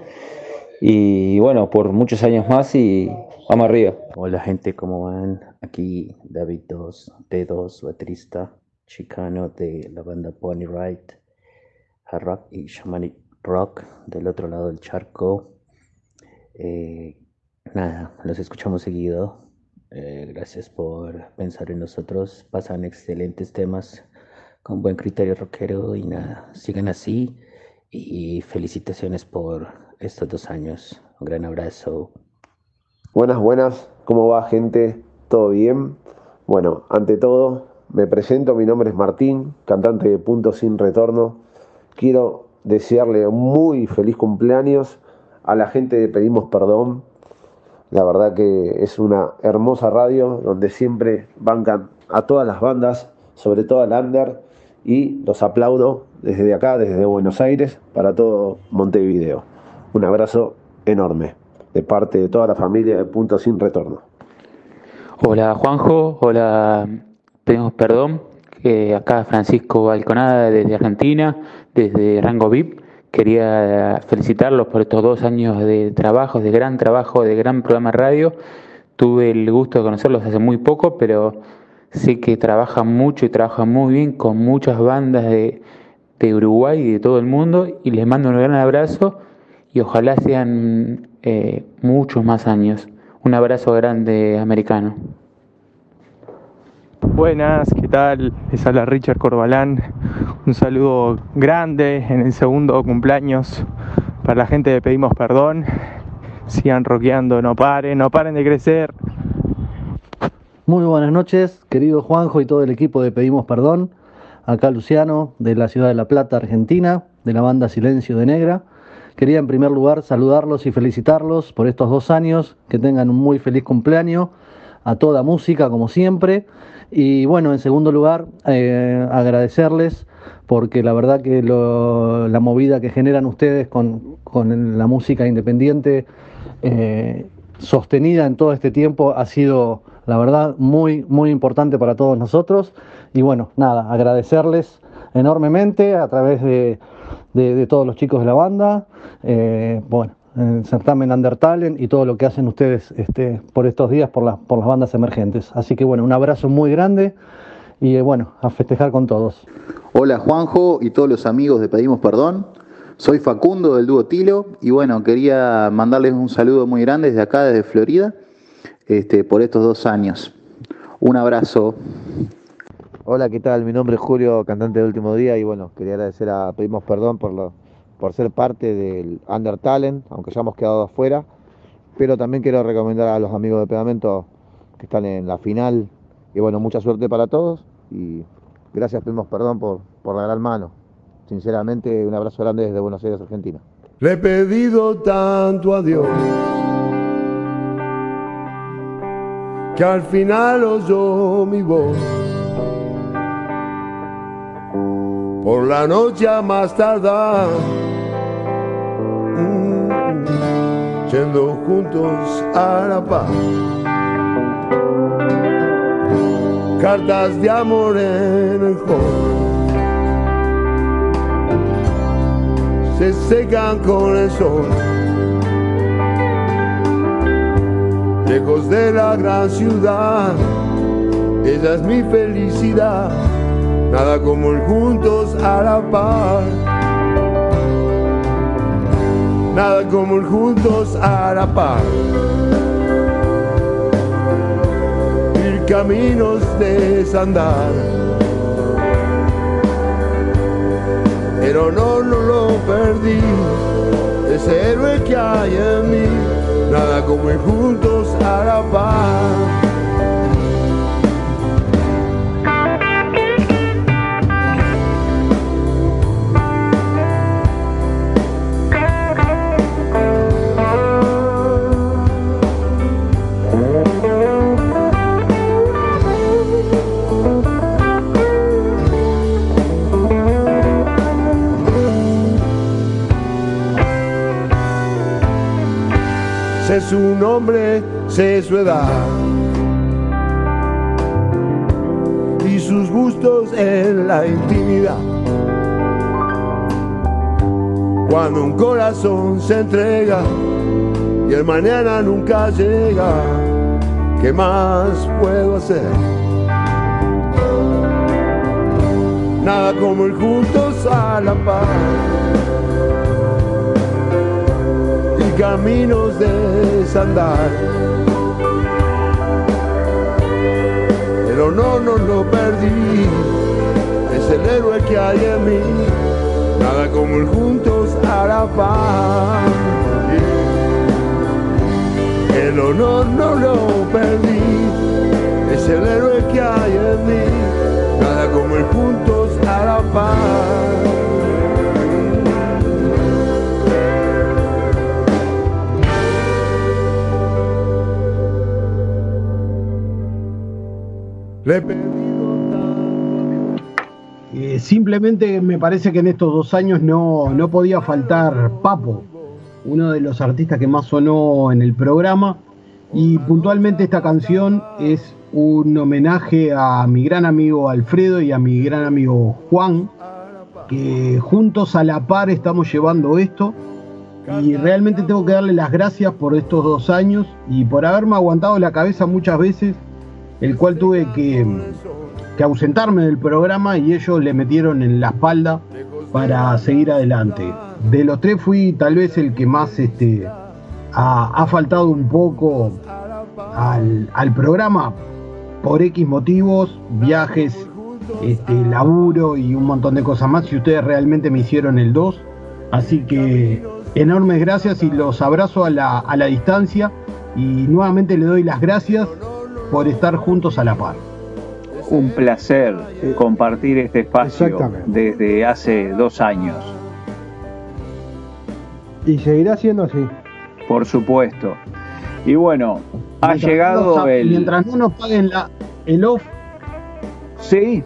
Speaker 19: y bueno, por muchos años más, y vamos arriba.
Speaker 14: Hola gente, ¿cómo van? Aquí David D2, baterista chicano de la banda Pony Ride, Hard Rock y Shamanic Rock, del otro lado del charco. Los escuchamos seguido. Gracias por pensar en nosotros. Pasan excelentes temas con buen criterio rockero y sigan así. Y felicitaciones por estos 2 años. Un gran abrazo.
Speaker 15: Buenas, ¿cómo va gente? ¿Todo bien? Bueno, ante todo, me presento, mi nombre es Martín, cantante de Punto Sin Retorno. Quiero desearle un muy feliz cumpleaños a la gente de Pedimos Perdón. La verdad que es una hermosa radio donde siempre bancan a todas las bandas, sobre todo al under, y los aplaudo desde acá, desde Buenos Aires, para todo Montevideo. Un abrazo enorme de parte de toda la familia de Punto Sin Retorno.
Speaker 16: Hola Juanjo, hola Pedimos Perdón, acá Francisco Balconada desde Argentina, desde Rango VIP. Quería felicitarlos por estos 2 años de trabajo, de gran programa de radio. Tuve el gusto de conocerlos hace muy poco, pero Sé que trabajan mucho y trabajan muy bien con muchas bandas de Uruguay y de todo el mundo, y les mando un gran abrazo y ojalá sean muchos más años. Un abrazo grande, americano.
Speaker 5: Buenas, ¿qué tal? Les habla Richard Corbalán. Un saludo grande en el segundo cumpleaños para la gente de Pedimos Perdón. Sigan rockeando, no paren de crecer.
Speaker 13: Muy buenas noches, querido Juanjo y todo el equipo de Pedimos Perdón. Acá Luciano, de la ciudad de La Plata, Argentina, de la banda Silencio de Negra. Quería en primer lugar saludarlos y felicitarlos por estos 2 años, que tengan un muy feliz cumpleaños, a toda música como siempre. Y bueno, en segundo lugar, agradecerles porque la verdad que la movida que generan ustedes con la música independiente sostenida en todo este tiempo ha sido, la verdad, muy, muy importante para todos nosotros. Y bueno, nada, agradecerles enormemente a través de todos los chicos de la banda, el certamen Undertalent y todo lo que hacen ustedes por estos días por las bandas emergentes. Así que bueno, un abrazo muy grande y bueno, a festejar con todos.
Speaker 17: Hola Juanjo y todos los amigos de Pedimos Perdón. Soy Facundo del dúo Tilo y bueno, quería mandarles un saludo muy grande desde acá, desde Florida, por estos 2 años. Un abrazo.
Speaker 7: Hola, ¿qué tal? Mi nombre es Julio, cantante de Último Día, y bueno, quería agradecer a Pedimos Perdón por ser parte del Undertalent, aunque ya hemos quedado afuera, pero también quiero recomendar a los amigos de Pegamento que están en la final, y bueno, mucha suerte para todos, y gracias Pedimos Perdón por la gran mano. Sinceramente, un abrazo grande desde Buenos Aires, Argentina.
Speaker 20: Le he pedido tanto a Dios que al final oyó mi voz. Por la noche a más tardar, yendo juntos a la paz. Cartas de amor en el hall se secan con el sol. Lejos de la gran ciudad, ella es mi felicidad. Nada como el juntos a la par. Nada como el juntos a la par. Ir caminos desandar. Pero no lo perdí. Ese héroe que hay en mí. Nada como ir juntos a la par. Sé su nombre, sé su edad y sus gustos en la intimidad. Cuando un corazón se entrega y el mañana nunca llega, ¿qué más puedo hacer? Nada como ir juntos a la par. Caminos desandar, pero no lo perdí. Es el héroe que hay en mí. Nada como ir juntos a la paz. El honor no lo perdí. Es el héroe que hay en mí. Nada como ir juntos a la paz. Le he pedido tanto.
Speaker 3: Simplemente me parece que en estos 2 años no podía faltar Papo, uno de los artistas que más sonó en el programa, y puntualmente esta canción es un homenaje a mi gran amigo Alfredo y a mi gran amigo Juan, que juntos a la par estamos llevando esto, y realmente tengo que darle las gracias por estos 2 años y por haberme aguantado la cabeza muchas veces el cual tuve que ausentarme del programa y ellos le metieron en la espalda para seguir adelante. De los tres fui tal vez el que más ha faltado un poco al programa por X motivos, viajes, laburo y un montón de cosas más, y ustedes realmente me hicieron el 2, así que enormes gracias y los abrazo a la distancia, y nuevamente le doy las gracias por estar juntos a la par.
Speaker 4: Un placer compartir este espacio desde hace 2 años.
Speaker 2: Y seguirá siendo así.
Speaker 4: Por supuesto. Y bueno, ha llegado el...
Speaker 3: Mientras no nos paguen el off.
Speaker 4: Sí.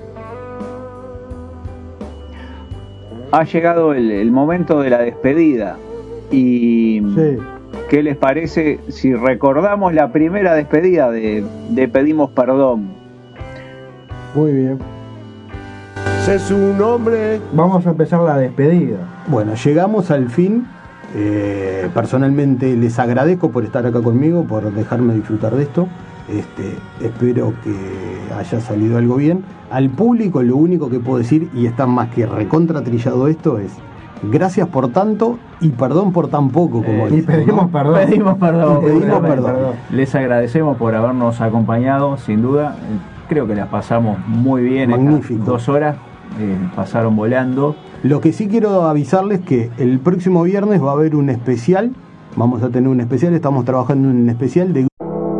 Speaker 4: Ha llegado el momento de la despedida. Y ¿qué les parece si recordamos la primera despedida de Pedimos Perdón?
Speaker 2: Muy bien.
Speaker 20: Sé su nombre.
Speaker 6: Vamos a empezar la despedida.
Speaker 3: Bueno, llegamos al fin. Personalmente les agradezco por estar acá conmigo, por dejarme disfrutar de esto. Espero que haya salido algo bien. Al público lo único que puedo decir, y está más que recontra trillado esto, es gracias por tanto y perdón por tan poco, como
Speaker 6: y pedimos perdón.
Speaker 8: Pedimos perdón.
Speaker 3: Pedimos perdón.
Speaker 8: Les agradecemos por habernos acompañado, sin duda. Creo que las pasamos muy bien.
Speaker 3: Magnífico.
Speaker 8: 2 horas pasaron volando.
Speaker 3: Lo que sí quiero avisarles que el próximo viernes va a haber un especial. Vamos a tener un especial, estamos trabajando en un especial de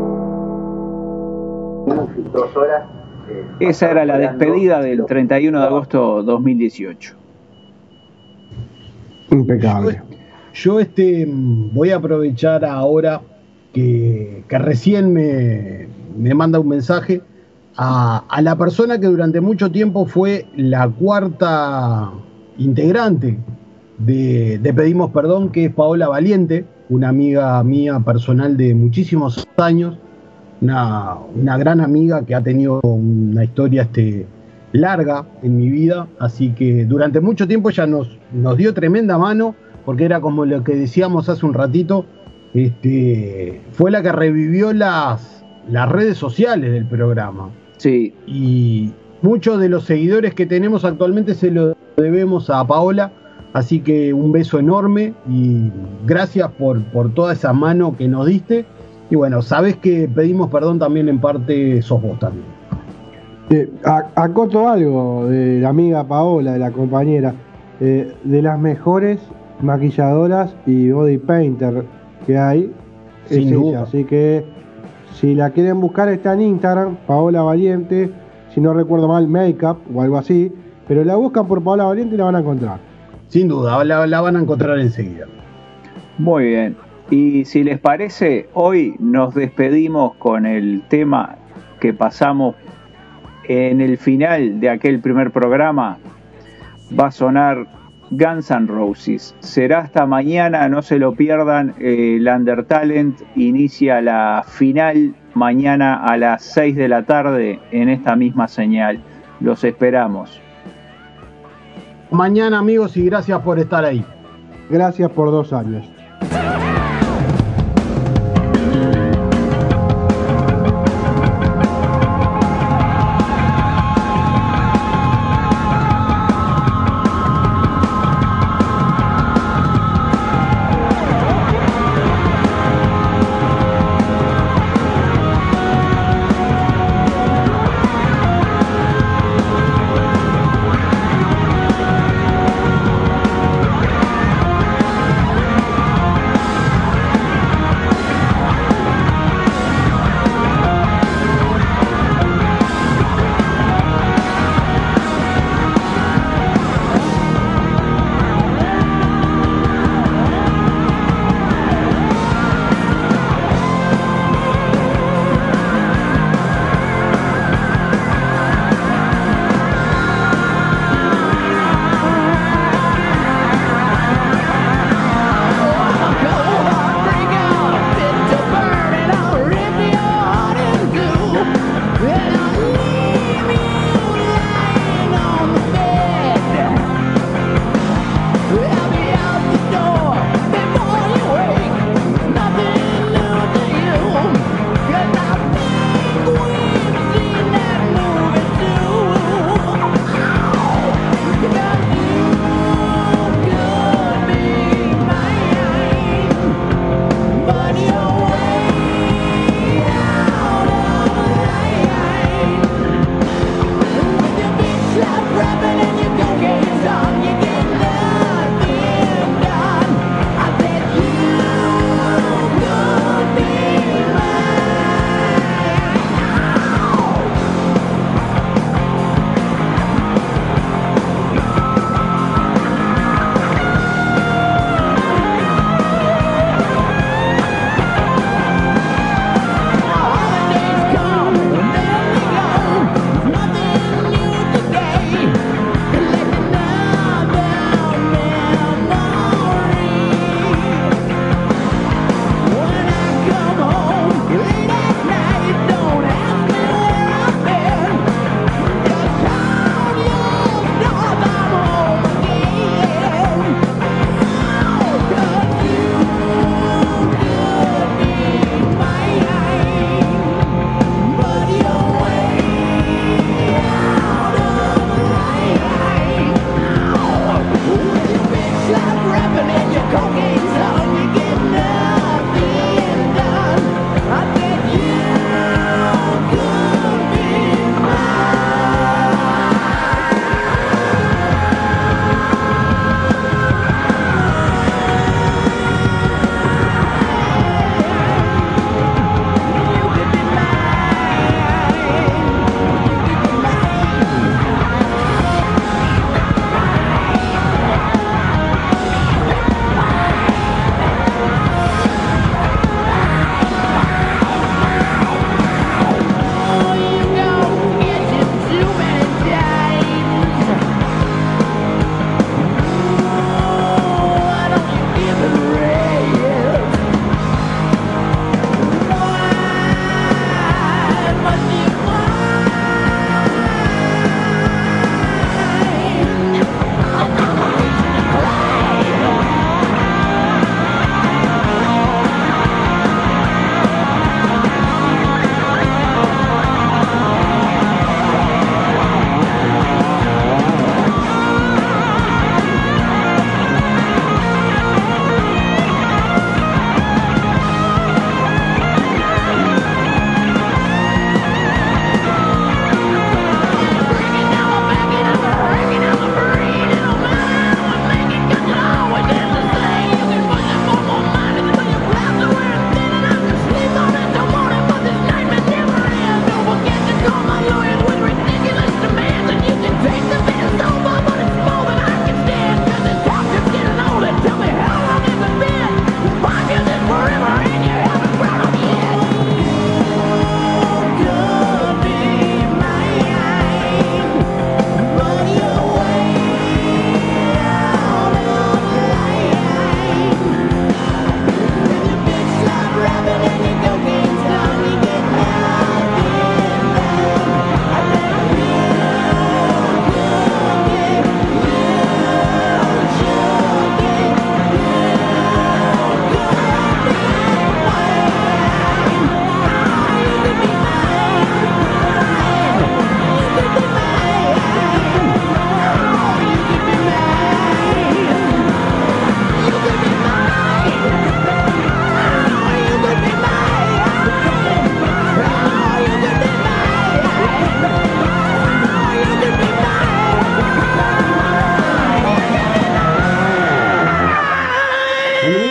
Speaker 4: 2 horas. Esa era la despedida del 31 de agosto 2018.
Speaker 2: Impecable.
Speaker 3: Yo voy a aprovechar ahora que recién me manda un mensaje a la persona que durante mucho tiempo fue la 4ª integrante de Pedimos Perdón, que es Paola Valiente, una amiga mía personal de muchísimos años, una gran amiga que ha tenido una historia larga en mi vida, así que durante mucho tiempo ella nos dio tremenda mano, porque era como lo que decíamos hace un ratito, fue la que revivió las redes sociales del programa.
Speaker 4: Sí.
Speaker 3: Y muchos de los seguidores que tenemos actualmente se lo debemos a Paola, así que un beso enorme y gracias por toda esa mano que nos diste. Y bueno, sabes que Pedimos Perdón también en parte sos vos también.
Speaker 2: Acoto algo de la amiga Paola, de la compañera, de las mejores maquilladoras y body painter que hay,
Speaker 3: Sin
Speaker 2: es
Speaker 3: duda.
Speaker 2: ella, así que si la quieren buscar está en Instagram, Paola Valiente, si no recuerdo mal, Makeup o algo así, pero la buscan por Paola Valiente y la van a encontrar.
Speaker 3: Sin duda, la van a encontrar enseguida.
Speaker 4: Muy bien. Y si les parece, hoy nos despedimos con el tema que pasamos en el final de aquel primer programa. Va a sonar Guns N' Roses. Será hasta mañana, no se lo pierdan. El Undertalent inicia la final mañana a las 6 de la tarde en esta misma señal. Los esperamos.
Speaker 3: Mañana, amigos, y gracias por estar ahí.
Speaker 2: Gracias por 2 años.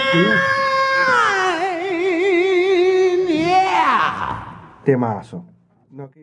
Speaker 2: Temazo. No,